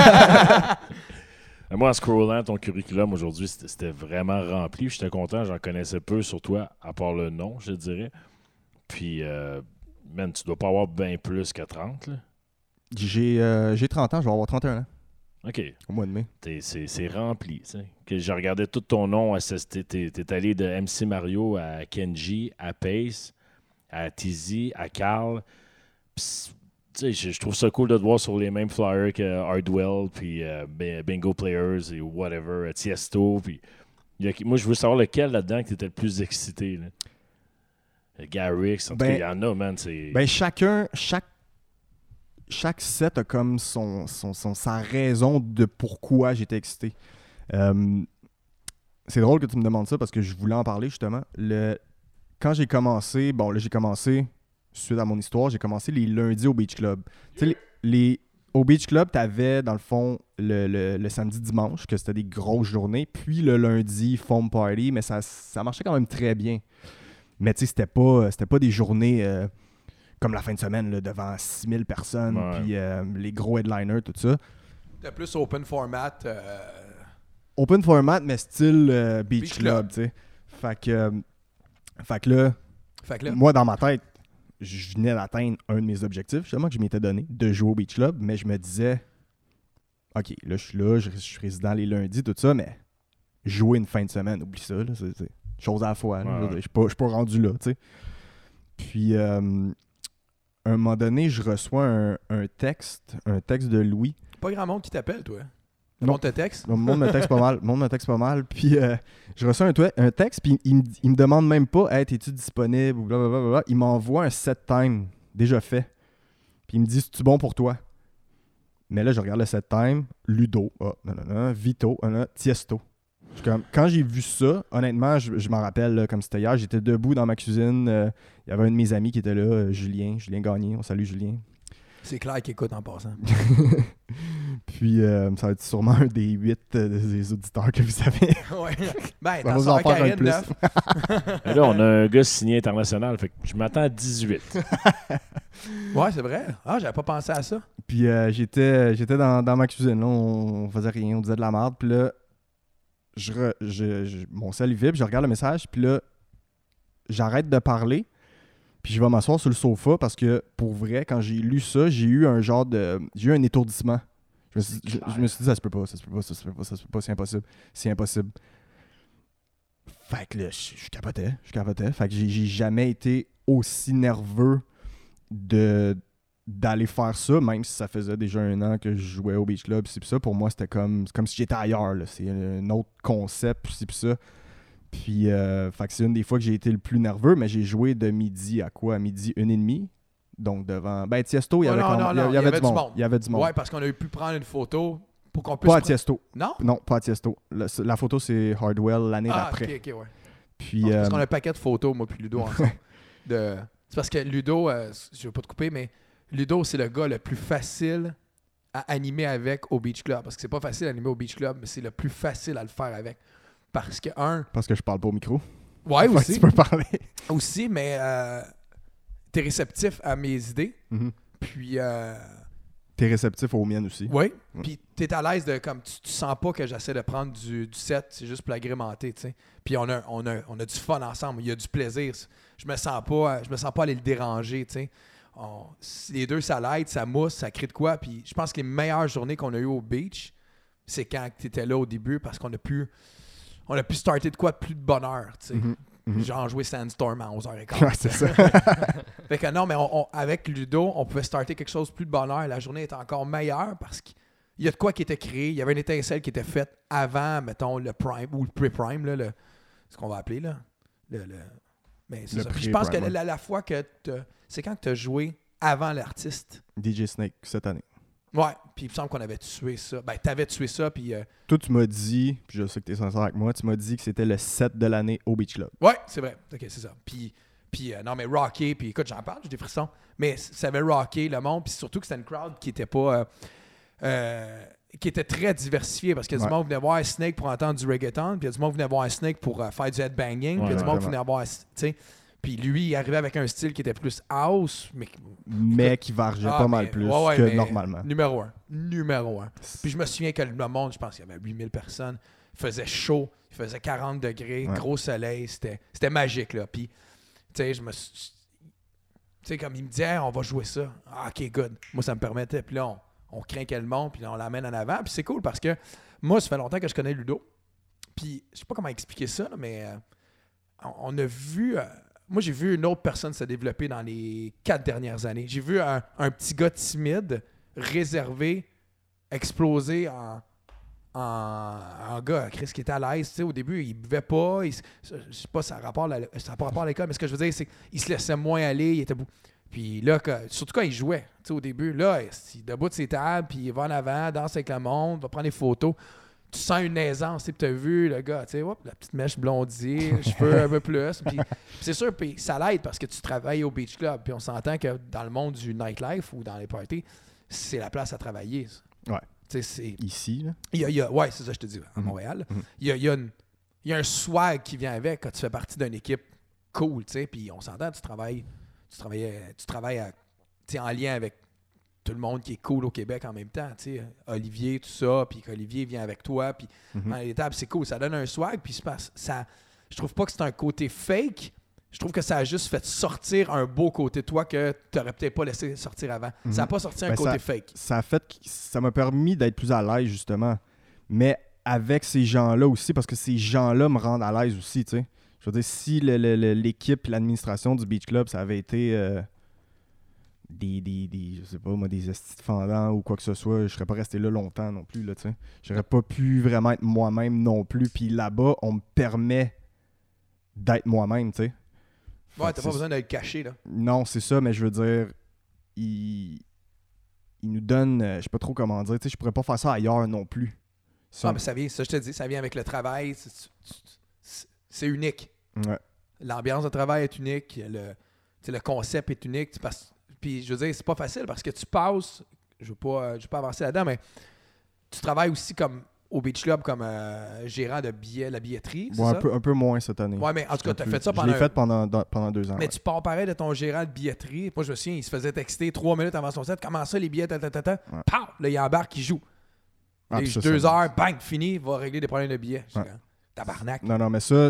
Moi, en scrollant ton curriculum aujourd'hui, c'était vraiment rempli. J'étais content, j'en connaissais peu sur toi, à part le nom, je dirais. Puis, man, tu dois pas avoir bien plus que 30, là. j'ai 30 ans, je vais avoir 31 ans OK. au mois de mai. C'est rempli, tu sais. Que je regardais tout ton nom. T'es allé de MC Mario à Kenji, à Pace, à Tizi, à Carl. Pis, tu sais, je trouve ça cool de te voir sur les mêmes flyers que Hardwell, puis Bingo Players et whatever, Tiesto. Puis, moi, je veux savoir lequel là-dedans que tu étais le plus excité. Là. Garrix, en tout cas, il y en a, man. Ben, chaque set a comme sa raison de pourquoi j'étais excité. C'est drôle que tu me demandes ça parce que je voulais en parler justement. Quand j'ai commencé, suite à mon histoire, j'ai commencé les lundis au Beach Club. Tu sais, au Beach Club, t'avais dans le fond le samedi-dimanche, que c'était des grosses journées, puis le lundi, foam party, mais ça marchait quand même très bien. Mais tu sais, c'était pas des journées comme la fin de semaine, là, devant 6000 personnes, puis les gros headliners, tout ça. C'était plus open format. Open format, mais style Beach Club, tu sais. Fait que là, moi, dans ma tête, je venais d'atteindre un de mes objectifs, justement, que je m'étais donné, de jouer au Beach Club, mais je me disais, OK, là, je suis résident les lundis, tout ça, mais jouer une fin de semaine, oublie ça, là, c'est chose à la fois. Là, je suis pas rendu là, tu sais. Puis, à un moment donné, je reçois un texte de Louis. Pas grand monde qui t'appelle, toi. Le Non. monde te texte. Le monde me texte pas mal. Puis je reçois un texte, puis il me demande même pas « Hey, es-tu disponible? » ou blablabla. Il m'envoie un set time déjà fait. Puis il me dit « C'est-tu bon pour toi? » Mais là, je regarde le set time. Ludo, Vito, Tiesto. Quand j'ai vu ça, honnêtement, je m'en rappelle là, comme c'était hier. J'étais debout dans ma cuisine. Il y avait un de mes amis qui était là, Julien Gagné. On salue Julien. C'est clair qu'il écoute en passant. Puis, ça va être sûrement un des 8 des auditeurs que vous avez. Ouais. Ben, Ça t'en va vous sors en faire un Karine, plus. 9. Et là, on a un gars signé international, fait que je m'attends à 18. Ouais, c'est vrai. Ah, j'avais pas pensé à ça. Puis, j'étais dans ma cuisine. Là, on faisait rien, on disait de la merde. Puis là, mon cell vibre, je regarde le message. Puis là, j'arrête de parler. Puis je vais m'asseoir sur le sofa parce que, pour vrai, quand j'ai lu ça, j'ai eu un étourdissement. Je me suis dit, ça se peut pas, c'est impossible. C'est impossible. Fait que là, je capotais. Fait que j'ai jamais été aussi nerveux d'aller faire ça, même si ça faisait déjà 1 an que je jouais au Beach Club. Pis ça, pour moi, c'était comme si j'étais ailleurs. Là. C'est un autre concept, pis ça. Puis, fait que c'est une des fois que j'ai été le plus nerveux, mais j'ai joué de midi à quoi? À midi 1h30. Donc, devant... Ben, Tiesto, il y avait du monde. Il y avait du monde. Ouais, parce qu'on a pu prendre une photo pour qu'on puisse... Pas à Tiesto. Non? Non, pas à Tiesto. La photo, c'est Hardwell l'année d'après. OK, ouais. Puis, Parce qu'on a un paquet de photos, moi puis Ludo, ensemble. C'est parce que Ludo, je veux pas te couper, mais Ludo, c'est le gars le plus facile à animer avec au Beach Club. Parce que c'est pas facile à animer au Beach Club, mais c'est le plus facile à le faire avec. Parce que, Parce que je parle pas au micro. Ouais, aussi. Tu peux parler. Aussi, mais t'es réceptif à mes idées. Mm-hmm. Puis... T'es réceptif aux miennes aussi. Oui. Puis t'es à l'aise de... comme tu sens pas que j'essaie de prendre du set, c'est juste pour l'agrémenter, tu sais. Puis on a du fun ensemble. Il y a du plaisir. Je me sens pas aller le déranger, tu sais. Les deux, ça l'aide, ça mousse, ça crée de quoi. Puis je pense que les meilleures journées qu'on a eues au beach, c'est quand t'étais là au début parce qu'on a pu starter de quoi de plus de bonheur, tu sais. Mm-hmm. Genre jouer Sandstorm à 11h15. Ouais, c'est ça. Fait que non, mais avec Ludo, on pouvait starter quelque chose de plus de bonheur. La journée était encore meilleure parce qu'il y a de quoi qui était créé. Il y avait une étincelle qui était faite avant, mettons, le prime ou le pre-prime, là, ce qu'on va appeler, là. Mais c'est ça. Puis je pense que la fois que c'est quand que tu as joué avant l'artiste. DJ Snake, cette année. Ouais, puis il me semble qu'on avait tué ça. Ben, t'avais tué ça, puis... Toi, tu m'as dit, puis je sais que t'es sincère avec moi, tu m'as dit que c'était le set de l'année au Beach Club. Ouais, c'est vrai. OK, c'est ça. Puis Puis non, mais rocké, puis écoute, j'en parle, j'ai des frissons. Mais ça avait rocké le monde, puis surtout que c'était une crowd qui était pas... qui était très diversifiée, parce qu'il y a du monde qui venait voir Snake pour entendre du reggaeton, puis il y a du monde qui venait voir Snake pour faire du headbanging, puis il y a du monde qui venait voir... Tu sais, puis lui, il arrivait avec un style qui était plus house, mais qui vargeait pas mal plus que normalement. Numéro un. Puis je me souviens que le monde, je pense qu'il y avait 8000 personnes, il faisait chaud, il faisait 40 degrés, gros soleil, c'était magique, là. Puis, tu sais, tu sais, comme il me disait, on va jouer ça. Ah, OK, good. Moi, ça me permettait. Puis là, on craquait le monde, puis on l'amène en avant. Puis c'est cool parce que moi, ça fait longtemps que je connais Ludo. Puis, je sais pas comment expliquer ça, là, mais on a vu... moi, j'ai vu une autre personne se développer dans les 4 dernières années. J'ai vu un petit gars timide, réservé, exploser en gars, Chris, qui était à l'aise. Tu sais, au début, il buvait pas. Je sais pas, ça n'a pas rapport à l'école, mais ce que je veux dire, c'est qu'il se laissait moins aller. Il était Puis là, surtout quand il jouait, tu sais, au début, là, il debout de ses tables, puis il va en avant, danse avec le monde, va prendre des photos. Tu sens une aisance, tu as vu le gars, tu sais, la petite mèche blondie, cheveux un peu plus. Puis c'est sûr, puis ça l'aide parce que tu travailles au Beach Club. Puis on s'entend que dans le monde du nightlife ou dans les parties, c'est la place à travailler. Ça. Ouais. Tu sais, c'est... Ici, là? Ouais, c'est ça que je te dis, à Montréal. Il y a un swag qui vient avec quand tu fais partie d'une équipe cool, tu sais. Puis on s'entend, tu travailles en lien avec tout le monde qui est cool au Québec en même temps, tu sais, Olivier, tout ça, puis qu'Olivier vient avec toi, puis dans les tables, c'est cool, ça donne un swag, puis je trouve pas que c'est un côté fake, je trouve que ça a juste fait sortir un beau côté de toi que tu n'aurais peut-être pas laissé sortir avant. Ça n'a pas sorti un côté fake. Ça m'a permis d'être plus à l'aise, justement, mais avec ces gens-là aussi, parce que ces gens-là me rendent à l'aise aussi, tu sais. Je veux dire, si l'équipe et l'administration du Beach Club, ça avait été... je sais pas moi, des estis de fendants ou quoi que ce soit, je serais pas resté là longtemps non plus, là, tu sais. J'aurais pas pu vraiment être moi-même non plus. Puis là-bas, on me permet d'être moi-même, tu sais. Ouais, t'as pas besoin d'être caché, là. Non, c'est ça, mais je veux dire, il nous donne, je sais pas trop comment dire, tu sais, je pourrais pas faire ça ailleurs non plus. Mais ça vient, ça je te dis, ça vient avec le travail, c'est unique. Ouais. L'ambiance de travail est unique, le concept est unique, puis je veux dire, c'est pas facile parce que tu passes, je veux pas avancer là-dedans, mais tu travailles aussi comme au Beach Club comme gérant de la billetterie, c'est ouais, ça? Un peu moins cette année. Ouais, mais en tout cas, tu as fait ça pendant... Je l'ai fait pendant 2 ans. Mais tu pars pareil de ton gérant de billetterie. Moi, je me souviens, il se faisait texter 3 minutes avant son set. Comment ça, les billets, Ouais. Pow! Là, il embarque, il joue. 2 heures, bang, fini, il va régler des problèmes de billets. Tabarnak. Non, mais ça...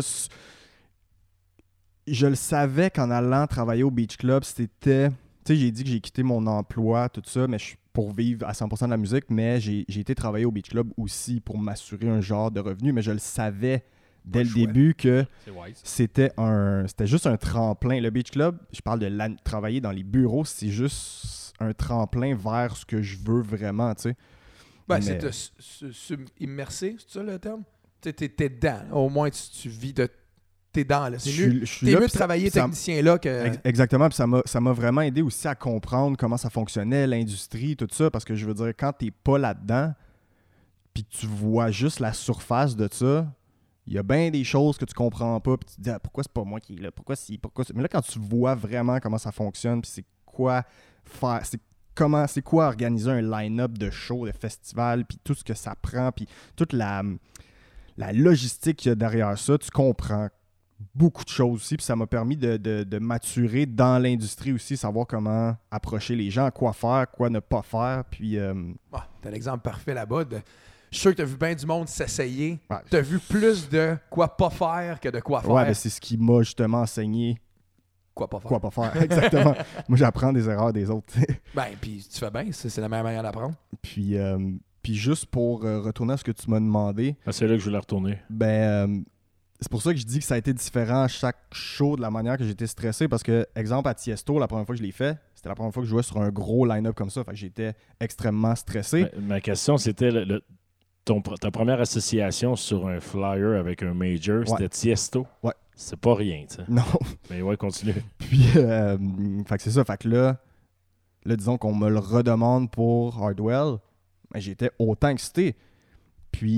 Je le savais qu'en allant travailler au Beach Club, c'était... Tu sais, j'ai dit que j'ai quitté mon emploi, tout ça, mais pour vivre à 100% de la musique, mais j'ai été travailler au Beach Club aussi pour m'assurer un genre de revenu, mais je le savais dès le début que c'était juste un tremplin. Le Beach Club, je parle de travailler dans les bureaux, c'est juste un tremplin vers ce que je veux vraiment, tu sais. Ben, c'est immersé, c'est ça le terme? T'es dedans. Au moins, tu vis de... T'es dans, là. C'est mieux de travailler technicien là que... Exactement, puis ça m'a vraiment aidé aussi à comprendre comment ça fonctionnait, l'industrie, tout ça, parce que je veux dire, quand t'es pas là-dedans, puis tu vois juste la surface de ça, il y a bien des choses que tu comprends pas, puis tu te dis, pourquoi c'est pas moi qui est là, pourquoi ça? Mais là, quand tu vois vraiment comment ça fonctionne, puis c'est quoi faire, c'est quoi organiser un line-up de show, de festival, puis tout ce que ça prend, puis toute la logistique qu'il y a derrière ça, tu comprends beaucoup de choses aussi, puis ça m'a permis de maturer dans l'industrie aussi, savoir comment approcher les gens, quoi faire, quoi ne pas faire, puis... t'as l'exemple parfait là-bas. Je suis sûr que t'as vu bien du monde s'essayer. Ouais. T'as vu plus de quoi pas faire que de quoi faire. Ouais, mais c'est ce qui m'a justement enseigné quoi pas faire. Quoi pas faire, exactement. Moi, j'apprends des erreurs des autres. Ben, puis tu fais bien, c'est la meilleure manière d'apprendre. Puis juste pour retourner à ce que tu m'as demandé... c'est là que je voulais retourner. C'est pour ça que je dis que ça a été différent à chaque show de la manière que j'étais stressé parce que, exemple, à Tiesto, la première fois que je l'ai fait, c'était la première fois que je jouais sur un gros line-up comme ça. Fait que j'étais extrêmement stressé. Ma question, c'était ta première association sur un flyer avec un major, c'était Tiesto. Ouais. C'est pas rien, tu sais. Non. Mais ouais, continue. Puis, fait que c'est ça. Fait que là, disons qu'on me le redemande pour Hardwell, j'étais autant excité. Puis,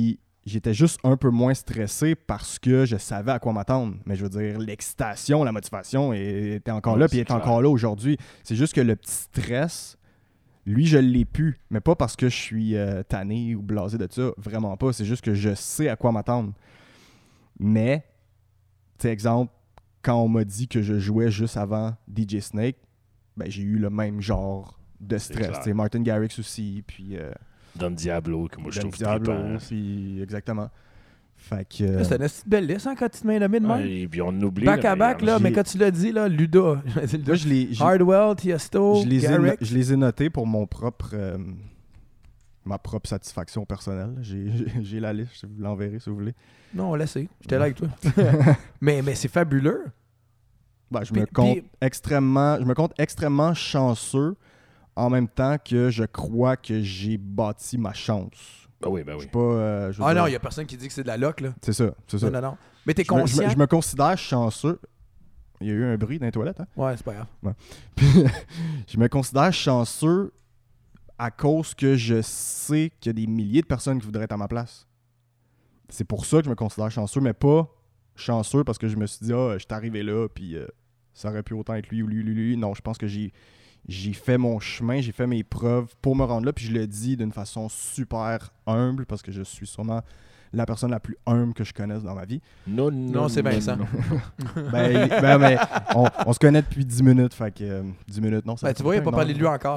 j'étais juste un peu moins stressé parce que je savais à quoi m'attendre. Mais je veux dire, l'excitation, la motivation était encore là, puis est encore là aujourd'hui. C'est juste que le petit stress, lui, je l'ai plus. Mais pas parce que je suis tanné ou blasé de ça. Vraiment pas. C'est juste que je sais à quoi m'attendre. Mais, tu sais, exemple, quand on m'a dit que je jouais juste avant DJ Snake, ben, j'ai eu le même genre de stress. Tu sais, Martin Garrix aussi, puis... Don Diablo, que moi je Don trouve Diablo, trippant. puis exactement. Fait que... C'est une belle liste hein, quand tu te mets nommé de même. Et puis on oublie. Back à back, là, j'ai- mais quand tu l'as dit, là, Luda. Moi, je les, Hardwell, Tiesto, je les ai, Garrix. je les ai notés pour mon propre... ma propre satisfaction personnelle. J'ai la liste, je vous l'enverrai si vous voulez. Non, laissez. J'étais là avec toi. mais c'est fabuleux. Ben, je Puis- me compte puis- extrêmement chanceux en même temps que je crois que j'ai bâti ma chance. Ben oui. Je suis pas... je veux Ah dire- non, il n'y a personne qui dit que c'est de la loc, là. C'est ça. Non. Mais t'es Je me- conscient? je me considère chanceux. Il y a eu un bruit dans les toilettes, hein? Ouais, c'est pas grave. Puis, je me considère chanceux à cause que je sais qu'il y a des milliers de personnes qui voudraient être à ma place. C'est pour ça que je me considère chanceux, mais pas chanceux parce que je me suis dit, je suis arrivé là, puis ça aurait pu autant être lui ou lui. Non, je pense que j'ai fait mon chemin, j'ai fait mes preuves pour me rendre là, puis je le dis d'une façon super humble parce que je suis sûrement la personne la plus humble que je connaisse dans ma vie. Non, c'est Vincent. non. Mais on se connaît depuis 10 minutes, fait que 10 minutes, non, ça Ben, tu vois, il n'a pas non. parlé de lui encore.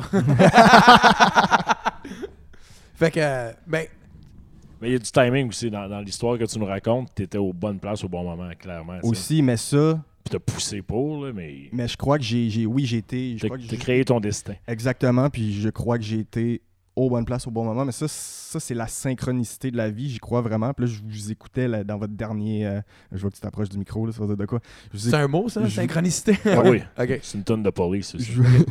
Fait que, ben, Mais il y a du timing aussi dans l'histoire que tu nous racontes. Tu étais aux bonnes places au bon moment, clairement. tu sais. Aussi, mais ça, Puis t'as poussé pour, là, mais mais je crois que j'ai été... je t'as crois que t'as j'ai- créé ton destin. Exactement, puis je crois que j'ai été aux bonnes places au bon moment, mais ça c'est la synchronicité de la vie, j'y crois vraiment. Puis là, je vous écoutais là, dans votre dernier... je vois que tu t'approches du micro, là, ça veut dire de quoi? Je vous c'est un mot, ça, je- synchronicité? Ah oui, OK. c'est une tonne de police aussi.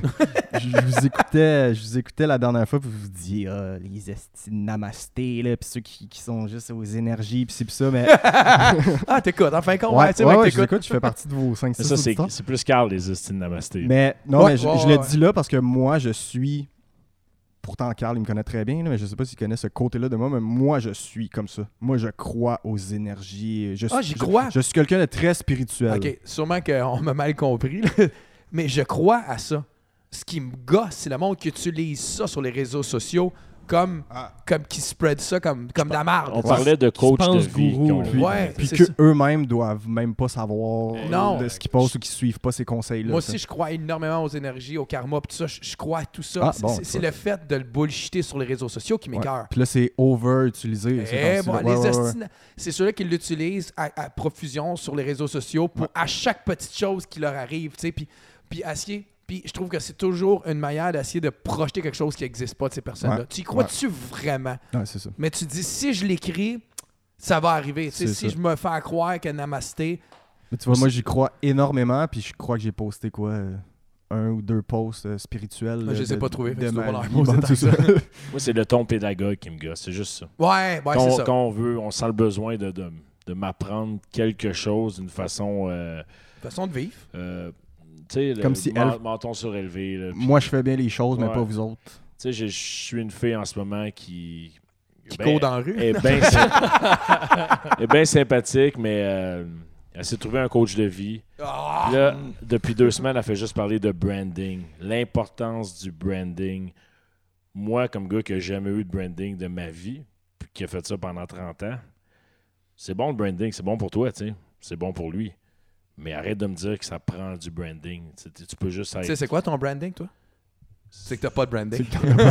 je vous écoutais la dernière fois, puis vous vous disiez les estis de namasté, là, puis ceux qui sont juste aux énergies, puis c'est pis ça, mais... Ah, t'écoutes. En fin de compte, ouais, tu sais, mec, je t'écoutes. t'écoute, je fais partie de vos 5-6 Mais ça, auditeurs. c'est plus Carl, les Estines Namasté. Mais non, Ouais, mais je ouais, le ouais. dis là parce que moi, je suis... Pourtant, Carl, il me connaît très bien, là, mais je sais pas s'il connaît ce côté-là de moi, mais moi, je suis comme ça. Moi, je crois aux énergies. J'y crois. Je suis quelqu'un de très spirituel. OK, sûrement qu'on m'a mal compris, là. Mais je crois à ça. Ce qui me gosse, c'est le monde qui utilise ça sur les réseaux sociaux comme qui spread ça comme de la merde. On parlait de coach de pense vie. gourou, qu'on- puis- Ouais, Puis c'est ça. qu'eux-mêmes doivent même pas savoir Non. de ce qu'ils postent ou qu'ils suivent pas ces conseils-là. Moi ça. aussi, je crois énormément aux énergies, au karma, pis tout ça. Je crois à tout ça. Ah, C'est- bon, c'est tu c'est vois. le fait de le bullshiter sur les réseaux sociaux qui Ouais. m'écoeure. Puis là, c'est over-utilisé. ces Eh, temps-ci, bon, là. les Ouais, ouais, ouais. estina- c'est ceux-là qui l'utilisent à profusion sur les réseaux sociaux pour à chaque petite chose qui leur arrive, tu sais, puis essayer. Puis je trouve que c'est toujours une manière d'essayer de projeter quelque chose qui n'existe pas de ces personnes-là. Ouais. Tu y crois-tu vraiment? Ouais, c'est ça. Mais tu dis, si je l'écris, ça va arriver. Tu sais, C'est si ça. je me fais croire que Namasté, Mais tu vois, moi, j'y crois énormément, puis je crois que j'ai posté quoi 1 ou 2 posts spirituels. je les ai pas trouvés, fait que de tu dois ma pas leur vie. poser Bon, tant c'est que ça. ça. Moi, c'est le ton pédagogue qui me gosse. C'est juste ça. ouais, quand, c'est ça. quand on veut, on sent le besoin de m'apprendre quelque chose d'une façon... Façon de vivre. tu sais, le Comme si menton surélevé. Là, puis, Moi, je fais bien les choses, mais Ouais. pas vous autres. tu sais, je suis une fille en ce moment qui Qui ben, court dans la rue. est bien est bien sympathique, mais elle s'est trouvée un coach de vie. Ah! Puis là, depuis 2 semaines, elle fait juste parler de branding. L'importance du branding. Moi, comme gars qui n'a jamais eu de branding de ma vie, puis qui a fait ça pendant 30 ans, c'est bon le branding, c'est bon pour toi, tu sais. C'est bon pour lui. Mais arrête de me dire que ça prend du branding. Tu peux juste Tu être... sais, c'est quoi ton branding, toi? C'est que t'as pas de branding.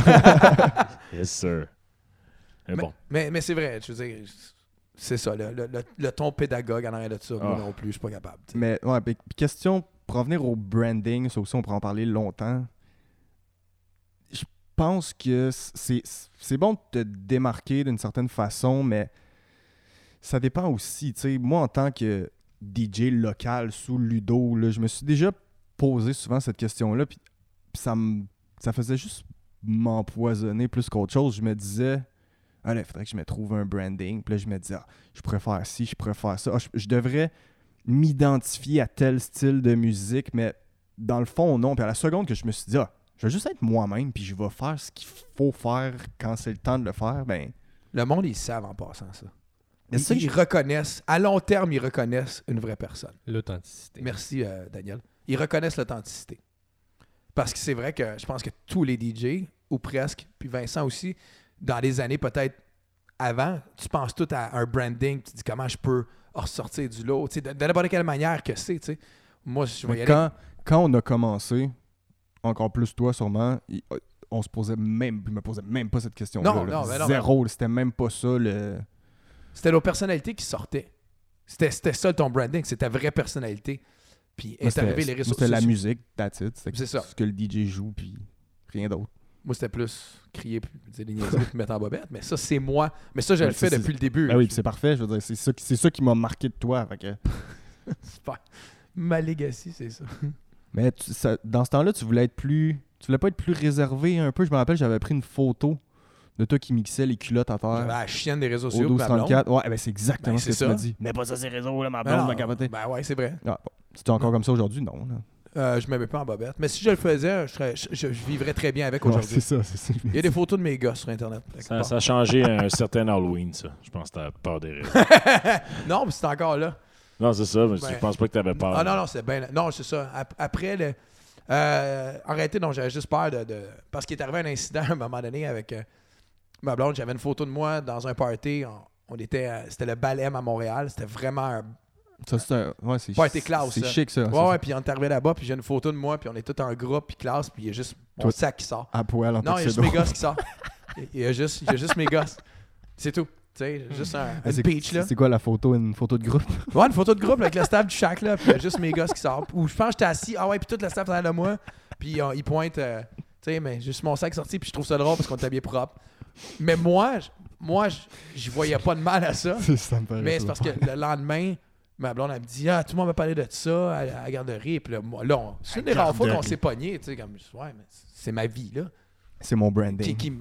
Yes, sir. Mais bon. Mais c'est vrai, je veux dire, c'est ça, le ton pédagogue en arrière de ça, moi Ah. non plus, je suis pas capable. tu sais. Mais ouais, puis question, pour en venir au branding, ça aussi, on pourrait en parler longtemps. Je pense que c'est bon de te démarquer d'une certaine façon, mais ça dépend aussi. Tu sais, moi, en tant que DJ local sous Ludo, là, je me suis déjà posé souvent cette question-là, puis ça faisait juste m'empoisonner plus qu'autre chose. Je me disais, allez, il faudrait que je me trouve un branding. Puis là, je me disais, je pourrais faire ci, je pourrais faire ça. Je devrais m'identifier à tel style de musique, mais dans le fond, non. Puis à la seconde que je me suis dit, je vais juste être moi-même, puis je vais faire ce qu'il faut faire quand c'est le temps de le faire, ben, Le monde, ils savent en passant ça. Mais c'est ça que Ils reconnaissent, à long terme, ils reconnaissent une vraie personne. L'authenticité. Merci, Daniel. Ils reconnaissent l'authenticité. Parce que c'est vrai que je pense que tous les DJ, ou presque, puis Vincent aussi, dans les années peut-être avant, tu penses tout à un branding, tu te dis comment je peux ressortir du lot, tu sais, de n'importe quelle manière que c'est, tu sais. Moi, je vais y aller. Quand on a commencé, encore plus toi sûrement, on se posait même, je me posais même pas cette question-là. Non, là. non, mais non, Zéro, c'était même pas ça le... C'était nos personnalités qui sortaient. C'était ça ton branding, c'est ta vraie personnalité. Puis est arrivé les réseaux C'était sociaux. la musique, that's it. C'est ça. Ce que le DJ joue, puis rien d'autre. Moi, c'était plus crier, puis dire des niaiseries, puis mettre en bobette. Mais ça, c'est moi. Mais ça, je le fais depuis le début. Ben oui, puis c'est parfait. Je veux dire, c'est ça qui m'a marqué de toi. Fait que... Super. Ma legacy, c'est ça. Mais dans ce temps-là, tu voulais pas être plus réservé un peu. Je me rappelle, j'avais pris une photo de toi qui mixait les culottes à J'avais terre. la chienne des réseaux Au sociaux. pour ma blonde. 1234. Ouais, ben c'est exactement Ben, ce que c'est tu m'as ça. dit. Mais pas ça, ces réseaux, là, ma Ben blonde non, m'a capoté. Ben ouais, c'est vrai. Ah, bon. C'est encore comme ça aujourd'hui? Non. Là. Je me mets pas en bobette. Mais si je le faisais, je vivrais très bien avec Ouais, aujourd'hui. c'est ça. Il y a des photos de mes gars sur Internet. Ça a changé un certain Halloween, ça. Je pense que t'as peur des réseaux. Non, mais c'est encore là. Non, c'est ça, mais Ben, je pense pas que t'avais peur. Ah non, c'est bien. Non, c'est ça. Après, en réalité, non, j'avais juste peur de. Parce qu'il est arrivé un incident à un moment donné avec ma blonde. J'avais une photo de moi dans un party. C'était le Balem à Montréal. C'était vraiment un Ça, c'est party classe. C'est ça. chic, ça. Ouais, puis on est arrivé là-bas, puis j'ai une photo de moi, puis on est tous en groupe, puis classe, puis il y a juste mon Toi, sac qui sort. À poil, en Non, il y a juste tuxedo. mes gosses qui sortent. Il y a juste mes gosses. C'est tout. Tu sais, juste Mais une beach, là. C'est quoi la photo? Une photo de groupe? Ouais, une photo de groupe avec le staff du Shack, là, puis il y a juste mes gosses qui sortent. Ou je pense que j'étais assis, ah ouais, puis tout le staff derrière de moi, puis ils pointent, tu sais, mais juste mon sac sorti, puis je trouve ça drôle parce qu'on est habillé propre. Mais moi, j'y voyais pas de mal à ça. Ça me paraît Mais ça. c'est parce que le lendemain, ma blonde, elle me dit, ah, tout le monde m'a parlé de ça à la garderie. Puis là, c'est une des rares fois qu'on s'est pogné, tu sais, comme, ouais, mais c'est ma vie, là. C'est mon branding. Qui me...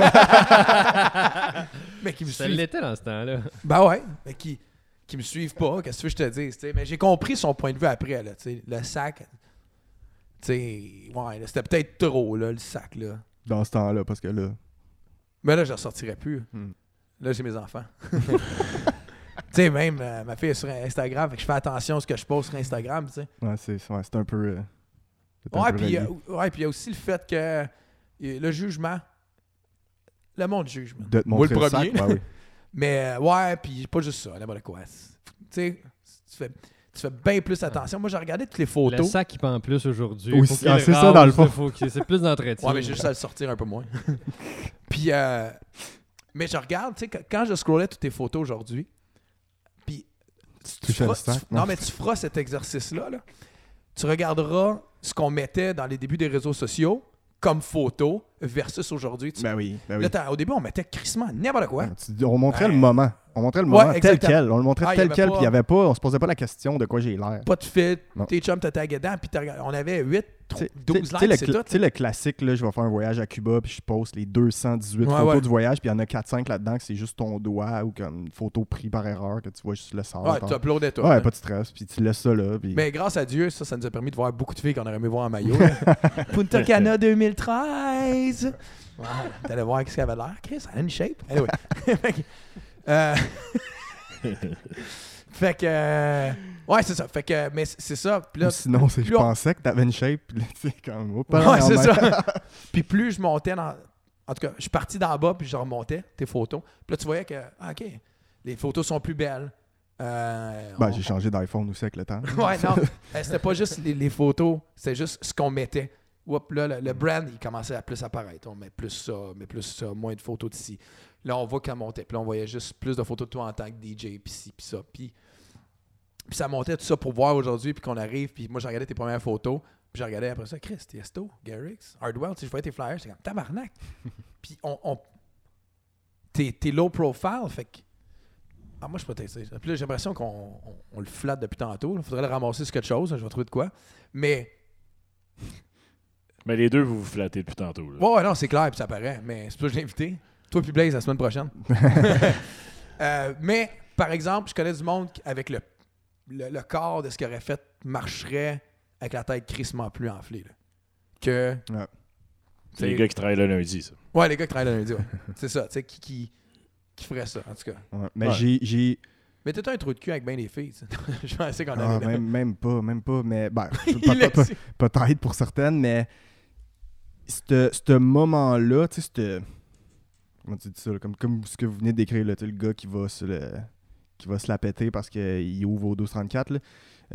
mais qui me Ça suivent. l'était dans ce temps-là. Ben ouais, mais qui me suivent pas, qu'est-ce que tu veux que je te dise, tu sais. Mais j'ai compris son point de vue après, là, tu sais. Le sac, tu sais, ouais, là, c'était peut-être trop, là, le sac, là. Dans ce temps-là, parce que là... Mais là, je ne ressortirais plus. Hmm. Là, j'ai mes enfants. Tu sais, même, ma fille est sur Instagram, fait que je fais attention à ce que je pose sur Instagram, tu sais. Ouais, c'est un peu... c'est un Ouais, peu puis relié. il y a aussi le fait que le jugement, le monde juge, man. De te Moi, le montrer premier. sac, ouais, oui. Mais ouais, puis pas juste ça, n'importe quoi. Tu sais, tu fais bien plus attention. Moi, j'ai regardé toutes les Le photos. sac, il pend plus aujourd'hui. Oui, Faut qu'il c'est le ça, dans le rase, fond. C'est plus d'entretien. Ouais, mais j'ai juste à le sortir un peu moins. Puis, mais je regarde, tu sais, quand je scrollais toutes tes photos aujourd'hui, puis Tu fais le sac, non, non? mais tu feras cet exercice-là, là. Tu regarderas ce qu'on mettait dans les débuts des réseaux sociaux comme photo versus aujourd'hui. Ben oui, ben oui. Là, au début, on mettait crissement n'importe quoi. On montrait Ben, le moment. On montrait le moment tel exactement. quel. On le montrait Ah, il y tel avait quel, pas- puis il y avait pas... On se posait pas la question de quoi j'ai l'air. Pas de fit, Non. tes chums te taguaient dedans, puis on avait 8, Tu sais- 12 tu sais, likes, c'est tout. Tu sais, le classique, là, je vais faire un voyage à Cuba, puis je poste les 218 Ouais, photos ouais. du voyage, puis il y en a 4-5 là-dedans que c'est juste ton doigt ou comme une photo prise par erreur, que tu vois juste le sort. Ouais, tu uploadais toi. Ouais, là. pas de stress, puis tu laisses ça là. Puis... Mais grâce à Dieu, ça nous a permis de voir beaucoup de filles qu'on aurait aimé voir en maillot. là. Punta Cana 2013. Ouais, t'allais voir ce qu'elle avait l'air. Chris, elle a une shape. Anyway. Fait que, ouais, c'est ça. Fait que, mais c'est ça. Puis là, Ou sinon, je plus on- pensais que t'avais une shape, puis là, tu sais, comme... oh, Ouais, c'est en même- ça. Puis plus je montais dans... En tout cas, je suis parti d'en bas, puis je remontais tes photos. Puis là, tu voyais que, OK, les photos sont plus belles. Ben, j'ai changé d'iPhone aussi avec le temps. Ouais, non. C'était pas juste les photos, c'était juste ce qu'on mettait. Oups, là, le brand, il commençait à plus apparaître. On met plus ça, moins de photos d'ici. Là, on voit qu'elle montait. Puis là, on voyait juste plus de photos de toi en tant que DJ, puis ci, puis ça. Puis ça montait tout ça pour voir aujourd'hui, puis qu'on arrive. Puis moi, j'ai regardé tes premières photos. Puis j'ai regardé après ça, Chris, Tiesto, Garrix, Hardwell. Tu sais, je voyais tes flyers, j'étais comme tabarnak. Puis t'es low profile, fait que. Ah, moi, je peux tester. Puis là, j'ai l'impression qu'on le flatte depuis tantôt. Il faudrait le ramasser sur quelque chose. Je vais trouver de quoi. Mais. Mais les deux, vous vous flattez depuis tantôt. Là. Ouais, non, c'est clair, puis ça paraît. Mais c'est pas que je l'ai invité. Toi puis Blaze la semaine prochaine. Mais, par exemple, je connais du monde qui, avec le corps de ce qu'il aurait fait, marcherait avec la tête crissement plus enflée. Là. Que. Ouais. C'est les gars qui travaillent le lundi, ça. Ouais, les gars qui travaillent le lundi, ouais. C'est ça, tu sais, qui qui ferait ça, en tout cas. Ouais. Mais Ouais. j'ai Mais t'as un trou de cul avec bien des filles, tu sais. Je pensais qu'on Ah, avait... même pas, mais ben, Il est dit. peut-être pour certaines, mais ce moment-là, tu sais, comment tu dis ça, là, comme ce que vous venez de décrire, là, tu sais, le gars qui va se la péter parce qu'il ouvre au 12-34, là.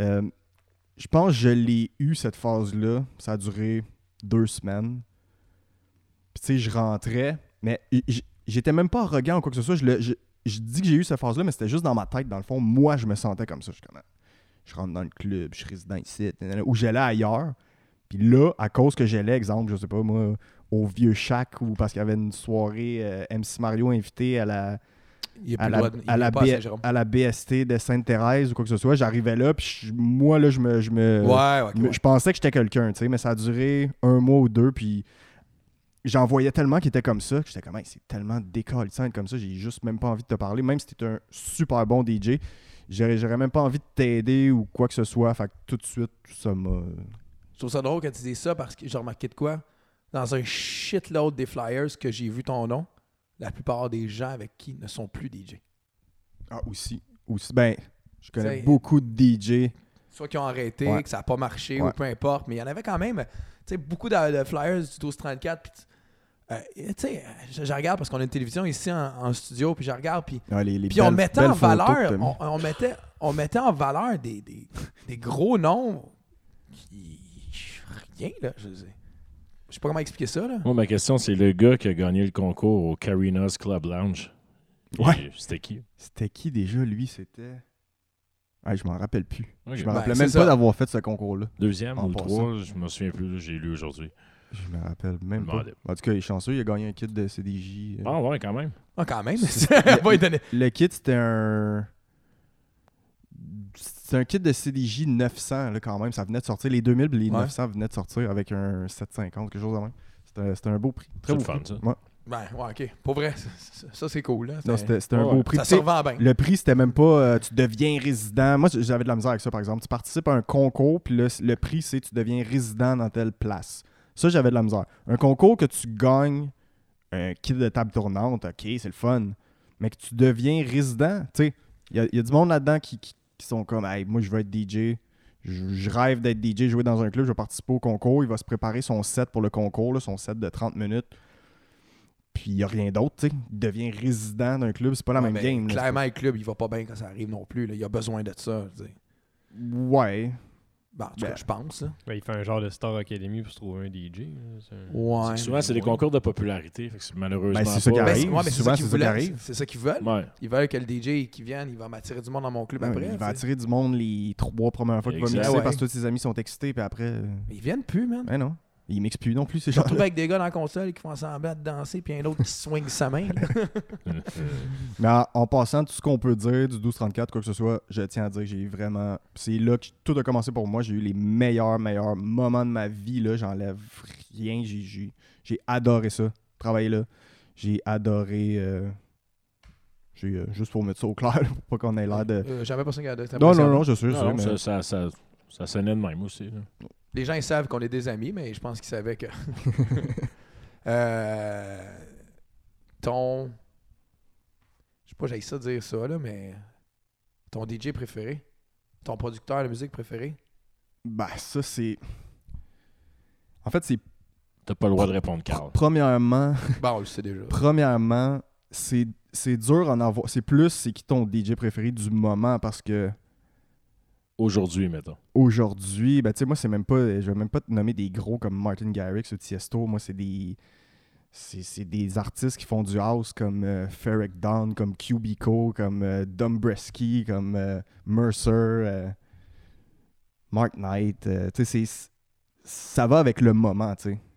Je pense que je l'ai eu, cette phase-là. Ça a duré 2 semaines. Puis tu sais, je rentrais, mais j'étais même pas arrogant ou quoi que ce soit. Je dis que j'ai eu cette phase-là, mais c'était juste dans ma tête. Dans le fond, moi, je me sentais comme ça. Je rentre dans le club, je suis résident ici, ou j'allais ailleurs. Puis là, à cause que j'allais, exemple, je sais pas, moi, au Vieux Shack, ou parce qu'il y avait une soirée MC Mario invité à la... Il est à plus la, droit de- il à, vient la pas à B- Saint-Jérôme. à la BST de Sainte-Thérèse ou quoi que ce soit, j'arrivais là, puis moi, là, je Ouais. pensais que j'étais quelqu'un, tu sais, mais ça a duré 1 mois ou 2, puis j'en voyais tellement qui étaient comme ça, que j'étais comme, hey, c'est tellement décalissant d'être comme ça, j'ai juste même pas envie de te parler, même si t'es un super bon DJ, j'aurais même pas envie de t'aider ou quoi que ce soit, fait que tout de suite, ça m'a... Je trouve ça drôle quand tu dis ça parce que j'ai remarqué de quoi? Dans un shitload des flyers que j'ai vu ton nom, la plupart des gens avec qui ne sont plus DJ. Ah, aussi, ben, je connais T'sais, beaucoup de DJ. Soit qui ont arrêté, Ouais. que ça n'a pas marché Ouais. ou peu importe, mais il y en avait quand même, tu sais, beaucoup de flyers du 1234. Puis, tu sais, je regarde parce qu'on a une télévision ici en studio, puis je regarde, puis Les on belles- mettait belles en photos que valeur, t'as mis. on mettait en valeur des gros noms qui rien là, je sais pas comment expliquer ça là. Moi, ma question, c'est le gars qui a gagné le concours au Carina's Club Lounge. Ouais. C'était qui? C'était qui déjà, lui? C'était... Ah, je m'en rappelle plus. Ok. Je me Ben, rappelais c'est même ça. pas d'avoir fait ce concours-là. Deuxième En ou passant. 3, je me souviens plus, j'ai lu aujourd'hui. Je me rappelle même Je pas. m'en rappelle. En tout cas, il est chanceux, il a gagné un kit de CDJ. Ah ouais, quand même. Ah, quand même, C'est- ça va lui donner. Le kit, c'était un... C'est un kit de CDJ 900, là, quand même. Ça venait de sortir. Les 2000 et les Ouais. 900 venaient de sortir avec un 750, quelque chose de même. C'était un beau prix. Très C'est beau le fun, prix. ça. Ouais. Ben, ouais, ok. Pour vrai, ça c'est cool là. Non, c'était un Ouais. beau prix. Ça Tu se sais, revend bien. le prix, c'était même pas tu deviens résident. Moi, j'avais de la misère avec ça, par exemple. Tu participes à un concours, puis le prix, c'est tu deviens résident dans telle place. Ça, j'avais de la misère. Un concours que tu gagnes un kit de table tournante, OK, c'est le fun. Mais que tu deviens résident, tu sais, il y a du monde là-dedans qui sont comme, hey, moi, je veux être DJ. Je rêve d'être DJ, jouer dans un club, je vais participer au concours. Il va se préparer son set pour le concours, là, son set de 30 minutes. Puis il n'y a rien d'autre, tu sais. Il devient résident d'un club, c'est pas la Ouais, même mais game. là. clairement, le club, il va pas bien quand ça arrive non plus. Là. Il a besoin de ça. Tu sais. Ouais. Ben, en tout cas, Ben. je pense. Là. Ouais, il fait un genre de Star Academy pour se trouver un DJ. là. Ouais. Souvent, c'est des concours de popularité. Fait que c'est malheureusement Ben, c'est ça qui pas- Ben, arrive. ouais, mais c'est Souvent, ça qu'ils c'est ça qui voulaient. arrive. C'est ça qu'ils veulent. Ouais. Ils veulent que le DJ qui vienne, il va m'attirer du monde dans mon club après. Il va tu sais. attirer du monde les 3 premières fois qu'il va Exact. mixer Ouais. parce que tous ses amis sont excités, puis après. Mais ils viennent plus, man. Ben non. Ils mixent plus non plus, ces Je me retrouve gens-là. avec des gars dans la console qui font semblant de danser, puis un autre qui swing sa main. là. Mais en passant, tout ce qu'on peut dire du 12-34, quoi que ce soit, je tiens à dire que j'ai vraiment. C'est là que tout a commencé pour moi. J'ai eu les meilleurs moments de ma vie. Là. J'enlève rien. J'ai adoré ça. Travailler là. J'ai adoré. Juste pour mettre ça au clair, pour pas qu'on ait l'air de. J'avais pas ça regardé. Non, je sais, Non, mais... ça sonnait de même aussi. Là. Les gens ils savent qu'on est des amis, mais je pense qu'ils savaient que. Ton. Je sais pas, j'ai ça dire ça, là, mais. Ton DJ préféré? Ton producteur de musique préféré? Ben, ça, c'est. En fait, c'est. T'as pas le droit de répondre, Carl. Premièrement, Bon, on le sait déjà. c'est dur en avoir. C'est qui ton DJ préféré du moment parce que. Aujourd'hui, mettons. Aujourd'hui, ben tu sais, moi, c'est même pas. Je vais même pas te nommer des gros comme Martin Garrix ou Tiesto. Moi, c'est des. C'est des artistes qui font du house comme Ferric Dawn, comme Cubico, comme Dombresky, comme Mercer, Mark Knight. Tu sais, ça va avec le moment, tu sais.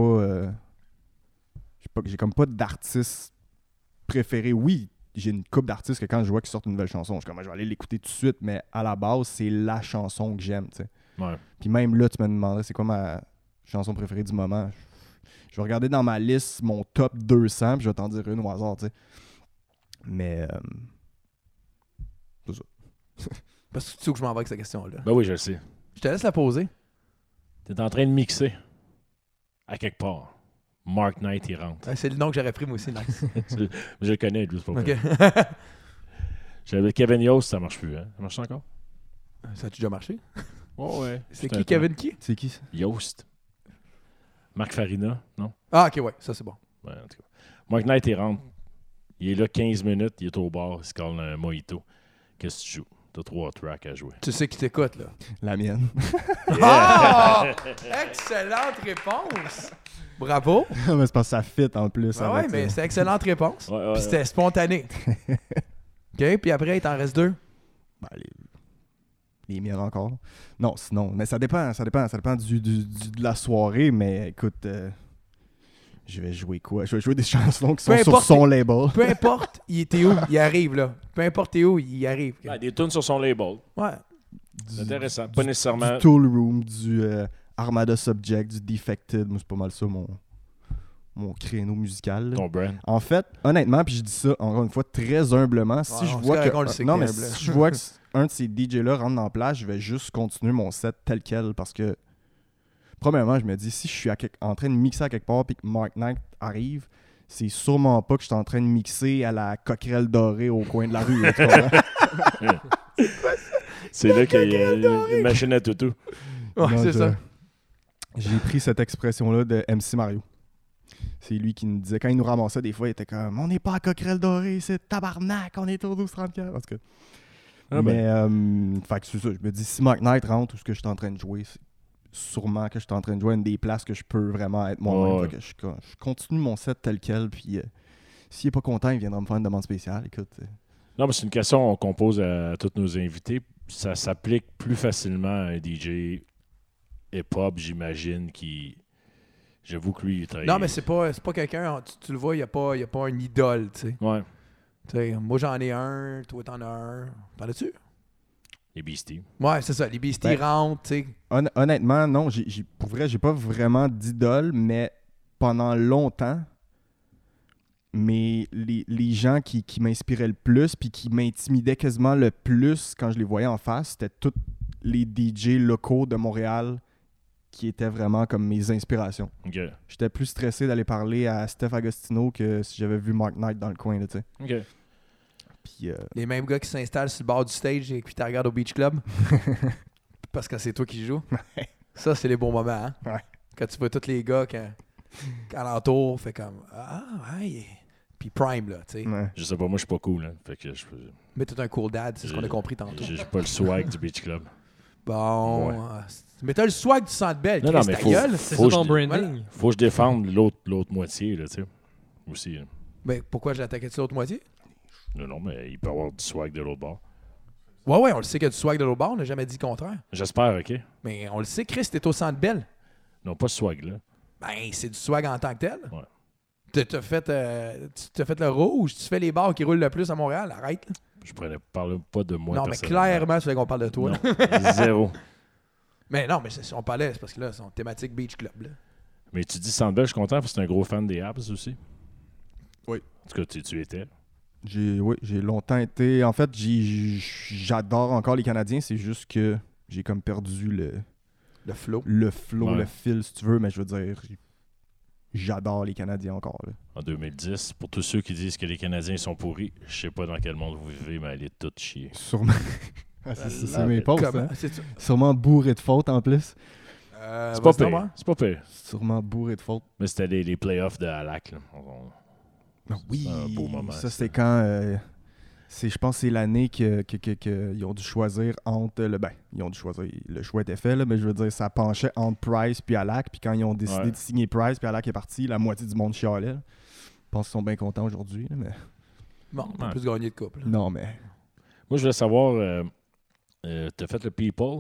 J'ai comme pas d'artiste préféré. Oui, j'ai une couple d'artistes que quand je vois qu'ils sortent une nouvelle chanson, je suis comme, je vais aller l'écouter tout de suite, mais à la base, c'est la chanson que j'aime, tu sais. Ouais. Puis même là, tu me demandais c'est quoi ma chanson préférée du moment. Je vais regarder dans ma liste mon top 200, puis je vais t'en dire une au hasard, tu sais. Mais c'est ça. Parce que tu sais où je m'en vais avec cette question-là. Ben oui, je le sais. Je te laisse la poser. T'es en train de mixer à quelque part. Mark Knight, il rentre. C'est le nom que j'aurais pris, moi aussi, nice. Je le connais, lui, c'est pas OK. vrai. J'avais Kevin Yost, ça marche plus. Hein? Ça marche encore? Ça a déjà marché? Ouais. C'est un qui, Kevin qui? C'est qui ça? Yost. Marc Farina, non? Ah, OK, ouais, ça c'est bon. Ouais, en tout cas. Mark Knight, il rentre. Il est là 15 minutes, il est au bar, il se colle un mojito. Qu'est-ce que tu joues? T'as 3 tracks à jouer. Tu sais qui t'écoute, là. La mienne. Ah! Excellente réponse! Bravo! Mais c'est parce que ça fit en plus. Ah ouais, avec, mais c'est excellente réponse. Ouais, Puis c'était spontané. OK, puis après, il t'en reste 2. Ben, les miens encore. Non, sinon. Mais ça dépend de la soirée. Mais écoute, je vais jouer quoi? Je vais jouer des chansons qui sont Peu sur importe. son label. Peu importe, il était où, il arrive, là. Peu importe t'es où, il arrive. Ouais, des tunes sur son label. Ouais. C'est intéressant. Pas nécessairement. Du Tool Room, du Armada Subject, du Defected. Moi, c'est pas mal ça mon créneau musical. là. Ton brand. En fait, honnêtement, puis je dis ça encore une fois très humblement, si Ouais, je non, vois c'est que correct, on le sait non qu'il mais est humble. si je vois que un de ces DJ-là rentre dans la place, je vais juste continuer mon set tel quel parce que premièrement, je me dis si je suis en train de mixer à quelque part puis que Mark Knight arrive, c'est sûrement pas que je suis en train de mixer à la coquerelle dorée au coin de la rue. Là, tu comprends? C'est là qu'il y a une machine à toutou. Ouais, Non, c'est ça. J'ai pris cette expression-là de MC Mario. C'est lui qui nous disait, quand il nous ramassait des fois, il était comme « On n'est pas à Coquerelle Dorée, c'est tabarnak, on est au 12-34 ». En tout cas. Ah ben. Mais, fait que c'est ça. Je me dis, si Mark Knight rentre ou ce que je suis en train de jouer, c'est sûrement que je suis en train de jouer à une des places que je peux vraiment être moi-même. Ouais. Fait que je continue mon set tel quel, puis s'il est pas content, il viendra me faire une demande spéciale. Écoute. Non, mais c'est une question qu'on pose à tous nos invités. Ça s'applique plus facilement à un DJ hip-hop, j'imagine, qui... J'avoue que lui, il est très... Non, mais c'est pas quelqu'un, tu le vois, il n'y a pas un idole, tu sais. Ouais, Tu sais, moi, j'en ai un, toi, t'en as un. T'en as-tu? les Beasties. Ouais, c'est ça. Les Beasties Ben, rentrent, tu sais. Honnêtement, non. Pour vrai, j'ai pas vraiment d'idole, mais pendant longtemps, mais les gens qui m'inspiraient le plus puis qui m'intimidaient quasiment le plus quand je les voyais en face, c'était tous les DJ locaux de Montréal qui étaient vraiment comme mes inspirations. OK. J'étais plus stressé d'aller parler à Steph Agostino que si j'avais vu Mark Knight dans le coin, là, tu sais. OK. Puis, Les mêmes gars qui s'installent sur le bord du stage et qui te regardent au Beach Club. Parce que c'est toi qui joues. Ça, c'est les bons moments, hein? Ouais. Quand tu vois tous les gars qui alentour, fait comme ah, ouais. Puis Prime, là, tu sais. ouais. Je sais pas, moi, je suis pas cool. Hein. Fait que Mais t'es un cool dad, c'est ce qu'on a J'ai- compris tantôt. j'ai pas le swag du Beach Club. Bon. Ouais. Mais t'as le swag du Centre Bell, Non, non, Chris, mais ta faut- gueule. C'est Faut ça ton que je- branding. Faut que je défende l'autre moitié, là, tu sais. Aussi. Hein. Mais pourquoi j'ai attaqué de l'autre moitié? Non, mais il peut y avoir du swag de l'autre bord. Ouais, on le sait qu'il y a du swag de l'autre bord, on n'a jamais dit le contraire. J'espère, OK? Mais on le sait, Chris, t'es au Centre Bell. Non, pas ce swag-là. Ben, c'est du swag en tant que tel. Ouais. Tu t'as fait le rouge, tu fais les bars qui roulent le plus à Montréal, arrête. Là. Je parle pas de moi non, mais personnellement. clairement, c'est là qu'on parle de toi. là. Non, zéro. Mais non, mais on parlait, c'est parce que là, c'est une thématique Beach Club. Là. Mais tu dis Sandbell, je suis content parce que c'est un gros fan des Habs aussi. Oui. En tout cas, tu étais. J'ai longtemps été... En fait, j'adore encore les Canadiens, c'est juste que j'ai comme perdu Le flow. le flow, Ouais. le fil, si tu veux, mais je veux dire, j'adore les Canadiens encore. Là. En 2010, pour tous ceux qui disent que les Canadiens sont pourris, je sais pas dans quel monde vous vivez, mais allez tout chier. Sûrement. Ah, c'est mes posts, Comment? hein. C'est-tu? Sûrement bourré de fautes en plus. C'est pas vas-y donc, pire. hein. C'est pas pire. Sûrement bourré de fautes. Mais c'était les playoffs de Halak. Là. Oui, un beau moment, ça ça. c'était quand... je pense que c'est l'année qu'ils ont dû choisir entre... ils ont dû choisir, le choix était fait, là, mais je veux dire, ça penchait entre Price puis Halak, puis quand ils ont décidé Ouais. de signer Price puis Halak est parti, la moitié du monde chialait. là. Je pense qu'ils sont bien contents aujourd'hui, là, mais... Bon, on Ouais. peut se gagner de couple. Non, mais... Moi, je voulais savoir, t'as fait le People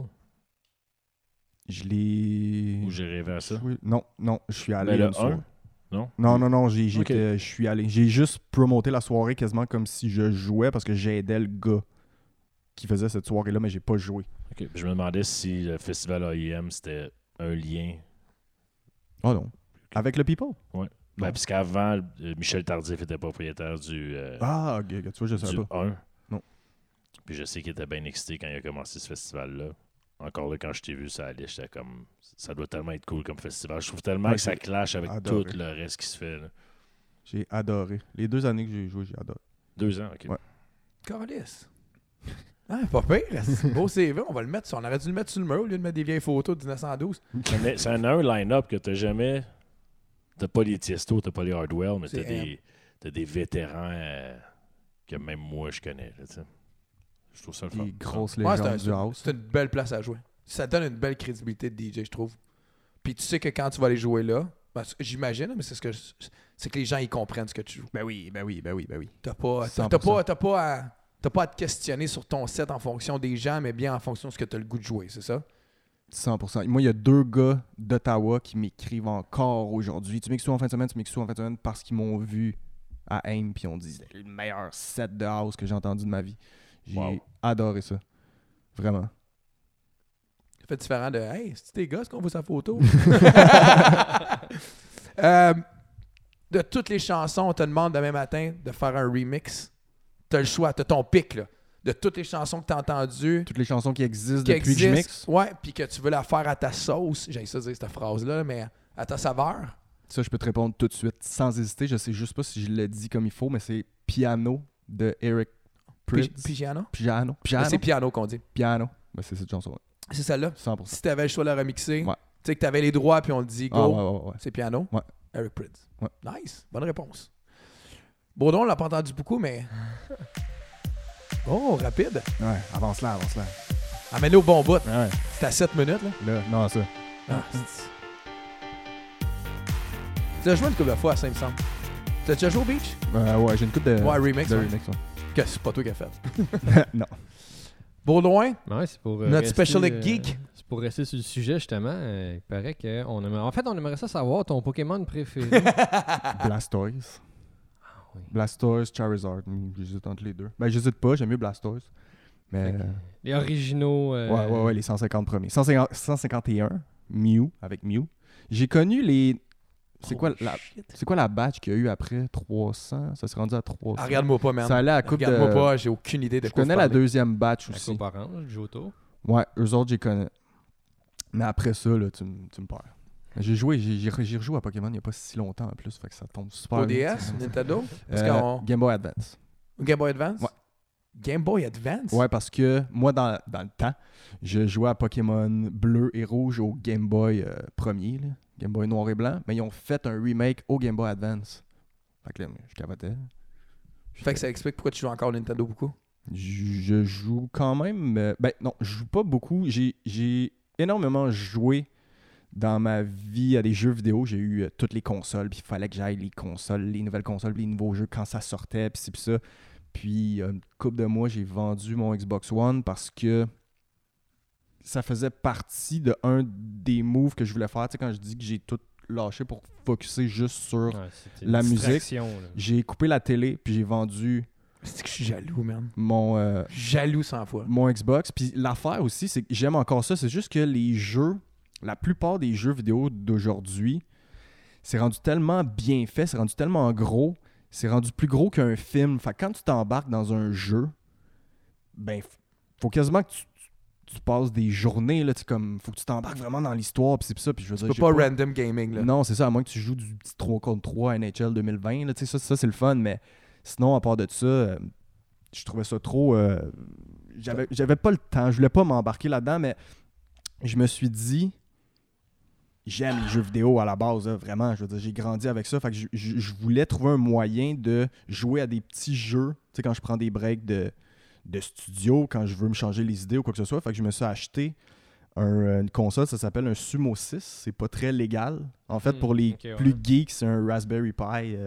Je l'ai... ou j'ai rêvé à ça? Oui. Non, je suis allé Mais le une soirée. 1? Non? Non, Ok. je suis allé. J'ai juste promoté la soirée quasiment comme si je jouais parce que j'aidais le gars qui faisait cette soirée-là, mais j'ai pas joué. Ok. Je me demandais si le festival AIM, c'était un lien. Oh non. Avec le People? Ben, Non. puisqu'avant, Michel Tardif était propriétaire du, Ah, ok, tu vois, je du savais pas. 1. Non. Puis je sais qu'il était bien excité quand il a commencé ce festival-là. encore là, quand je t'ai vu ça allait, j'étais comme. Ça doit tellement être cool comme festival. Je trouve tellement Ouais, que ça j'ai clash avec adoré. tout le reste qui se fait. Là. J'ai adoré. Les 2 années que j'ai joué, j'ai adoré. 2 ans, ok. Ouais. Calice. Ah, pas pire. C'est beau CV. On va le mettre. On aurait dû le mettre sur le mur au lieu de mettre des vieilles photos de 1912. Mais c'est un line-up que t'as jamais. T'as pas les Tiesto, t'as pas les Hardwell, mais t'as des vétérans que même moi je connais. Là, t'sais. Je trouve ça le fun. Les grosses Ouais, légendes du house. c'est une belle place à jouer. Ça donne une belle crédibilité de DJ, je trouve. Puis tu sais que quand tu vas aller jouer là, ben, j'imagine, mais c'est que les gens ils comprennent ce que tu joues. Ben oui. T'as pas à te questionner sur ton set en fonction des gens, mais bien en fonction de ce que tu as le goût de jouer, c'est ça? 100%. Moi, il y a 2 gars d'Ottawa qui m'écrivent encore aujourd'hui. Tu mixes où en fin de semaine, parce qu'ils m'ont vu à AIM puis ont dit c'est le meilleur set de house que j'ai entendu de ma vie. J'ai adoré ça. Vraiment. Ça fait différent de Hey, c'est tes gars, est-ce qu'on voit sa photo? De toutes les chansons, on te demande demain matin de faire un remix. T'as le choix, t'as ton pic là. De toutes les chansons que t'as entendues. Toutes les chansons qui existent depuis que je mixe. Ouais, puis que tu veux la faire à ta sauce. J'ai ça dire cette phrase-là, mais à ta saveur. Ça, je peux te répondre tout de suite, sans hésiter. Je sais juste pas si je l'ai dit comme il faut, mais c'est Piano de Eric Prydz. Piano? Piano. C'est piano qu'on dit. Piano. Ben, c'est cette chanson-là. C'est celle-là. 100%. Si t'avais le choix de la remixer, Ouais. tu sais que t'avais les droits puis on te dit go, Ah, ouais. c'est piano. Ouais. Eric Prydz. Ouais. Nice. Bonne réponse. Baudon, on l'a pas entendu beaucoup, mais. Oh, rapide. Ouais, avance là. Amène-le au bon bout. Ouais. C'est à 7 minutes, là. Là, non, ça. Ah, tu as joué une couple de fois à Saint-Saëns. Tu as déjà joué au Beach? Ouais, j'ai une coupe de remix. de Ouais. remix, ouais. Que c'est pas toi qui as fait. Non. Baudouin, Ouais, c'est pour notre special geek. C'est pour rester sur le sujet, justement. Il paraît qu'on aimerait... En fait, on aimerait ça savoir ton Pokémon préféré. Blastoise. oui. Blastoise, Charizard. J'hésite entre les deux. Ben, j'hésite pas, j'aime mieux Blastoise. Mais. Fait que les originaux... Ouais, les 150 premiers. 151, Mew, avec Mew. J'ai connu les. C'est quoi la batch qu'il y a eu après 300? Ça s'est rendu à 300. Ah, regarde-moi pas, man. Ça allait à la coupe de. Regarde-moi pas, j'ai aucune idée de Je quoi connais vous la parlez. deuxième batch La aussi. Coupe Orange, Johto. Ouais, eux autres, j'y connais. Mais après ça, là, tu me perds. J'ai rejoué à Pokémon il n'y a pas si longtemps en plus, fait que ça tombe super Au bien. DS, Nintendo? Parce qu'on- Game Boy Advance. Game Boy Advance? Ouais. Game Boy Advance? Ouais, parce que moi, dans le temps, je jouais à Pokémon bleu et rouge au Game Boy premier, là, Game Boy noir et blanc, mais ils ont fait un remake au Game Boy Advance. Fait que là, je capotais. Fait que ça explique pourquoi tu joues encore au Nintendo beaucoup. Je joue quand même. Ben non, je joue pas beaucoup. J'ai énormément joué dans ma vie à des jeux vidéo. J'ai eu toutes les consoles, puis il fallait que j'aille les consoles, les nouvelles consoles, puis les nouveaux jeux quand ça sortait, puis ci, puis ça. Puis une couple de mois, j'ai vendu mon Xbox One parce que ça faisait partie de un des moves que je voulais faire. Tu sais, quand je dis que j'ai tout lâché pour focusser juste sur Ouais, c'était la une musique, distraction, là. j'ai coupé la télé, puis j'ai vendu C'est que je suis jaloux, man. mon Jaloux 100 fois. mon Xbox. Puis l'affaire aussi, c'est que j'aime encore ça. C'est juste que les jeux, la plupart des jeux vidéo d'aujourd'hui, c'est rendu tellement bien fait, c'est rendu tellement gros, c'est rendu plus gros qu'un film. Fait que quand tu t'embarques dans un jeu, ben, faut quasiment que tu passes des journées, là, tu sais, comme, faut que tu t'embarques vraiment dans l'histoire, puis c'est ça. Puis je veux dire, C'est j'ai pas random gaming, là. Non, c'est ça, à moins que tu joues du petit 3 contre 3 NHL 2020, là, tu sais, ça c'est le fun, mais sinon, à part de ça, je trouvais ça trop... j'avais pas le temps, je voulais pas m'embarquer là-dedans, mais je me suis dit, j'aime les jeux vidéo à la base, là, vraiment, je veux dire, j'ai grandi avec ça, fait que je voulais trouver un moyen de jouer à des petits jeux, tu sais, quand je prends des breaks de studio, quand je veux me changer les idées ou quoi que ce soit, fait que je me suis acheté une console, ça s'appelle un Sumo 6, c'est pas très légal. En fait, pour les ok, ouais. plus geeks, c'est un Raspberry Pi.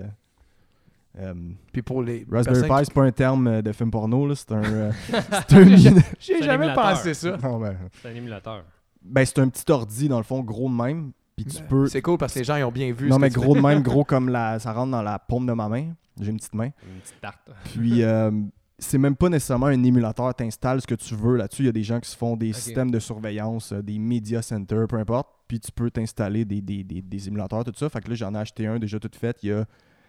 Puis pour les Raspberry personnes Pi, c'est pas un terme de film porno, là, c'est un... c'est un J'y ai C'est un jamais émulateur. pensé ça. non, C'est un émulateur. ben, c'est un petit ordi, dans le fond, gros de même, puis tu peux... C'est cool parce que les gens ils ont bien vu. Non, ce mais que tu gros de même, gros comme ça rentre dans la paume de ma main. J'ai une petite main. Une petite tarte. Puis, c'est même pas nécessairement un émulateur. T'installes ce que tu veux là-dessus. Il y a des gens qui se font des systèmes de surveillance, des media centers, peu importe. Puis, tu peux t'installer des émulateurs, tout ça. Fait que là, j'en ai acheté un déjà tout fait il y a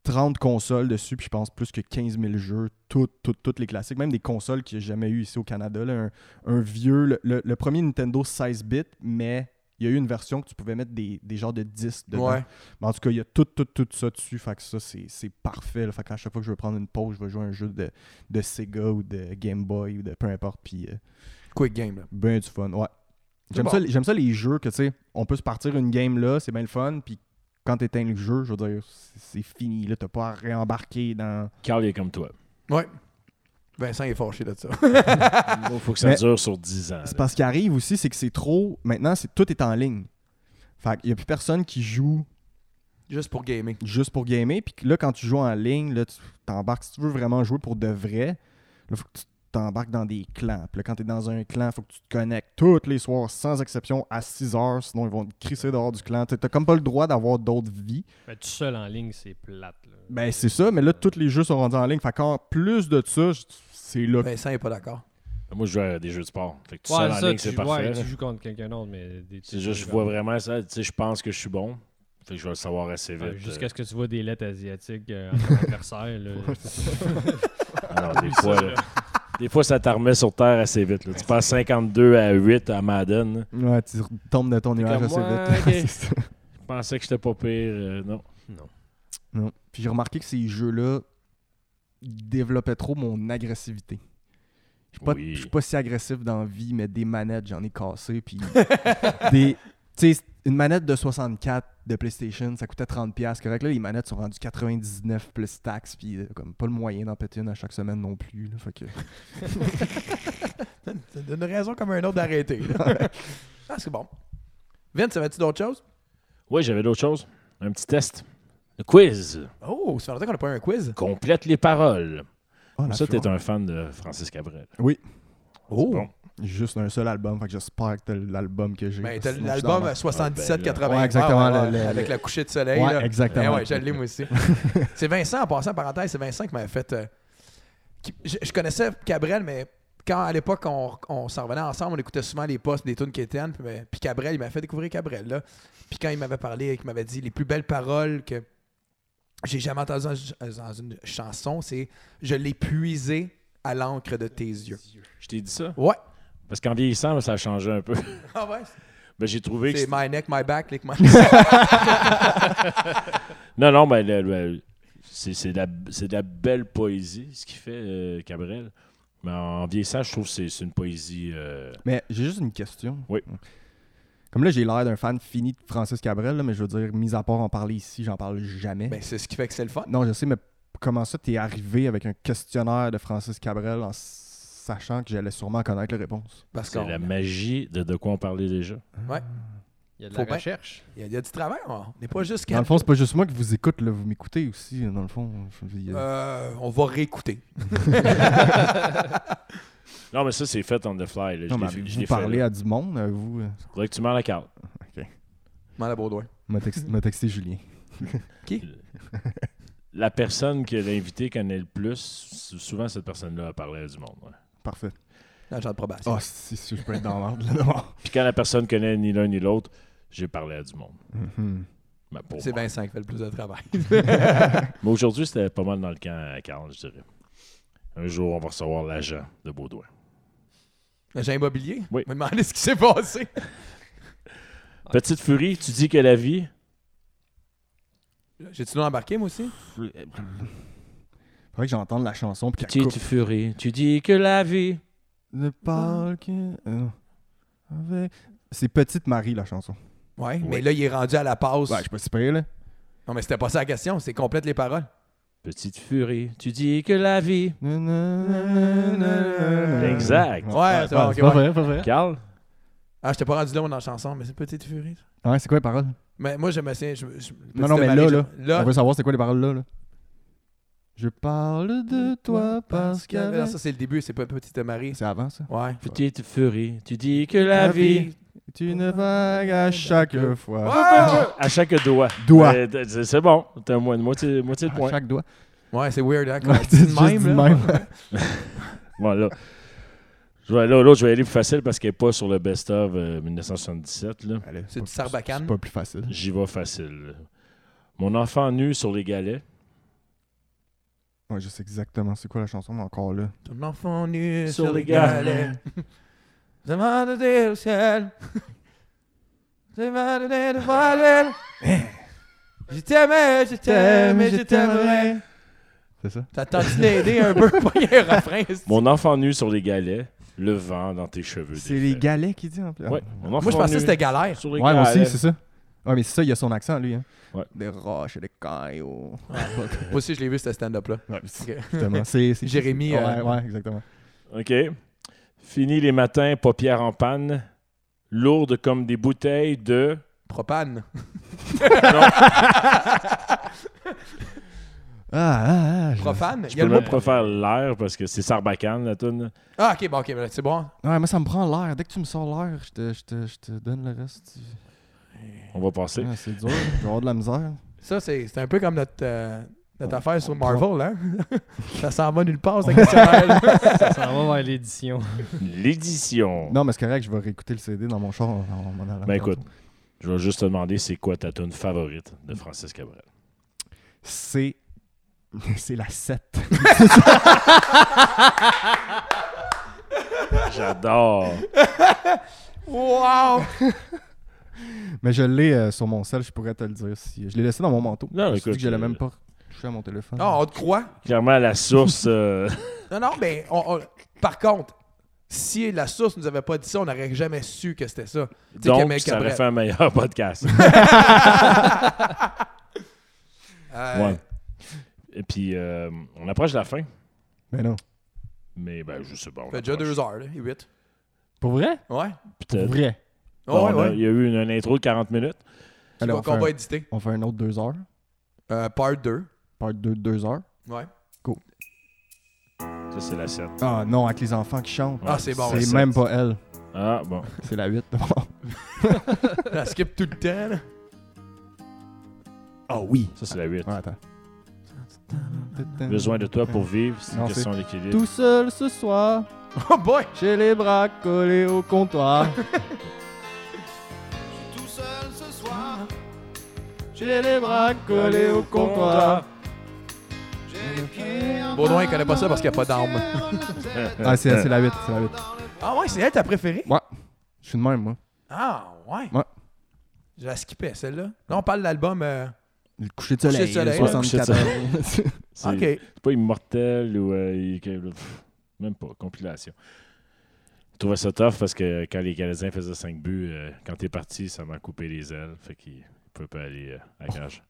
30 consoles dessus, puis je pense plus que 15 000 jeux, toutes les classiques, même des consoles qu'il n'y a jamais eu ici au Canada. Là, un vieux, le premier Nintendo 16 bits, mais il y a eu une version que tu pouvais mettre des genres de disques dedans. Ouais. Mais en tout cas, il y a tout ça dessus, fait que ça, c'est parfait. Là. Fait qu'à chaque fois que je veux prendre une pause, je vais jouer à un jeu de Sega ou de Game Boy ou de peu importe, puis Quick game, là. ben du fun, ouais. C'est bon. J'aime ça les jeux que, tu sais, on peut se partir une game là, c'est bien le fun, puis quand t'éteins le jeu, je veux dire, c'est fini, là, t'as pas à réembarquer dans... Carl est comme toi. Ouais. Vincent est fâché de ça. Il faut que ça Mais- dure sur 10 ans. C'est là. parce qu'il arrive aussi, c'est que c'est trop... Maintenant, tout est en ligne. Fait qu'il y a plus personne qui joue Juste pour gaming. juste pour gamer, puis là, quand tu joues en ligne, là, tu t'embarques, si tu veux vraiment jouer pour de vrai, là, faut que tu t'embarques dans des clans. Puis là, quand t'es dans un clan, faut que tu te connectes tous les soirs, sans exception, à 6 heures, sinon ils vont te crisser dehors du clan. T'as comme pas le droit d'avoir d'autres vies. Ben, tout seul en ligne, c'est plate. Là. Ben, c'est ça, mais là, tous les jeux sont rendus en ligne. Fait qu'en plus de ça, c'est là que... Vincent est pas d'accord. Moi, je joue à des jeux de sport. Fait que tout Ouais, seul en ça, ligne, c'est tu, parfait. ouais, là. tu joues contre quelqu'un d'autre, mais... C'est juste, je vois vraiment ça. Tu sais, je pense que je suis bon. Fait que je vais le savoir assez vite. Jusqu'à ce que tu vois des lettres asiatiques en ton adversaire. Là. Alors, des fois, ça t'armait sur terre assez vite. Là. Tu passes 52 à 8 à Madden. là. Ouais, tu tombes de ton nuage comme, assez ouais, vite. ok. C'est ça. Je pensais que j'étais pas pire. Non. Non. Puis j'ai remarqué que ces jeux-là développaient trop mon agressivité. Oui. Je suis pas si agressif dans la vie, mais des manettes, j'en ai cassé. Puis tu sais, une manette de 64 de PlayStation, ça coûtait 30$. Correct, là, les manettes sont rendues 99 plus taxes. Puis comme pas le moyen d'en péter une à chaque semaine non plus. Là, fait que... Ça donne une raison comme un autre d'arrêter. là. Ah, c'est bon. Vince, avais-tu d'autres choses? Oui, j'avais d'autres choses. Un petit test. Le quiz. Oh, ça fait longtemps qu'on n'a pas eu un quiz. Complète les paroles. Oh, la Ça, fleur. t'es un fan de Francis Cabrel. Oui. Oh! Bon. Juste un seul album. Fait que j'espère que t'as l'album que j'ai. Ben, t'as Sinon, l'album je suis dans la- 77-80. Ouais, exactement, avec la couchée de soleil. Ouais, là. exactement. Ouais, je l'ai moi aussi. C'est Vincent, en passant en parenthèse, c'est Vincent qui m'avait fait... je connaissais Cabrel, mais quand à l'époque on s'en revenait ensemble, on écoutait souvent les posts des tunes qu'Étienne, puis Cabrel, il m'a fait découvrir Cabrel. Là. Puis quand il m'avait parlé, il m'avait dit les plus belles paroles que j'ai jamais entendues dans une chanson, c'est « Je l'ai puisé à l'encre de tes yeux Je t'ai dit ça? ». Ouais. Parce qu'en vieillissant, ça a changé un peu. Ah ouais? Ben, j'ai trouvé que C'est My Neck, My Back, Lick My... Non, mais c'est de la belle poésie, ce qu'il fait, Cabrel. Mais en vieillissant, je trouve que c'est une poésie... Mais j'ai juste une question. Oui. Comme là, j'ai l'air d'un fan fini de Francis Cabrel, là, mais je veux dire, mis à part en parler ici, j'en parle jamais. Ben, c'est ce qui fait que c'est le fun. Non, je sais, mais comment ça, t'es arrivé avec un questionnaire de Francis Cabrel en sachant que j'allais sûrement connaître les réponses? Parce C'est qu'on la magie de quoi on parlait déjà. ouais, Il y a de Faut la bien. recherche. il y a du travail. On n'est pas juste... Dans le fond, c'est pas juste moi qui vous écoute, là, vous m'écoutez aussi, dans le fond. on va réécouter. Non, mais ça, c'est fait on the fly. Là. non, mais je vous l'ai parlez fait. à du monde, vous. Faudrait que tu m'en la carte. Mal à Baudouin. M'a texté Julien. La personne que l'invité connaît le plus, souvent, cette personne-là a parlé à du monde. Ouais. Parfait. L'agent de probation. Ah, si, je peux être dans l'ordre, là. Non. Puis quand la personne connaît ni l'un ni l'autre, j'ai parlé à du monde. Mhm. Mais pour C'est moi. Vincent qui fait le plus de travail. Mais aujourd'hui, c'était pas mal dans le camp à Carl, je dirais. Un jour, on va recevoir l'agent de Baudouin. L'agent immobilier? Oui. Me demander ce qui s'est passé. Petite Furie, tu dis que la vie... J'ai-tu nous embarqué, moi aussi? Faudrait que j'entende la chanson puis qu'elle coupe. Petite Furie, tu dis que la vie... Ne parle que... avec... C'est Petite Marie, la chanson. Ouais, mais là, il est rendu à la pause. Ouais, je suis pas si près, là. Non, mais c'était pas ça la question. C'est complète les paroles. Petite Furie, tu dis que la vie... Exact. Ouais, c'est bon, ok, c'est pas ouais. vrai, pas vrai. Carl? Ah, j'étais pas rendu là dans la chanson, mais c'est Petite Furie. ça. Ouais, c'est quoi les paroles? Mais moi, je me souviens... Non, mais là, Là, on veut savoir c'est quoi les paroles là. Je parle de toi parce là, que... ça, c'est le début. C'est pas Petite Marie. C'est avant, ça? Ouais. Petite Furie, tu dis que la vie... Tu ne vagues à chaque fois. À chaque doigt. Doigt. C'est bon. T'as moitié de À point. chaque doigt. Ouais, c'est weird, hein? Quand Ouais, on dit c'est de juste même, dit de là. même. Voilà. L'autre, je vais aller plus facile parce qu'elle n'est pas sur le best-of 1977. Là. Allez, C'est pas- du Sarbacane. C'est pas plus facile. J'y vais facile. Mon enfant nu sur les galets. Ouais, je sais exactement c'est quoi la chanson, mais encore là. Ton enfant nu Sur sur les les galets. Je m'en donné au ciel. Je m'en donné de voiles. Je t'aimais, je t'aimais, je t'aimerais. C'est ça? T'attends-tu d'aider un peu pour y un refrain? Mon enfant nu sur les galets, le vent dans tes cheveux. C'est les galets qui dit en plus. Ouais, mon Moi, enfant je pensais nu que c'était galère. sur les Ouais, moi galets. aussi, c'est ça. Ouais, mais c'est ça, il a son accent, lui. Hein. Ouais. Des roches et des cailloux. Moi aussi, je l'ai vu, ce stand-up-là. Ouais, Ok. justement. C'est Jérémy, Ouais, exactement. OK. Fini les matins, paupières en panne, lourdes comme des bouteilles de... Propane. Profane. Je Il y a peux le mot même pas faire l'air parce que c'est Sarbacane, la toune. Ah, ok, bon, ok, ben, c'est bon. Ouais, moi, ça me prend l'air. Dès que tu me sors l'air, je te donne le reste. On va passer. Ouais, c'est dur. Je vais avoir de la misère. Ça, c'est un peu comme notre affaire sur Marvel, hein? Ça s'en va nulle part, ce questionnaire. Ça s'en va vers l'édition. L'édition. Non, mais c'est correct, je vais réécouter le CD dans mon char. en m'en allant. Ben écoute, je vais juste te demander c'est quoi ta tune favorite de Francis Cabrel. C'est la 7. J'adore. Wow! Mais je l'ai sur mon sel, je pourrais te le dire. Si... Je l'ai laissé dans mon manteau. Non, je me suis écoute, dit que j'allais même pas toucher à mon téléphone. Ah, on te croit? Clairement, à la source... Non, non, mais par contre, si la source nous avait pas dit ça, on n'aurait jamais su que c'était ça. Tu sais, donc, Kamel ça aurait Cabrel. fait un meilleur podcast. Ouais. Et puis, on approche de la fin. Mais non. Mais ben, je sais pas. Ça fait déjà 2 heures, là, 8. Pour vrai? Ouais. Pour Peut-être. vrai. Oh, ouais, ouais. Il y a eu une intro de 40 minutes. Alors, Qu'on va éditer. on fait un autre 2 heures. Part 2. Part 2 de 2 heures. Ouais. Ça, c'est la 7. Ah non, avec les enfants qui chantent. Ah, c'est bon. C'est même pas elle. Ah, bon. C'est la 8. La skip tout le temps, là. Ah oui. Ça, c'est la 8. Ouais, attends. Besoin de toi pour vivre, c'est une Non, question d'équilibre. Tout seul ce soir, Oh boy! j'ai les bras collés au comptoir. Tout seul ce soir, J'ai les bras collés au comptoir. j'ai les pieds en Baudouin, il connaît pas ça parce qu'il n'y a pas d'armes. Ah, c'est la 8. C'est la 8. Ah ouais, c'est elle ta préférée? Ouais. Je suis de même, moi. Ah ouais? Ouais. Je la skippais, celle-là. Là, on parle de l'album... Le coucher de soleil. Coucher de soleil, le ouais. 74. C'est OK. c'est pas immortel ou... même pas, compilation. Je trouvais ça tough parce que quand les Canadiens faisaient 5 buts, quand t'es parti, ça m'a coupé les ailes. Fait qu'il peut pas aller à cage.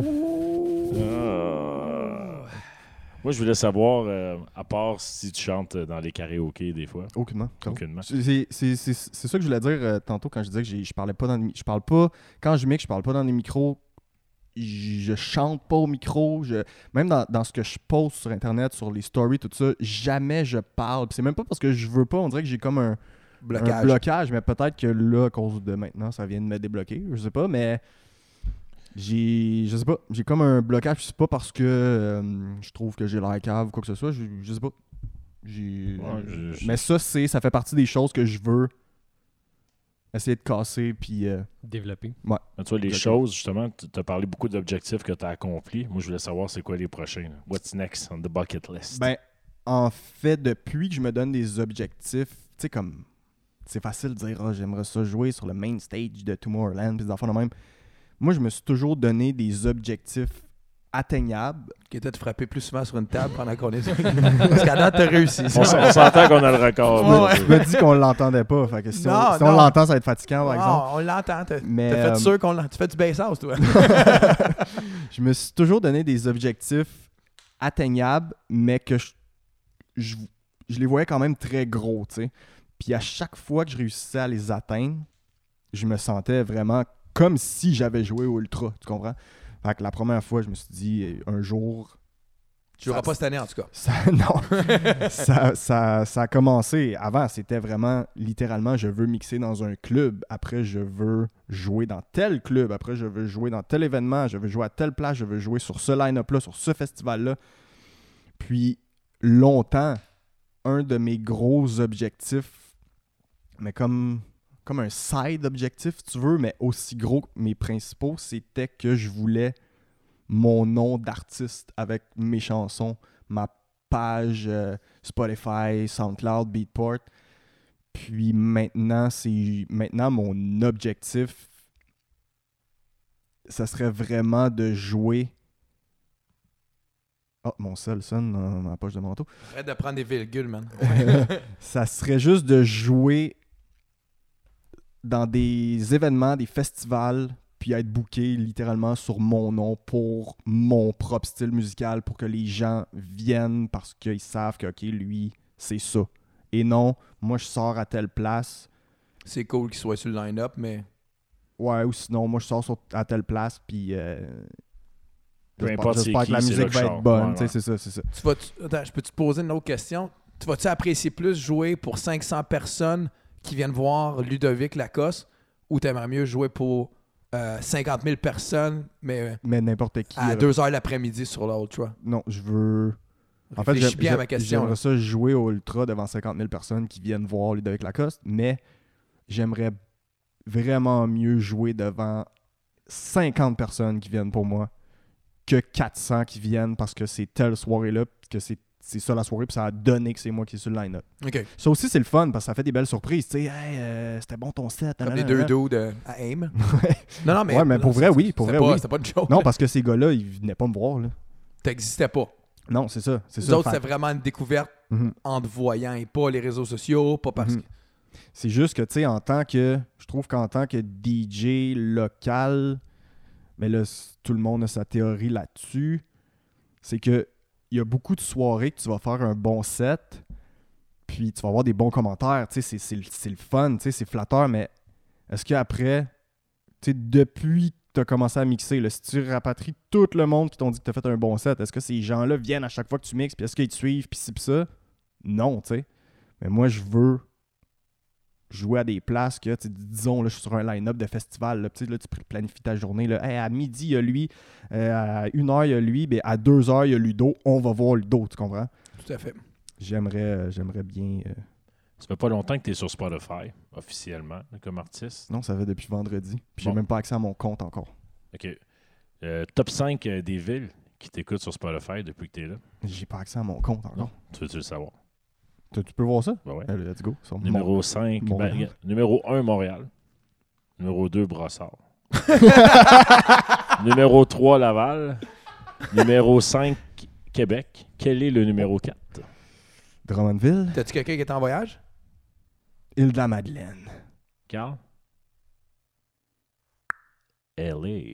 Moi, je voulais savoir, à part si tu chantes dans les karaokés des fois. Aucunement. Aucunement. C'est ça que je voulais dire tantôt quand je disais que je parlais pas dans les je parle pas quand je mixe, je parle pas dans les micros. Je chante pas au micro. Même dans ce que je poste sur Internet, sur les stories, tout ça, jamais je parle. Puis c'est même pas parce que je veux pas. On dirait que j'ai comme un blocage, mais peut-être que là, à cause de maintenant, ça vient de me débloquer. Je sais pas, mais je sais pas. J'ai comme un blocage. C'est pas parce que je trouve que j'ai l'air cave ou quoi que ce soit. Je sais pas. Mais ça fait partie des choses que je veux essayer de casser. Puis Développer. Tu vois, les choses, justement, tu as parlé beaucoup d'objectifs que tu as accomplis. Moi, je voulais savoir c'est quoi les prochains. Là. What's next on the bucket list? Ben, en fait, depuis que je me donne des objectifs, tu sais, comme c'est facile de dire j'aimerais ça jouer sur le main stage de Tomorrowland, puis des enfants de même. Moi, je me suis toujours donné des objectifs atteignables. Qui était de frapper plus souvent sur une table pendant qu'on est... Parce qu'à date, t'as réussi. On s'entend qu'on a le record. Ouais. Je me dis qu'on l'entendait pas. Fait que si Non, on non. l'entend, ça va être fatigant, par exemple. On l'entend. T'as Mais, fait sûr qu'on l'entend. Tu fais du bass-house, toi. Je me suis toujours donné des objectifs atteignables, mais que je les voyais quand même très gros, tu sais. Puis à chaque fois que je réussissais à les atteindre, je me sentais vraiment comme si j'avais joué au Ultra, tu comprends? Fait que la première fois, je me suis dit, un jour... Tu joueras pas cette année, en tout cas. Ça a commencé. Avant, c'était vraiment, littéralement, je veux mixer dans un club. Après, je veux jouer dans tel club. Après, je veux jouer dans tel événement. Je veux jouer à telle place. Je veux jouer sur ce line-up-là, sur ce festival-là. Puis, longtemps, un de mes gros objectifs, mais comme un side objectif, si tu veux, mais aussi gros que mes principaux, c'était que je voulais mon nom d'artiste avec mes chansons ma page Spotify, SoundCloud, Beatport. Puis maintenant, mon objectif, ça serait vraiment de jouer. Oh, mon cell sonne dans ma poche de manteau. Arrête de prendre des virgules, man. Ça serait juste de jouer dans des événements, des festivals, puis être booké littéralement sur mon nom pour mon propre style musical, pour que les gens viennent parce qu'ils savent que, OK, lui, c'est ça. Et non, moi, je sors à telle place. C'est cool qu'il soit sur le line-up, mais... Ouais, ou sinon, moi, je sors à telle place, puis... Peu importe c'est j'espère qui, que la c'est musique là que va je être sors. bonne. Ouais, Tu sais, c'est ça. Attends, je peux te poser une autre question? Tu vas-tu apprécier plus jouer pour 500 personnes qui viennent voir Ludovic Lacoste ou t'aimerais mieux jouer pour 50 000 personnes, mais Mais n'importe qui. à 2 heures l'après-midi sur l'Ultra? Non, je veux... En fait, Réfléchis bien à ma question. j'aimerais ça jouer au Ultra devant 50 000 personnes qui viennent voir Ludovic Lacoste, mais j'aimerais vraiment mieux jouer devant 50 personnes qui viennent pour moi que 400 qui viennent parce que c'est telle soirée-là, que c'est ça la soirée, puis ça a donné que c'est moi qui suis sur le line-up. OK. Ça aussi, c'est le fun parce que ça fait des belles surprises. Tu sais, hey, c'était bon ton set. Comme les deux dudes à AIM. Ouais. Non, mais... Ouais, mais pour vrai, oui. Pour vrai, oui. C'était pas une joke. Non, parce que ces gars-là, ils venaient pas me voir. Là. T'existais pas. Non, c'est ça. C'est Nous ça. autres, c'était vraiment une découverte Mhm. en te voyant et pas les réseaux sociaux, pas parce Mhm. que... C'est juste que, tu sais, je trouve qu'en tant que DJ local, mais là, tout le monde a sa théorie là-dessus, c'est que il y a beaucoup de soirées que tu vas faire un bon set, puis tu vas avoir des bons commentaires, tu sais, c'est le fun, tu sais, c'est flatteur, mais est-ce qu'après, tu sais, depuis que tu as commencé à mixer, là, si tu rapatries tout le monde qui t'ont dit que tu as fait un bon set, est-ce que ces gens-là viennent à chaque fois que tu mixes, puis est-ce qu'ils te suivent, puis ci, puis ça? Non, tu sais. Mais moi, je veux jouer à des places que, disons, là, je suis sur un line-up de festival, là, tu planifies ta journée, là, hey, à midi, il y a lui, à 1h, il y a lui, ben, à 2h, il y a Ludo, on va voir Ludo, tu comprends? Tout à fait. J'aimerais bien... Ça fait pas longtemps que tu es sur Spotify, officiellement, là, comme artiste. Non, ça fait depuis vendredi, puis j'ai Bon. même pas accès à mon compte encore. OK. Top 5 des villes qui t'écoutent sur Spotify depuis que tu es là. J'ai pas accès à mon compte encore. Non. Tu veux-tu le savoir? Tu peux voir ça? Ben ouais. Allez, let's go. Sur Numéro 5, Montréal. numéro 1, Montréal. Numéro 2, Brossard. Numéro 3, Laval. Numéro 5, Québec. Quel est le numéro 4? Drummondville, T'as-tu quelqu'un qui est en voyage? Île-de-la-Madeleine. Carl? LA.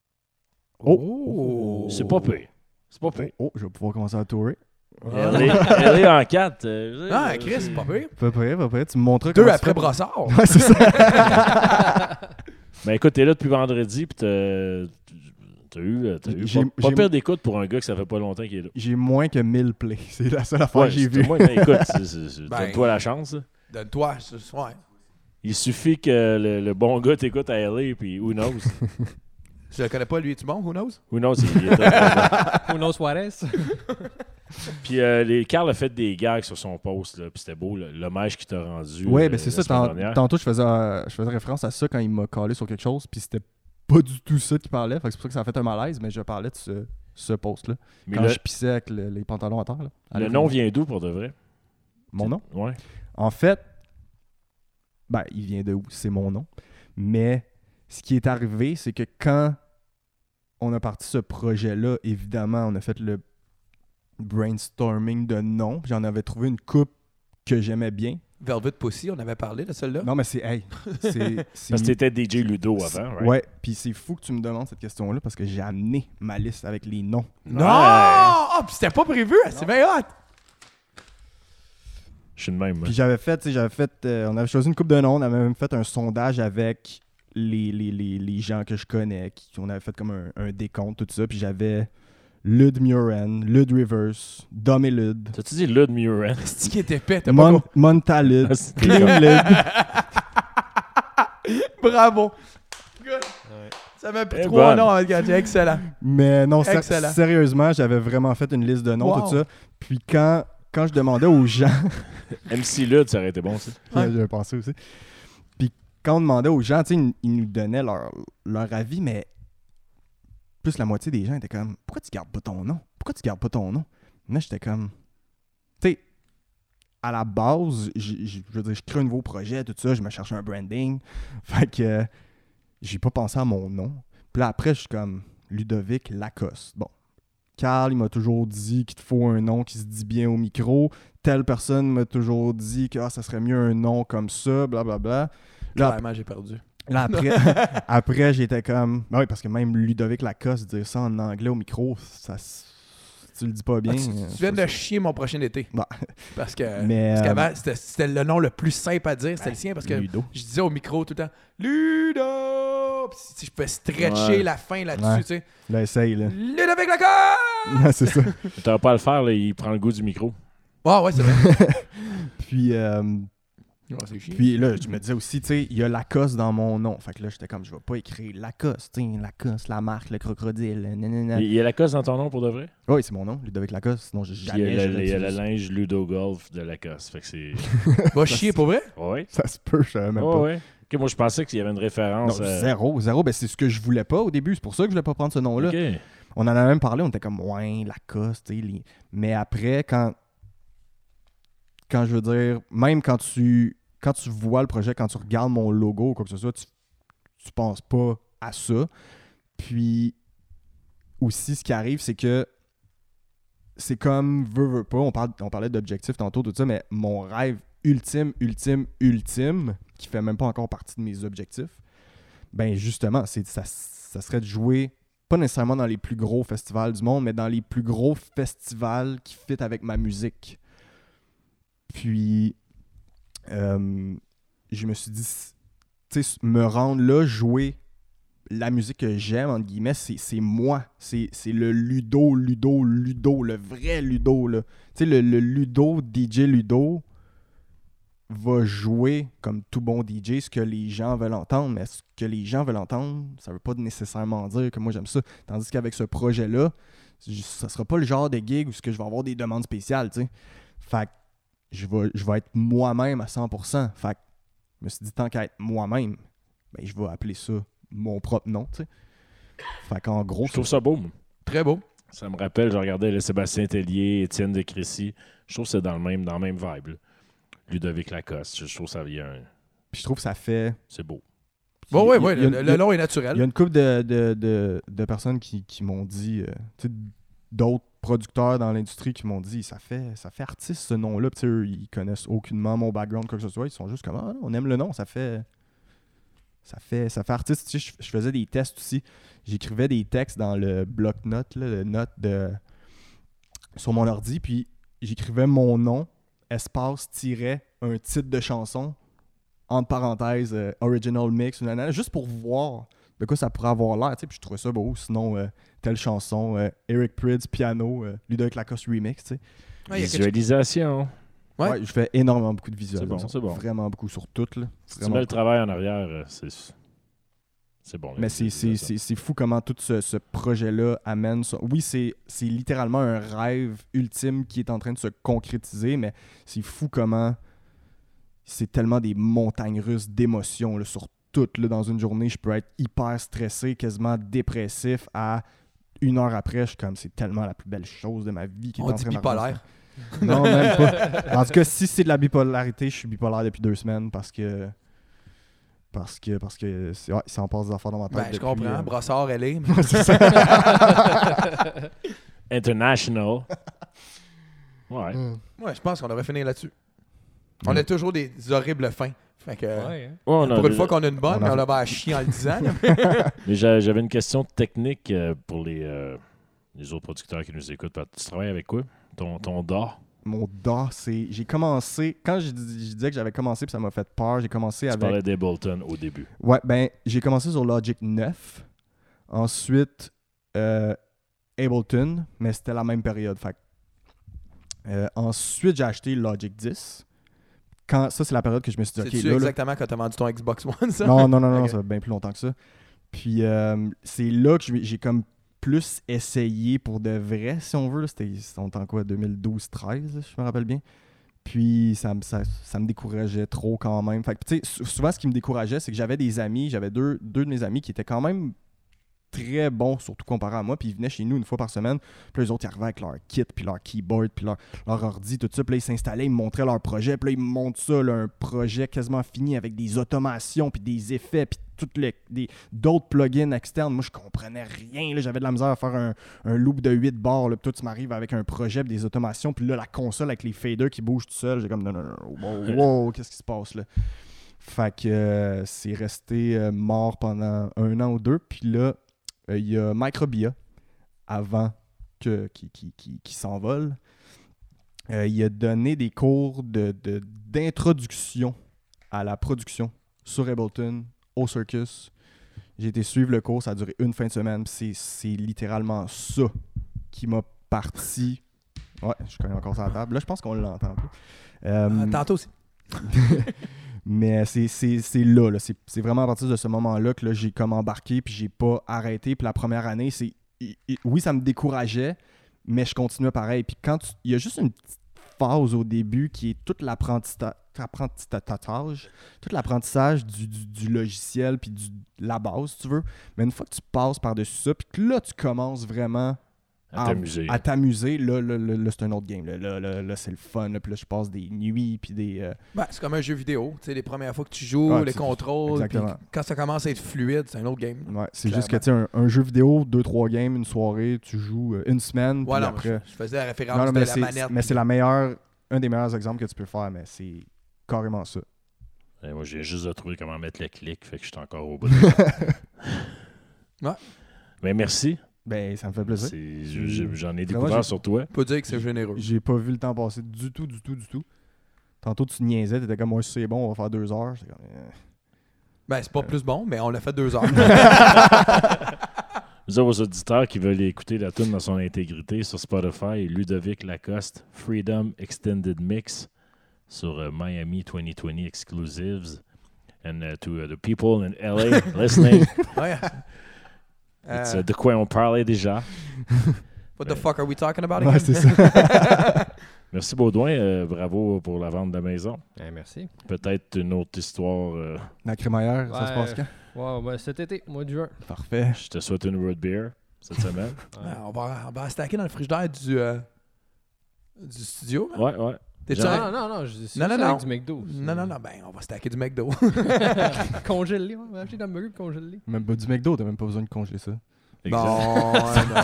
Oh! C'est pas pire. C'est pas pire. Oh, je vais pouvoir commencer à tourer. LA en 4. Ah, Chris, c'est pas pire. Pas près. Tu me montreras 2 comment tu après fais. Brossard. Ouais, c'est ça. Ben écoute, t'es là depuis vendredi, puis t'as eu pas pire d'écoute pour un gars que ça fait pas longtemps qu'il est là. J'ai moins que 1000 plays. C'est la seule affaire Ouais, que j'ai c'est- vue. moi, ben, écoute, Ben, donne-toi la chance. là. Donne-toi. Ouais. Il suffit que le bon gars t'écoute à LA, puis who knows? Je le connais pas, lui. Es-tu bon? Who knows? Who knows? Il est très bon. Uno Suarez. Puis Carl a fait des gags sur son post, là, puis c'était beau, l'hommage qu'il t'a rendu. Ouais, ben c'est la ça. semaine dernière. Tantôt, je faisais référence à ça quand il m'a collé sur quelque chose, puis c'était pas du tout ça qu'il parlait. Fait que c'est pour ça que ça a fait un malaise, mais je parlais de ce post-là. Mais Quand le, je pissais avec les pantalons à terre. Là. le nom vient d'où pour de vrai? Mon nom? Ouais. En fait, ben, il vient de où? C'est mon nom. Mais ce qui est arrivé, c'est que quand on a parti ce projet-là, évidemment, on a fait le brainstorming de noms. Puis j'en avais trouvé une coupe que j'aimais bien. Velvet Pussy, on avait parlé de celle-là. Non, mais c'est... Hey, c'est Parce que t'étais DJ Ludo avant, right? Ouais, puis c'est fou que tu me demandes cette question-là parce que j'ai amené ma liste avec les noms. Non! Ouais. Ah, puis c'était pas prévu. C'est bien hot. Je suis de même. moi. Puis on avait choisi une coupe de noms, on avait même fait un sondage avec les gens que je connais, on avait fait comme un décompte, tout ça, puis j'avais Lud Muren, Lud Rivers, Dom et Lud, T'as-tu dit Lud Muren? C'est qui était épais. T'as pas Montalud, Ah, c'est Clean Lud. Bravo. Good. Ça m'a pris Eh 3 bonne. noms avec Gadget. Excellent. Mais non, Excellent. sérieusement, j'avais vraiment fait une liste de noms, Wow. tout ça. Puis quand je demandais aux gens, MC Lud, ça aurait été bon, ça. Ouais. j'avais pensé aussi. Puis quand on demandait aux gens, tu sais, ils nous donnaient leur avis, mais plus la moitié des gens étaient comme, pourquoi tu gardes pas ton nom? Pourquoi tu gardes pas ton nom? Là, j'étais comme... Tu sais, à la base, je veux dire, je crée un nouveau projet, tout ça, je me cherche un branding. Fait que j'ai pas pensé à mon nom. Puis là, après, je suis comme Ludovic Lacoste. Bon. Carl, il m'a toujours dit qu'il te faut un nom qui se dit bien au micro. Telle personne m'a toujours dit que ça serait mieux un nom comme ça, blablabla. Là, Clairement, j'ai perdu. Là, après j'étais comme... Ben oui, parce que même Ludovic Lacoste, dire ça en anglais au micro, ça... Tu le dis pas bien. Tu viens de chier mon prochain été. Bon. Parce que Mais, parce qu'avant, c'était le nom le plus simple à dire, c'était le sien, parce que Ludo. je disais au micro tout le temps « Ludo! » Puis si je pouvais stretcher Ouais. la fin là-dessus, Ouais. tu sais. Là, essaye, là. Ludovic Lacoste! Ouais, c'est ça. T'auras pas à le faire, là, il prend le goût du micro. Ouais, c'est vrai. Puis, Ouais, c'est chiant. puis là, je me disais aussi, tu sais, il y a Lacoste dans mon nom. Fait que là, j'étais comme, je vais pas écrire Lacoste, tu sais, Lacoste, la marque, le crocodile, nanana. Il y a Lacoste dans ton nom pour de vrai? Oui, c'est mon nom, Ludovic Lacoste. Sinon, j'ai Puis jamais... il y a le j'aurais dit linge Ludo Golf de Lacoste. Fait que c'est. Va chier pour vrai? Ouais. ça. Ça se peut, je savais même Ouais, pas. ouais. Ok, moi, je pensais qu'il y avait une Non, référence. zéro. Ben, c'est ce que je voulais pas au début. C'est pour ça que je voulais pas prendre ce nom-là. Ok. On en a même parlé, on était comme, ouais, Lacoste, tu sais. Mais après, quand je veux dire, même quand tu vois le projet, quand tu regardes mon logo ou quoi que ce soit, tu penses pas à ça. Puis, aussi, ce qui arrive, c'est que c'est comme, veux pas, on parlait d'objectifs tantôt, tout ça, mais mon rêve ultime, qui fait même pas encore partie de mes objectifs, ben justement, ça serait de jouer, pas nécessairement dans les plus gros festivals du monde, mais dans les plus gros festivals qui fit avec ma musique. Puis, je me suis dit, tu sais, me rendre là, jouer la musique que j'aime, entre guillemets, c'est moi. C'est le Ludo, le vrai Ludo, là. Tu sais, le Ludo, DJ Ludo, va jouer comme tout bon DJ ce que les gens veulent entendre, mais ce que les gens veulent entendre, ça veut pas nécessairement dire que moi j'aime ça. Tandis qu'avec ce projet-là, ça sera pas le genre de gig où je vais avoir des demandes spéciales, tu sais. Fait que je vais être moi-même à 100%. Fait que je me suis dit, tant qu'à être moi-même, ben je vais appeler ça mon propre nom, tu sais. Fait qu'en gros... Je trouve ça beau, moi. Très beau. Ça me rappelle, je regardais le Sébastien Tellier, Étienne de Crécy. Je trouve que c'est dans le même vibe. Là. Ludovic Lacoste. Je trouve que ça vient. Puis je trouve que ça fait... C'est beau. Bon, ouais, Il y a- le nom est Il y a naturel. une couple de personnes qui m'ont dit, tu sais, d'autres producteurs dans l'industrie qui m'ont dit, ça fait artiste ce nom-là. Puis tu sais, eux, ils connaissent aucunement mon background, quoi que ce soit. Ils sont juste comme, ah, on aime le nom, ça fait artiste. Tu sais, je faisais des tests aussi. J'écrivais des textes dans le bloc-notes, là, le note sur mon ordi, puis j'écrivais mon nom, espace, tiret, un titre de chanson, entre parenthèses, original mix, juste pour voir de quoi ça pourrait avoir l'air, tu sais, puis je trouvais ça beau. Sinon, telle chanson, Eric Prydz, piano, Ludovic Lacoste remix, tu sais. Ouais, il y a quelque- Visualisation. Ouais. Ouais, je fais énormément beaucoup de visuels. C'est bon. Vraiment beaucoup sur toutes, là. Si tu Vraiment mets le cool. travail en arrière, c'est bon. Mais c'est fou comment tout ce projet-là amène ça. Oui, c'est littéralement un rêve ultime qui est en train de se concrétiser, mais c'est fou comment c'est tellement des montagnes russes d'émotions là, sur tout. Là, dans une journée, je peux être hyper stressé, quasiment dépressif, à 1 heure après, je suis comme, c'est tellement la plus belle chose de ma vie qui est On en dit train de bipolaire. Non, même pas. En tout cas, si c'est de la bipolarité, je suis bipolaire depuis 2 semaines parce que c'est, ouais, ça en passe des affaires dans ma tête. Ben, je depuis, comprends. Brossard, elle est. c'est ça. International. Ouais. Ouais, je pense qu'on devrait finir là-dessus. On a toujours des horribles fins. Fait que, Ouais, hein. Ouais, pour une fois qu'on a une bonne, on a- on va à chier en le disant. là. Mais j'avais une question technique pour les autres producteurs qui nous écoutent. Tu travailles avec quoi? Ton DAW? Mon DAW, c'est... J'ai commencé... Quand je disais que j'avais commencé, puis ça m'a fait peur, j'ai commencé Tu avec... parlais d'Ableton au début. Ouais, ben, j'ai commencé sur Logic 9. Ensuite, Ableton, mais c'était la même période. Fait que, ensuite, j'ai acheté Logic 10. Ça, c'est la période que je me suis dit, C'est-tu OK, là... exactement quand t'as vendu ton Xbox One, ça? Non, Ok. ça fait bien plus longtemps que ça. Puis c'est là que j'ai comme plus essayé pour de vrai, si on veut. Là. C'était en quoi, 2012-13, je me rappelle bien. Puis ça me décourageait trop quand même. Fait que, tu sais, souvent, ce qui me décourageait, c'est que j'avais des amis, j'avais deux de mes amis qui étaient quand même très bons, surtout comparé à moi. Puis ils venaient chez nous une fois par semaine. Puis les autres, ils arrivaient avec leur kit, puis leur keyboard, puis leur ordi, tout ça. Puis là, ils s'installaient, ils me montraient leur projet. Puis là, ils me montrent ça, là, un projet quasiment fini avec des automations, puis des effets, puis d'autres plugins externes. Moi, je comprenais rien. Là. J'avais de la misère à faire un loop de 8 bars. Là. Puis toi, tu m'arrives avec un projet, puis des automations. Puis là, la console avec les faders qui bougent tout seul. J'ai comme, non, wow, qu'est-ce qui se passe là? Fait que c'est resté mort pendant 1 an ou 2. Puis là, il y a Microbia, avant qu'il s'envole. Il a donné des cours d'introduction à la production sur Ableton, au Circus. J'ai été suivre le cours, ça a duré une fin de semaine. C'est littéralement ça qui m'a parti. Ouais, je connais encore ça à la table. Là, je pense qu'on l'entend plus. Tantôt aussi. Mais c'est là. C'est vraiment à partir de ce moment-là que là, j'ai comme embarqué puis j'ai pas arrêté. Puis la première année, oui, ça me décourageait, mais je continuais pareil. Puis il y a juste une petite phase au début qui est tout l'apprentissage du logiciel puis de la base, si tu veux. Mais une fois que tu passes par-dessus ça, puis que là, tu commences vraiment à t'amuser, là c'est un autre game. Là, c'est le fun. Là, puis là, je passe des nuits, puis des... C'est comme un jeu vidéo. Tu sais, les premières fois que tu joues, les contrôles. Exactement. Quand ça commence à être fluide, c'est un autre game. Ouais, c'est juste que, tu sais, un jeu vidéo, 2-3 games, une soirée, tu joues une semaine, puis après... Je faisais la référence de la manette. Mais c'est un des meilleurs exemples que tu peux faire, mais c'est carrément ça. Et moi, j'ai juste de trouver comment mettre le clic, fait que je suis encore au bout Ouais. Mais merci. Ben, ça me fait plaisir. J'en ai découvert sur toi. On peut dire que c'est généreux. J'ai pas vu le temps passer du tout. Tantôt, tu niaisais, t'étais comme, moi, si c'est bon, on va faire 2 heures. C'est comme, c'est pas plus bon, mais on l'a fait 2 heures. Nous avons aux auditeurs qui veulent écouter la tune dans son intégrité sur Spotify, Ludovic Lacoste, Freedom Extended Mix sur Miami 2020 Exclusives. And to the people in LA listening, Ouais. it's de quoi on parlait déjà. What the fuck are we talking about ouais, again? c'est ça. Merci Baudouin, bravo pour la vente de la maison. Merci. Peut-être une autre histoire. La crémaillère, ça se passe quand? Wow, cet été, mois de juin. Parfait. Je te souhaite une road beer cette semaine. On va stacker dans le frigidaire du studio. Ouais. Non, je dis Non. avec du McDo. Non, on va stacker du McDo. Congelé, on va acheter dans le burger congelé. Même pas du McDo, t'as même pas besoin de congeler ça. Non.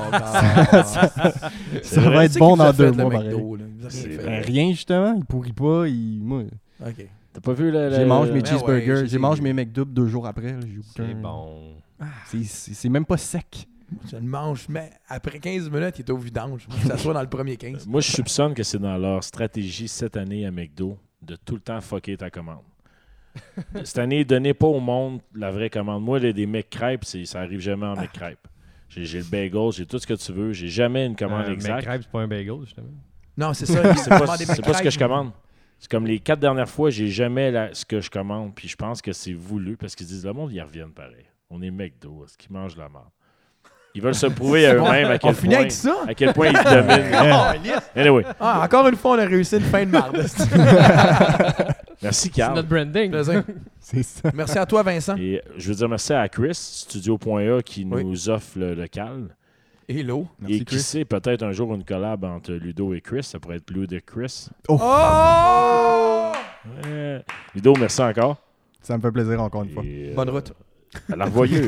Ça va être bon dans 2 mois, pareil. Ben, rien, justement. Il pourrit pas. Moi, OK. T'as pas vu le... j'ai mangé mes Ouais, cheeseburgers. ouais, j'ai mangé mes McDoubles 2 jours après. Là, C'est bon. C'est même pas sec. Je le mange, mais après 15 minutes, il est au vidange. Faut que ça soit dans le premier 15. Moi, je soupçonne que c'est dans leur stratégie cette année à McDo de tout le temps fucker ta commande. Cette année, donnez pas au monde la vraie commande. Moi, des McCrêpes, ça arrive jamais en McCrêpes. J'ai le bagel, j'ai tout ce que tu veux. J'ai jamais une commande exacte. McCrêpes, c'est pas un bagel, justement. Non, c'est ça. C'est pas ce que je commande. C'est comme les 4 dernières fois, j'ai jamais ce que je commande. Puis je pense que c'est voulu parce qu'ils disent le monde, ils reviennent pareil. On est McDo, est-ce qu'ils mangent la merde? Ils veulent se prouver à eux-mêmes à quel finit avec ça? à quel point ils dominent. Anyway. Encore une fois, on a réussi une fin de marde. Merci, C'est Carl. notre branding. Plaisir. C'est ça. Merci à toi, Vincent. Et je veux dire merci à Chris, Studio.a, qui nous offre le local. Hello. Merci, Et qui Chris. sait, peut-être un jour une collab entre Ludo et Chris. Ça pourrait être Ludo et Chris. Oh! Ludo, merci encore. Ça me fait plaisir encore une fois. Et, Bonne route. À la revoyure.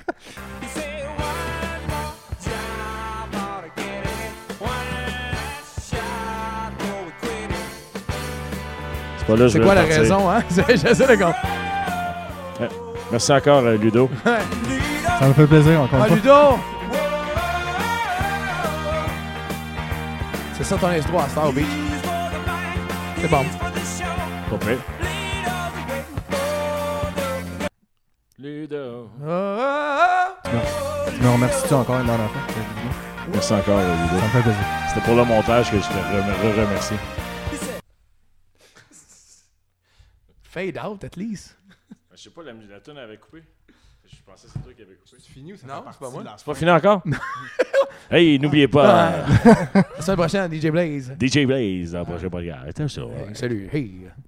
C'est pas là, je C'est voulais quoi la partir. raison, hein? J'essaie de comprendre. Merci encore, Ludo. Ça me fait plaisir encore une fois. Ludo! C'est ça ton intro à Star Beach. C'est bon. Pas prêt. Ludo. Tu me remercies-tu encore une dernière fois? Merci encore, Ludo. Ça me fait plaisir. C'était pour le montage que je te remercie. Fade out, at least. Je sais pas, la tune avait coupé. Je pensais que c'est toi qui avais coupé. C'est fini ou ça Non, c'est pas moi. C'est pas fini encore? Hey, n'oubliez pas, La semaine prochaine, DJ Blaze. DJ Blaze, dans le prochain podcast. Attention. Salut. Hey.